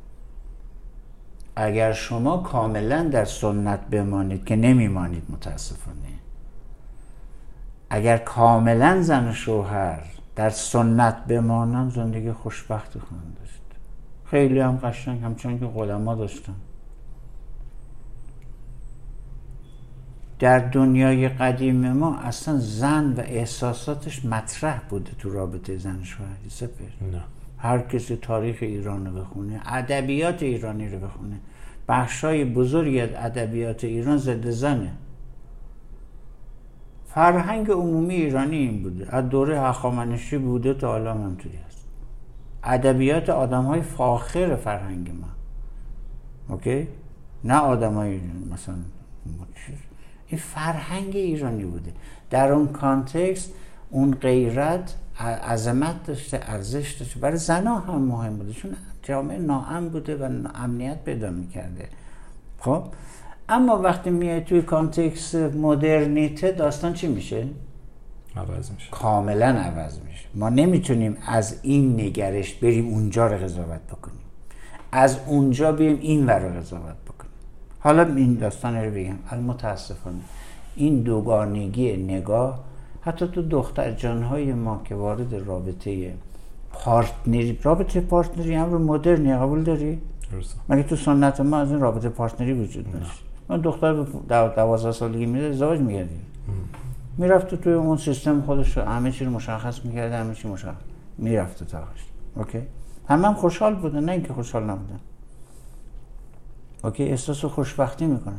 اگر شما کاملا در سنت بمانید که نمیمانید متاسفانه، اگر کاملا زن و شوهر در سنت بمانن زندگی خوشبختی خواهند داشت، خیلی هم قشنگ، همچون که قدما داشتن. در دنیای قدیم ما اصلا زن و احساساتش مطرح بوده تو رابطه زن و شوهری سپر. نه. هر کسی تاریخ ایران رو بخونه، ادبیات ایرانی رو بخونه، بخشای بزرگی از ادبیات ایران ضد زنه. فرهنگ عمومی ایرانی این بوده، از دوره هخامنشی بوده تا حالا همینطوری است. ادبیات آدم‌های فاخر فرهنگ ما، اوکی؟ نه آدم‌های مثلا این فرهنگ ایرانی بوده. در اون کانتکست اون غیرت عظمت داشته، ارزش داشته، برای زنها هم مهم بوده چون جامعه ناامن بوده و امنیت پیدا می‌کرده. خب اما وقتی میای توی کانتکست مدرنیته داستان چی میشه؟ عوض میشه. کاملا عوض میشه. ما نمیتونیم از این نگرش بریم اونجا رو قضاوت بکنیم، از اونجا بریم این ور رو قضاوت بکنیم. حالا این داستان رو بگم، متاسفانه این دوگانگی نگاه حتی تو دختر جانهای ما که وارد رابطه پارتنری، رابطه پارتنری هم رو مدرنی قبول داری؟ درسته. مگه تو سنت ما از این رابطه پارتنری وجود داشت؟ من دختر به دوازده سالگی میره ازدواج می‌کردی. میرفت تو توی اون سیستم خودش رو همه چی رو مشخص می‌کرد، همه چی مشخص میرفت تو تاش. اوکی؟ همه هم خوشحال بودن، نه اینکه خوشحال نبودن. اوکی، احساس خوشبختی میکنن.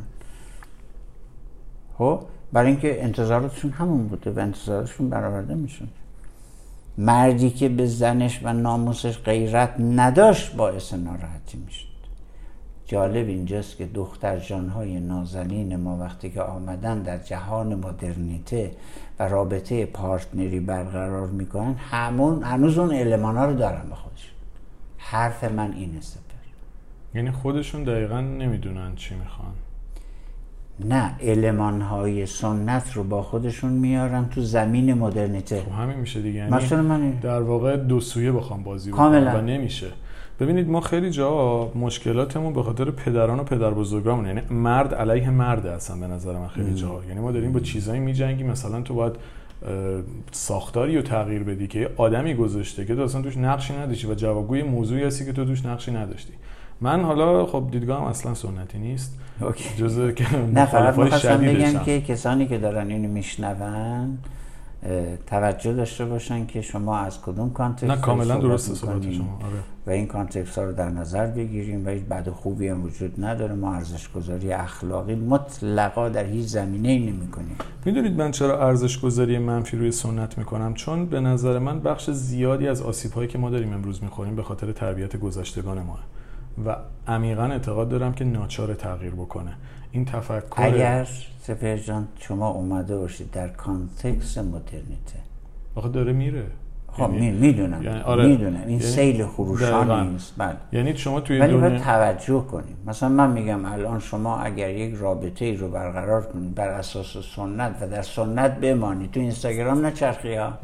خب برای اینکه انتظاراتشون همون بوده و انتظاراتشون برآورده میشن. مردی که به زنش و ناموسش غیرت نداشت باعث ناراحتی میشد. جالب اینجاست که دختر جانهای نازنین ما وقتی که آمدن در جهان مدرنیته و رابطه پارتنری برقرار میکنن، همون هنوز اون المانا رو دارن به خودشون. حرف من اینه سپر. یعنی خودشون دقیقاً نمیدونن چی میخوان. نه، المانهای سنت رو با خودشون میارن تو زمین مدرنیته. خب همین میشه دیگه. یعنی مثلا من در واقع دو سویه بخوام بازی بکنم و نمیشه. ببینید ما خیلی جا مشکلاتمون به خاطر پدران و پدربزرگامون، یعنی مرد علیه مرد هستن به نظر من خیلی جا. یعنی ما داریم با چیزایی میجنگیم، مثلا تو باید ساختاری رو تغییر بدی که آدمی گذاشته که تو اصلا توش نقشی نداشتی و جوابگوی موضوعی هستی که تو توش نقشی نداشتی. من حالا خب دیدگاهم اصلا سنتی نیست، جزء که نه، فقط می‌خواستم بگم که کسانی که دارن اینو میشنون توجه داشته باشن که شما از کدوم کانتکست. نه کاملا درسته صحبت شما. آره. و این کانتکست ها رو در نظر بگیریم و هیچ بد و خوبی هم وجود نداره. ما ارزش گذاری اخلاقی مطلقا در هیچ زمینه‌ای نمی‌کنیم. میدونید من چرا ارزش گذاری منفی روی سنت میکنم؟ چون به نظر من بخش زیادی از آسیب‌هایی که ما داریم امروز می‌خوریم به خاطر تربیت گذشتگان ما و عمیقاً اعتقاد دارم که ناچار تغییر بکنه. این تفکر اگر سپهر جان شما اومده باشید در کانتکست مدرنیته، آخه داره میره. خب یعنی میدونم یعنی آره میدونم این یعنی سیل خروشان نیست. بله. یعنی شما توی ولی دنیا باید توجه کنیم. مثلا من میگم الان شما اگر یک رابطه ای رو برقرار کنید بر اساس سنت و در سنت بمانید، تو اینستاگرام نچرخی ها،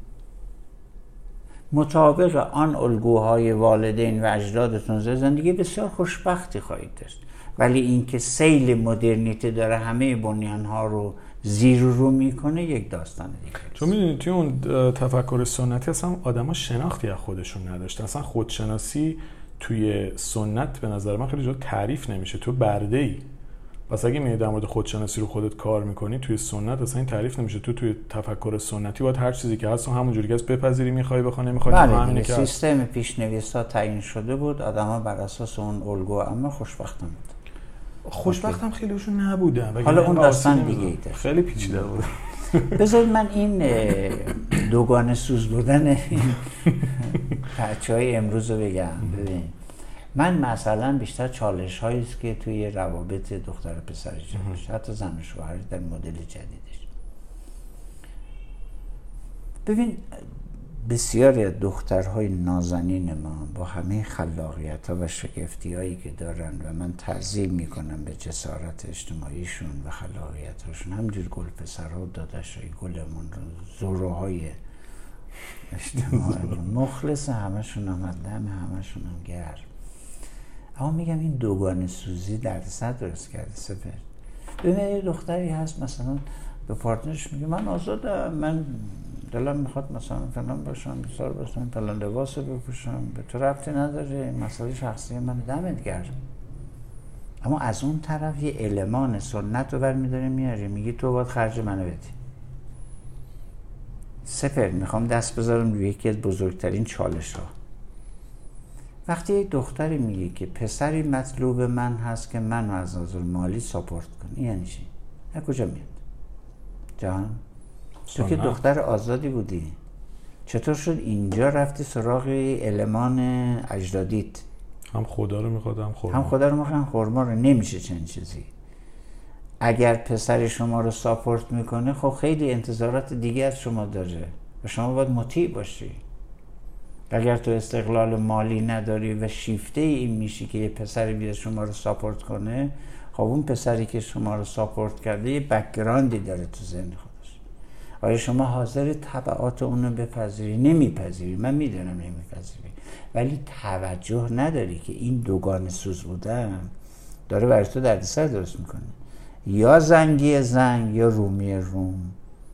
مطابق آن الگوهای والدین و اجدادتون زندگی بسیار خوشبختی خواهید داشت. ولی اینکه سیل مدرنیته داره همه بنیان‌ها رو زیر رو میکنه یک داستان دیگه. چون میدونید توی اون تفکر سنتی اصلا آدما شناختی از خودشون نداشتن. اصلا خودشناسی توی سنت به نظر من خیلی جا تعریف نمیشه. تو برده‌ای. پس اگه میای در مورد خودشناسی رو خودت کار میکنی توی سنت اصلا این تعریف نمیشه. تو توی تفکر سنتی باید هر چیزی که هست همونجوری که از بپذیری، میخوای بخوای نمیخوای همینه که سیستم پیش‌نویسا تعیین شده بود، آدما بر اساس اون الگو اما خوشبختن بود. خوشبختم خیلیشون نبودن. حالا اون داستان دیگه ای داشت. خیلی پیچیده بود. بذارید من این دوگانه سوز بودن این بچهای امروز رو بگم. ببین من مثلا بیشتر چالش هایی است که توی روابط دختر و پسر ایجاد میشه، حتی زن و شوهر در مدل جدیدش. ببین بسیاری از دخترهای نازنین ما با همه خلاقیت ها و شگفتی هایی که دارن و من تعظیم میکنم به جسارت اجتماعیشون و خلاقیت هاشون، همجور گل پسرها و داداش های گلمون زوره های اجتماعی مخلص همشون هم دم همشون هم گرم. اما میگم این دوگانه سوزی در صد درست کرده سپر. ببینید دختری هست مثلا به پارتنرش میگه من آزادم، من دلم میخواد مثلا فلان باشم، بسار باشم، فلان لباس بپوشم، به تو ربطی نداره، مسئله شخصی من، دمت گرم. اما از اون طرف یه المان سنت رو برمی‌داره میاره، میگی تو باید خرج منو بدی. سپر میخوام دست بذارم روی یکی از بزرگترین چالش ها. وقتی یک دختری میگه که پسری مطلوب من هست که منو از نظر مالی ساپورت کنه، یعنی چی؟ از کجا میاد؟ جان تو که دختر آزادی بودی، چطور شد اینجا رفتی سراغ المان اجدادیت؟ هم خدا رو میخواد هم خورما. هم خدا رو میخواد هم خورما رو. نمیشه چنین چیزی. اگر پسر شما رو ساپورت میکنه خب خیلی انتظارات دیگه از شما داره و شما باید مطیع باشی. اگر تو استقلال مالی نداری و شیفته این میشی که یه پسری بیاد شما رو ساپورت کنه، خب اون پسری که شما رو ساپورت کرده یه بک‌گراندی داره تو ذهن خودش. آیا شما حاضر تبعات اون رو بپذیری؟ نمیپذیری. من میدونم نمیپذیری، ولی توجه نداری که این دوگانه سوز بودن داره برای تو دردسر درست میکنه. یا زنگی زنگ یا رومی روم.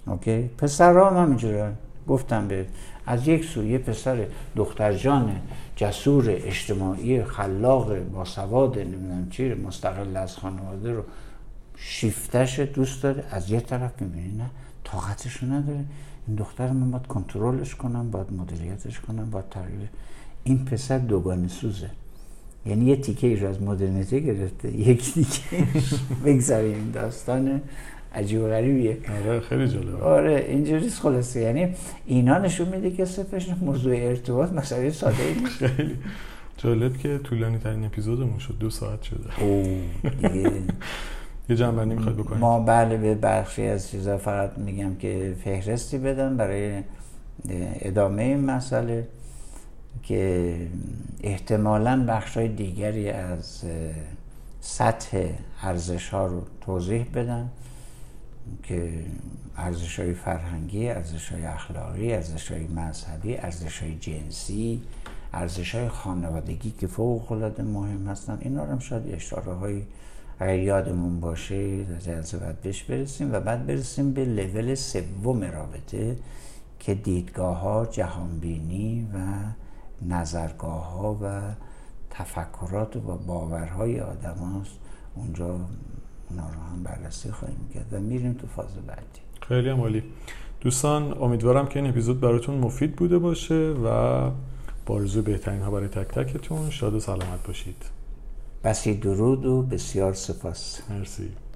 اوکی. پسرها هم همینجوره. گفتم به از یک سو یه پسر دختر جان جسور اجتماعی خلاق باسواد نمیدونم چی مستقل از خانواده رو شیفتش دوست داره، از یه طرف میبینی نه طاقتشو نداره. این دختر من باید کنترلش کنم، باید مدیریتش کنم، باید تغییر. این پسر دوگانه سوزه، یعنی یه تیکه ایش از مدرنیته گرفته، یک تیکه بگذاریم. این داستان عجیب و غریبیه. آره خیلی جالبه. آره اینجوریست خلاصه. یعنی اینا نشون میده که صرفش موضوع ارتباط مسئله ساده ای نیست. خیلی جالب که طولانی ترین اپیزودمون شد، دو ساعت شده. اوه دیگه یه جنبندی میخواد بکنید؟ ما بله به بخشی از چیزا فقط میگم که فهرستی بدم برای ادامه این مسئله که احتمالاً بخشای دیگری از سطح ارزش‌ها رو توضیح بدم که ارزش‌های فرهنگی، ارزش‌های اخلاقی، ارزش‌های مذهبی، ارزش‌های جنسی، ارزش‌های خانوادگی که فوق‌العاده مهم هستن. اینا رو هم شاید اشاره‌های اگر یادمون باشه در جلسه بعد بهش برسیم و بعد برسیم به لول سوم رابطه که دیدگاه‌ها، جهانبینی و نظرگاه‌ها و تفکرات و باورهای آدم هاست. اونجا اونا رو هم بررسی خواهیم کرد و میریم تو فاز بعدی. خیلی هم عالی. دوستان امیدوارم که این اپیزود براتون مفید بوده باشه و با آرزوی بهترین ها برای تک تکتون. شاد و سلامت باشید. بسی درود و بسیار سپاس. مرسی.